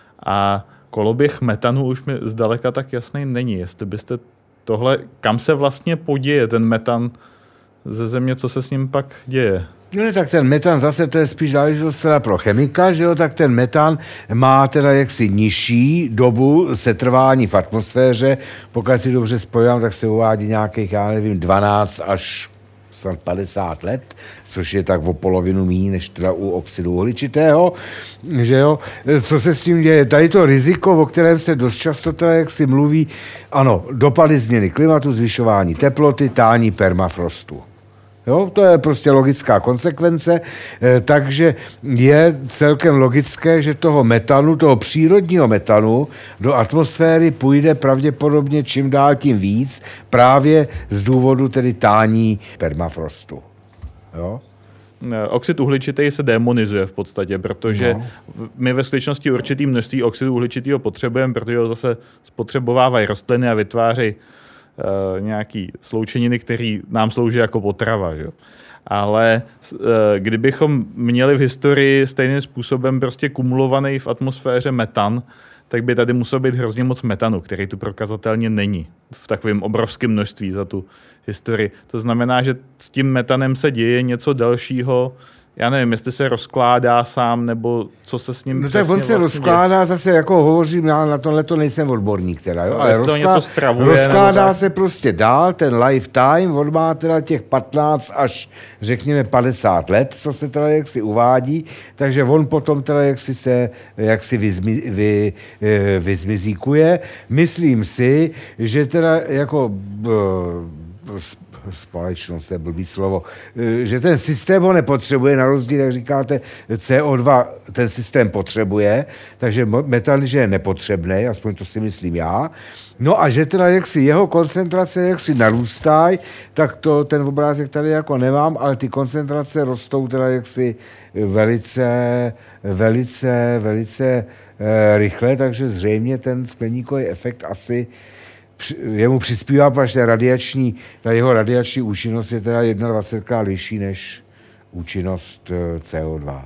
A koloběh metanu už mi zdaleka tak jasný není. Jestli byste tohle, kam se vlastně poděje ten metan ze země, co se s ním pak děje? No ne, tak ten metan zase, to je spíš záležitost teda pro chemika, že jo, tak ten metan má teda jaksi nižší dobu setrvání v atmosféře. Pokud si dobře spojím, tak se uvádí nějakých, já nevím, dvanáct až snad padesát let, což je tak o polovinu méně než teda u oxidu uhličitého, že jo. Co se s tím děje? Tady to riziko, o kterém se dost často teda jaksi mluví, ano, dopady změny klimatu, zvyšování teploty, tání permafrostu. Jo, to je prostě logická konsekvence, takže je celkem logické, že toho metanu, toho přírodního metanu do atmosféry půjde pravděpodobně čím dál tím víc právě z důvodu tedy tání permafrostu. Jo? Oxid uhličitý se demonizuje v podstatě, protože no. my ve skutečnosti určitý množství oxidu uhličitého potřebujeme, protože ho zase spotřebovávají rostliny a vytvářejí Uh, nějaký sloučeniny, které nám slouží jako potrava. Že? Ale uh, kdybychom měli v historii stejným způsobem prostě kumulovaný v atmosféře metan, tak by tady muselo být hrozně moc metanu, který tu prokazatelně není v takovém obrovském množství za tu historii. To znamená, že s tím metanem se děje něco dalšího. Já nevím, jestli se rozkládá sám, nebo co se s ním no tak on se vlastně rozkládá, děje. Zase jako hovořím, na, na tohle to nejsem odborník teda, jo, ale rozklá, něco stravuje, rozkládá se prostě dál, ten lifetime, on má teda těch patnáct až řekněme padesát let, co se teda jaksi uvádí, takže on potom teda jaksi se jaksi vyzmi, vy, vyzmizíkuje. Myslím si, že teda jako společnost, to je blbý slovo, že ten systém ho nepotřebuje, na rozdíl, jak říkáte, C O dva ten systém potřebuje, takže metan, že je nepotřebný, aspoň to si myslím já. No a že teda jaksi jeho koncentrace jaksi narůstají, tak to ten obrázek tady jako nemám, ale ty koncentrace rostou teda jaksi velice, velice, velice eh, rychle, takže zřejmě ten skleníkový efekt asi jemu přispívá, protože radiační, ta jeho radiační účinnost je teda dvacetkrát vyšší než účinnost C O dva.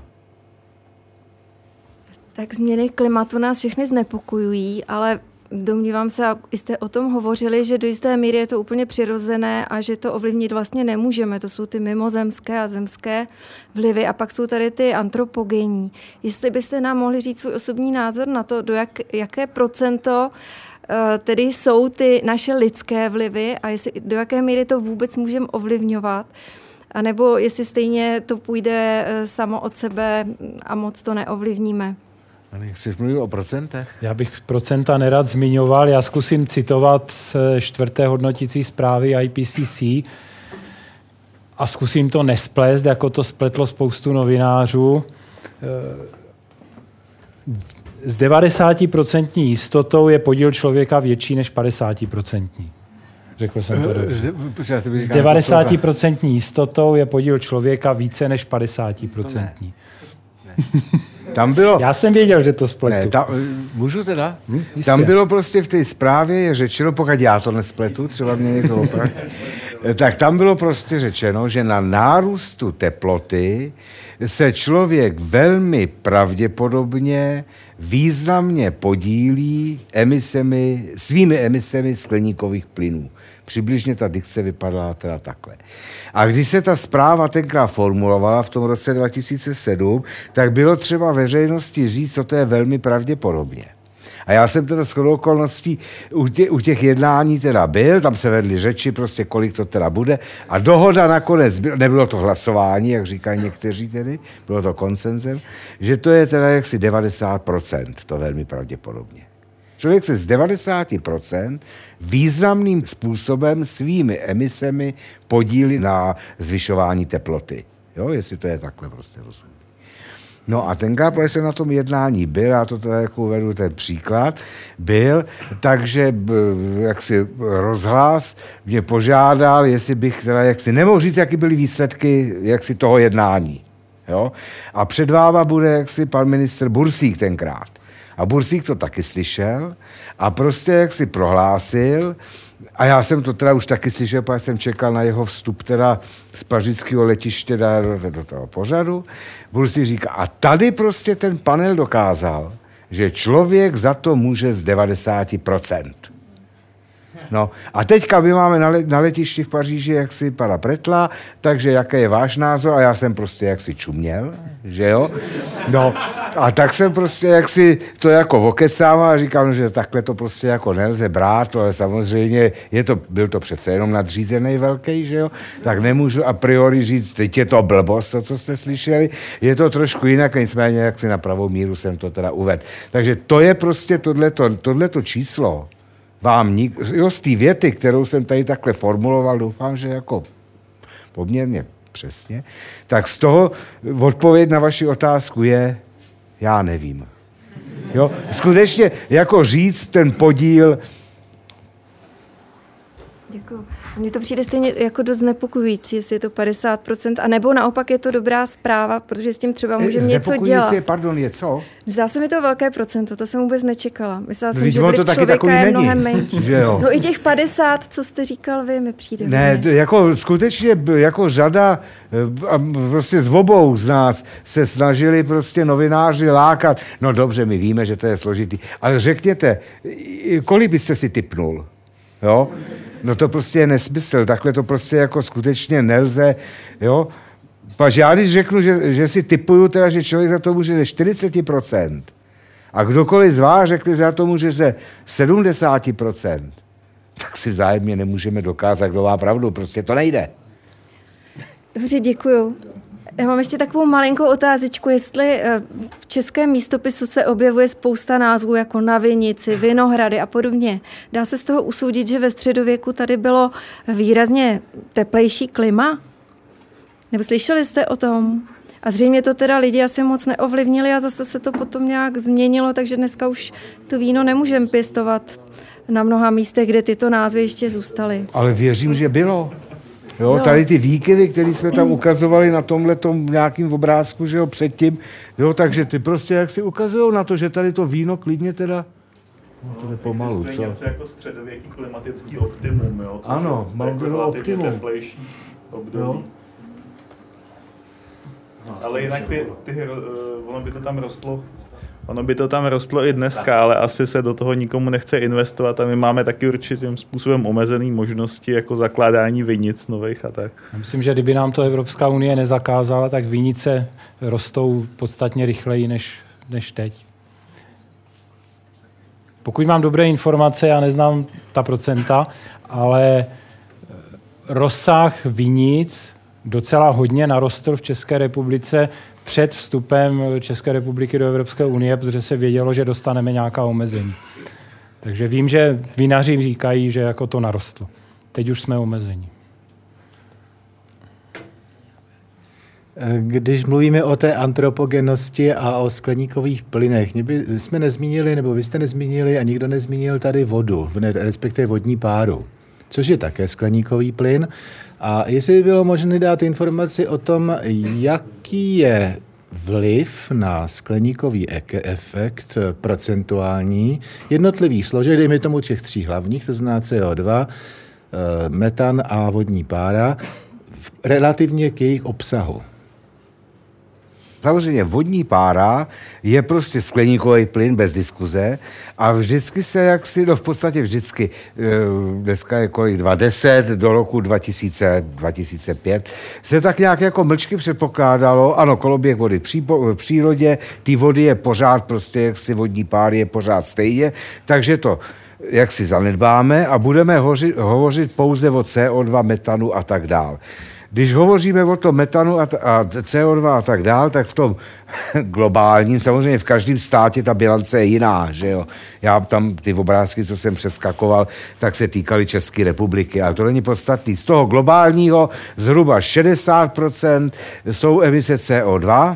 Tak změny klimatu nás všechny znepokojují, ale domnívám se, a jste o tom hovořili, že do jisté míry je to úplně přirozené a že to ovlivnit vlastně nemůžeme. To jsou ty mimozemské a zemské vlivy a pak jsou tady ty antropogenní. Jestli byste nám mohli říct svůj osobní názor na to, do jak, jaké procento tedy jsou ty naše lidské vlivy a jestli, do jaké míry to vůbec můžeme ovlivňovat, anebo jestli stejně to půjde samo od sebe a moc to neovlivníme. Chceš mluvit o procentech? Já bych procenta nerad zmiňoval, já zkusím citovat z čtvrté hodnotící zprávy I P C C a zkusím to nesplést, jako to spletlo spoustu novinářů. S devadesátiprocentní jistotou je podíl člověka větší než padesátiprocentní. Řekl jsem to dobře. S devadesátiprocentní jistotou je podíl člověka více než padesátiprocentní. Tam bylo... Já jsem věděl, že to spletu. Ne, tam, můžu teda? Hm, tam bylo prostě v té zprávě je řečeno, pokud já to nespletu, třeba mě někdo opravdu, tak tam bylo prostě řečeno, že na nárůstu teploty se člověk velmi pravděpodobně významně podílí emisemi, svými emisemi skleníkových plynů. Přibližně ta dikce vypadala teda takhle. A když se ta zpráva tenkrát formulovala v tom roce dva tisíce sedm, tak bylo třeba veřejnosti říct, co to je velmi pravděpodobně. A já jsem teda shodou okolností u, tě, u těch jednání teda byl, tam se vedly řeči, prostě kolik to teda bude. A dohoda nakonec, nebylo to hlasování, jak říkají někteří tedy, bylo to konsenzem, že to je teda jaksi devadesát procent, to velmi pravděpodobně. Člověk se z devadesát procent významným způsobem svými emisemi podílí na zvyšování teploty. Jo, jestli to je takhle prostě rozumím. No a tenkrát, když jsem na tom jednání byl, já to teda jako uvedu ten příklad, byl, takže jaksi rozhlas mě požádal, jestli bych teda jaksi nemohl říct, jaký byly výsledky jaksi toho jednání. Jo? A před váma bude jaksi pan ministr Bursík tenkrát. A Bursík to taky slyšel a prostě jaksi prohlásil, a já jsem to teda už taky slyšel, protože jsem čekal na jeho vstup teda z pařížského letiště do, do toho pořadu. Bursík říká, a tady prostě ten panel dokázal, že člověk za to může z devadesát procent. No a teďka my máme na, le, na letišti v Paříži jaksi pana Pretla, takže jaký je váš názor? A já jsem prostě jaksi čuměl, že jo? No a tak jsem prostě jaksi to jako vokecával a říkal, že takhle to prostě jako nelze brát, ale samozřejmě je to, byl to přece jenom nadřízený velký, že jo? Tak nemůžu a priori říct, teď je to blbost, to, co jste slyšeli, je to trošku jinak, nicméně jaksi na pravou míru jsem to teda uvedl. Takže to je prostě tohleto, tohleto číslo, vám nik... jo, z té věty, kterou jsem tady takhle formuloval, doufám, že jako poměrně přesně, tak z toho odpověď na vaši otázku je, já nevím. Jo, skutečně jako říct ten podíl. Děkuju. Mně to přijde stejně jako dost znepokojující, jestli je to padesát procent, a nebo naopak je to dobrá zpráva, protože s tím třeba můžeme něco dělat. Pardon, je co? Zdá se mi to velké procento, to jsem vůbec nečekala. Myslela no, jsem, že vliv člověka je mnohem menší. No i těch padesát, co jste říkal vy, mi přijde. Ne, mě. Jako skutečně jako řada, a prostě z obou z nás se snažili prostě novináři lákat. No dobře, my víme, že to je složitý, ale řekněte, kolik byste si tipnul? Jo? No to prostě je nesmysl, takhle to prostě jako skutečně nelze, jo. Paž já když řeknu, že, že si tipuju teda, že člověk za to může ze čtyřicet procent a kdokoliv z vás řekne, že za to může ze sedmdesát procent, tak si vzájemně nemůžeme dokázat, kdo má pravdu, prostě to nejde. Dobře, děkuju. Já mám ještě takovou malinkou otázičku, jestli v českém místopisu se objevuje spousta názvů jako na vinici, vinohrady a podobně. Dá se z toho usoudit, že ve středověku tady bylo výrazně teplejší klima? Nebo slyšeli jste o tom? A zřejmě to teda lidi asi moc neovlivnili a zase se to potom nějak změnilo, takže dneska už to víno nemůžeme pěstovat na mnoha místech, kde tyto názvy ještě zůstaly. Ale věřím, že bylo. Jo, no. Tady ty výkyvy, které jsme tam ukazovali na tomhletom nějakým obrázku, že jo, předtím, jo, takže ty prostě jak si ukazujou na to, že tady to víno klidně teda, no to jde pomalu, co? Něco jako středověký klimatický optimum, jo? Co ano, mám bylo optimum. Teplejší období. No, ale jinak ty, ty, ono by to tam rostlo, ono by to tam rostlo i dneska, ale asi se do toho nikomu nechce investovat a my máme taky určitým způsobem omezené možnosti jako zakládání vinic nových a tak. Myslím, že kdyby nám to Evropská unie nezakázala, tak vinice rostou podstatně rychleji než, než teď. Pokud mám dobré informace, já neznám ta procenta, ale rozsah vinic docela hodně narostl v České republice před vstupem České republiky do Evropské unie, protože se vědělo, že dostaneme nějaká omezení. Takže vím, že vinaři říkají, že jako to narostlo. Teď už jsme omezení. Když mluvíme o té antropogennosti a o skleníkových plynech, my by, jsme nezmínili, nebo vy jste nezmínili a nikdo nezmínil tady vodu, respektive vodní páru, což je také skleníkový plyn. A jestli by bylo možné dát informaci o tom, jaký je vliv na skleníkový efekt procentuální jednotlivých složek, dejme tomu těch tří hlavních, to znamená C O dva, metan a vodní pára, relativně k jejich obsahu. Samozřejmě vodní pára je prostě skleníkový plyn bez diskuze a vždycky se jaksi, no v podstatě vždycky, dneska je kolik dva tisíce deset do roku dva tisíce, dva tisíce pět, se tak nějak jako mlčky předpokládalo, ano, koloběh vody v přírodě, ty vody je pořád prostě, jaksi vodní pár je pořád stejně, takže to jak si zanedbáme a budeme hoři, hovořit pouze o C O dva, metanu a tak dál. Když hovoříme o tom metanu a, t- a C O dva a tak dál, tak v tom globálním, samozřejmě v každém státě ta bilance je jiná, že jo. Já tam ty obrázky, co jsem přeskakoval, tak se týkaly České republiky, ale to není podstatný. Z toho globálního zhruba šedesát procent jsou emise C O dva,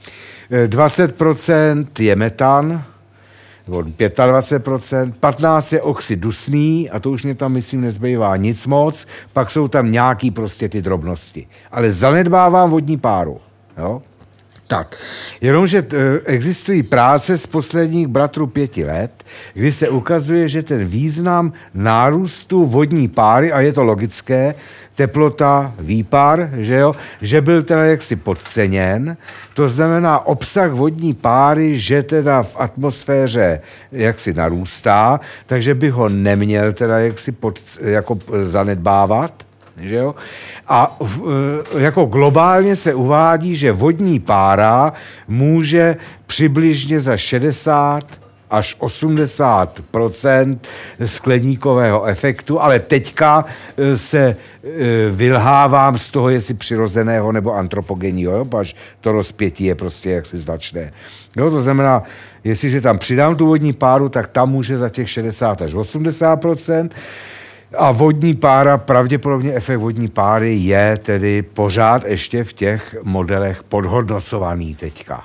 dvacet procent je metan, dvacet pět procent, patnáct procent je oxid dusný a to už mě tam, myslím, nezbývá nic moc, pak jsou tam nějaký prostě ty drobnosti. Ale zanedbávám vodní páru. Jo? Tak, jenomže existují práce z posledních bratrů pěti let, kdy se ukazuje, že ten význam nárůstu vodní páry, a je to logické, teplota, výpar, že jo, že byl teda jaksi podceněn, to znamená obsah vodní páry, že teda v atmosféře jaksi narůstá, takže by ho neměl teda jaksi pod, jako zanedbávat, že jo? A jako globálně se uvádí, že vodní pára může přibližně za šedesát až osmdesát procent skleníkového efektu, ale teďka se vylhávám z toho, jestli přirozeného nebo antropogenního, až to rozpětí je prostě jaksi značné. Jo, to znamená, jestliže tam přidám tu vodní páru, tak tam může za těch šedesát až osmdesát procent. A vodní pára, pravděpodobně efekt vodní páry je tedy pořád ještě v těch modelech podhodnocovaný teďka.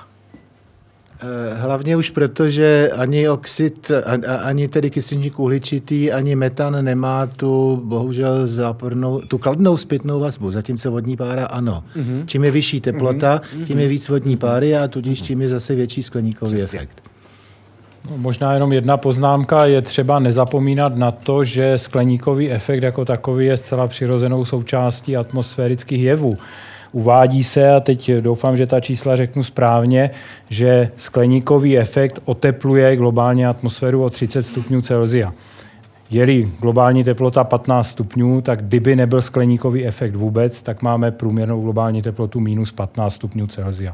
Hlavně už proto, že ani oxid, ani tedy kyslíčník uhličitý, ani metan nemá tu, bohužel, zápornou, tu kladnou zpětnou vazbu, zatímco vodní pára ano. Mm-hmm. Čím je vyšší teplota, mm-hmm. tím je víc vodní páry a tudíž tím je zase větší skleníkový Přesně. efekt. No, možná jenom jedna poznámka, je třeba nezapomínat na to, že skleníkový efekt jako takový je zcela přirozenou součástí atmosférických jevů. Uvádí se, a teď doufám, že ta čísla řeknu správně, že skleníkový efekt otepluje globálně atmosféru o třicet stupňů Celsia. Je-li globální teplota patnáct stupňů, tak kdyby nebyl skleníkový efekt vůbec, tak máme průměrnou globální teplotu minus patnáct stupňů Celsia.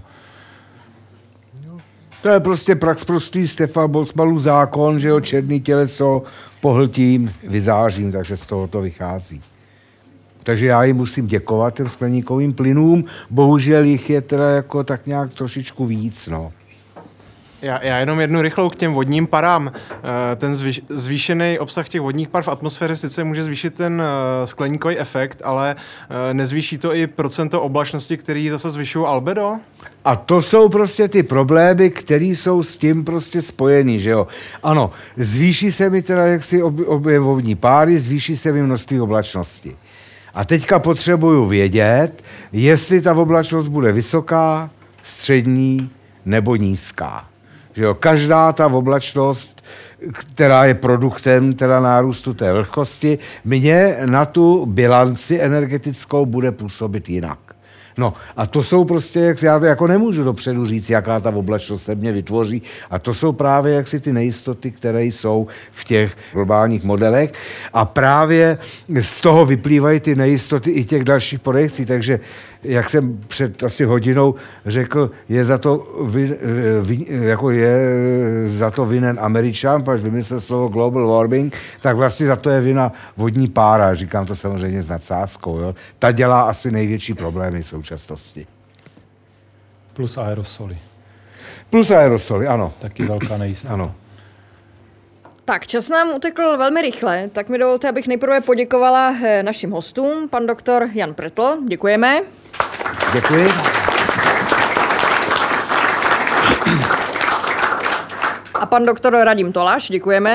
To je prostě prax prostý Stefan Boltzmannův zákon, že jo, černý těleso pohltím, vyzářím, takže z toho to vychází. Takže já jim musím děkovat těm skleníkovým plynům, bohužel jich je teda jako tak nějak trošičku víc, no. Já, já jenom jednu rychlou k těm vodním parám. Ten zvýš, zvýšený obsah těch vodních par v atmosféře sice může zvýšit ten skleníkový efekt, ale nezvýší to i procento oblačnosti, který zase zvyšují albedo? A to jsou prostě ty problémy, které jsou s tím prostě spojený, že jo. Ano, zvýší se mi teda jaksi objem vodní páry, zvýší se mi množství oblačnosti. A teďka potřebuju vědět, jestli ta oblačnost bude vysoká, střední nebo nízká. Že jo, každá ta oblačnost, která je produktem teda nárůstu té vlhkosti, mě na tu bilanci energetickou bude působit jinak. No a to jsou prostě, jak já to jako nemůžu dopředu říct, jaká ta oblačnost se mě vytvoří. A to jsou právě jaksi ty nejistoty, které jsou v těch globálních modelech. A právě z toho vyplývají ty nejistoty i těch dalších projekcí. Takže, jak jsem před asi hodinou řekl, je za to, vin, vin, jako je za to vinen Američan, až vymyslel slovo global warming, tak vlastně za to je vina vodní pára. Říkám to samozřejmě s nadsázkou. Jo. Ta dělá asi největší problémy v současnosti. Plus aerosoly. Plus aerosoly, ano. Taky velká nejistota. Ano. Tak, čas nám utekl velmi rychle, tak mi dovolte, abych nejprve poděkovala našim hostům, pan doktor Jan Pretl, děkujeme. Děkuji. A pan doktor Radim Tolaš, děkujeme.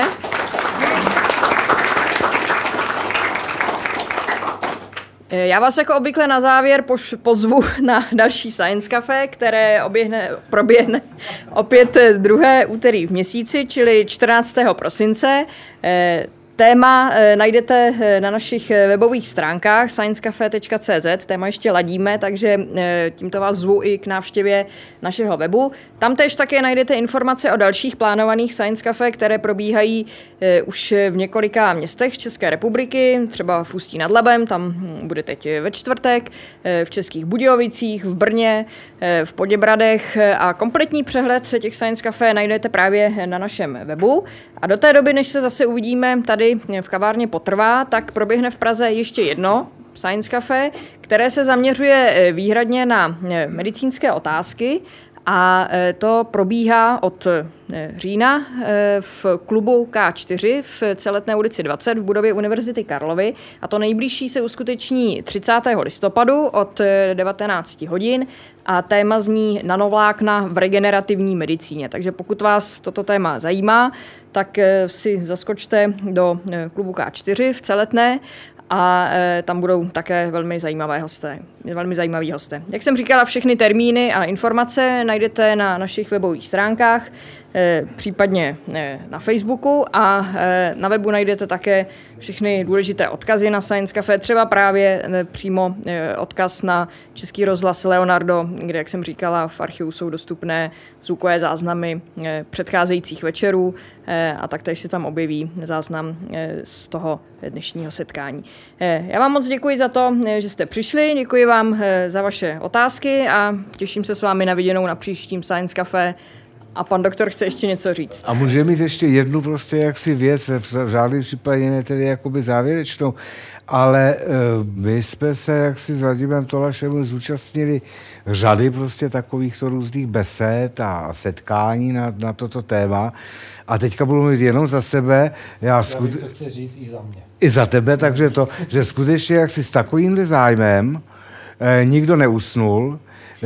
Já vás jako obvykle na závěr poš- pozvu na další Science Café, které oběhne, proběhne opět druhé úterý v měsíci, čili čtrnáctého prosince. Téma e, najdete na našich webových stránkách science cafe tečka cé zet, téma ještě ladíme, takže e, tímto vás zvu i k návštěvě našeho webu. Tam též také najdete informace o dalších plánovaných Science Café, které probíhají e, už v několika městech České republiky, třeba v Ústí nad Labem, tam bude teď ve čtvrtek, e, v Českých Budějovicích, v Brně, e, v Poděbradech a kompletní přehled těch Science Café najdete právě na našem webu. A do té doby, než se zase uvidíme tady v kavárně Potrvá, tak proběhne v Praze ještě jedno Science Café, které se zaměřuje výhradně na medicínské otázky a to probíhá od října v klubu ká čtyři v Celetné ulici dvacet v budově Univerzity Karlovy a to nejbližší se uskuteční třicátého listopadu od devatenácti hodin a téma zní nanovlákna v regenerativní medicíně. Takže pokud vás toto téma zajímá, tak si zaskočte do klubu ká čtyři v Celetné a e, tam budou také velmi zajímavé hosté, velmi zajímaví hosté. Jak jsem říkala, všechny termíny a informace najdete na našich webových stránkách, e, případně e, na Facebooku a e, na webu najdete také všechny důležité odkazy na Science Café, třeba právě e, přímo e, odkaz na Český rozhlas Leonardo, kde, jak jsem říkala, v archivu jsou dostupné zvukové záznamy e, předcházejících večerů e, a taktéž se tam objeví záznam e, z toho dnešního setkání. E, já vám moc děkuji za to, že jste přišli, děkuji vám e, za vaše otázky a těším se s vámi na viděnou na příštím Science Café. A pan doktor chce ještě něco říct. A může mít ještě jednu prostě jaksi věc, v žádném případě ne tedy jakoby závěrečnou, ale e, my jsme se jaksi s Vladimem Tolašem zúčastnili řady prostě takovýchto různých besed a setkání na, na toto téma. A teďka budu mluvit jenom za sebe. Já, Já skut... bych to chci říct i za mě. I za tebe, takže to, že skutečně jaksi s takovýmhle zájmem e, nikdo neusnul.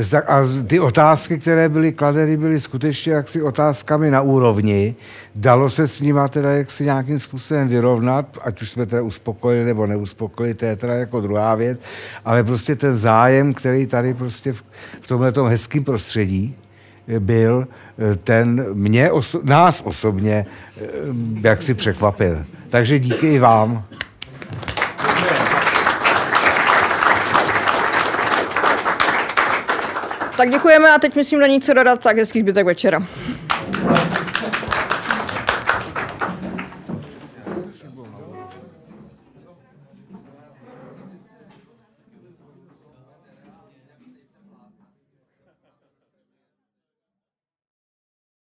A ty otázky, které byly kladeny, byly skutečně jaksi otázkami na úrovni. Dalo se s nima teda jaksi nějakým způsobem vyrovnat, ať už jsme teda uspokojili nebo neuspokojili, to je teda jako druhá věc, ale prostě ten zájem, který tady prostě v, v tomhletom hezkém prostředí byl, ten mě, oso- nás osobně jaksi překvapil. Takže díky i vám. Tak děkujeme a teď myslím na něco dodat, tak hezký zbytek večera.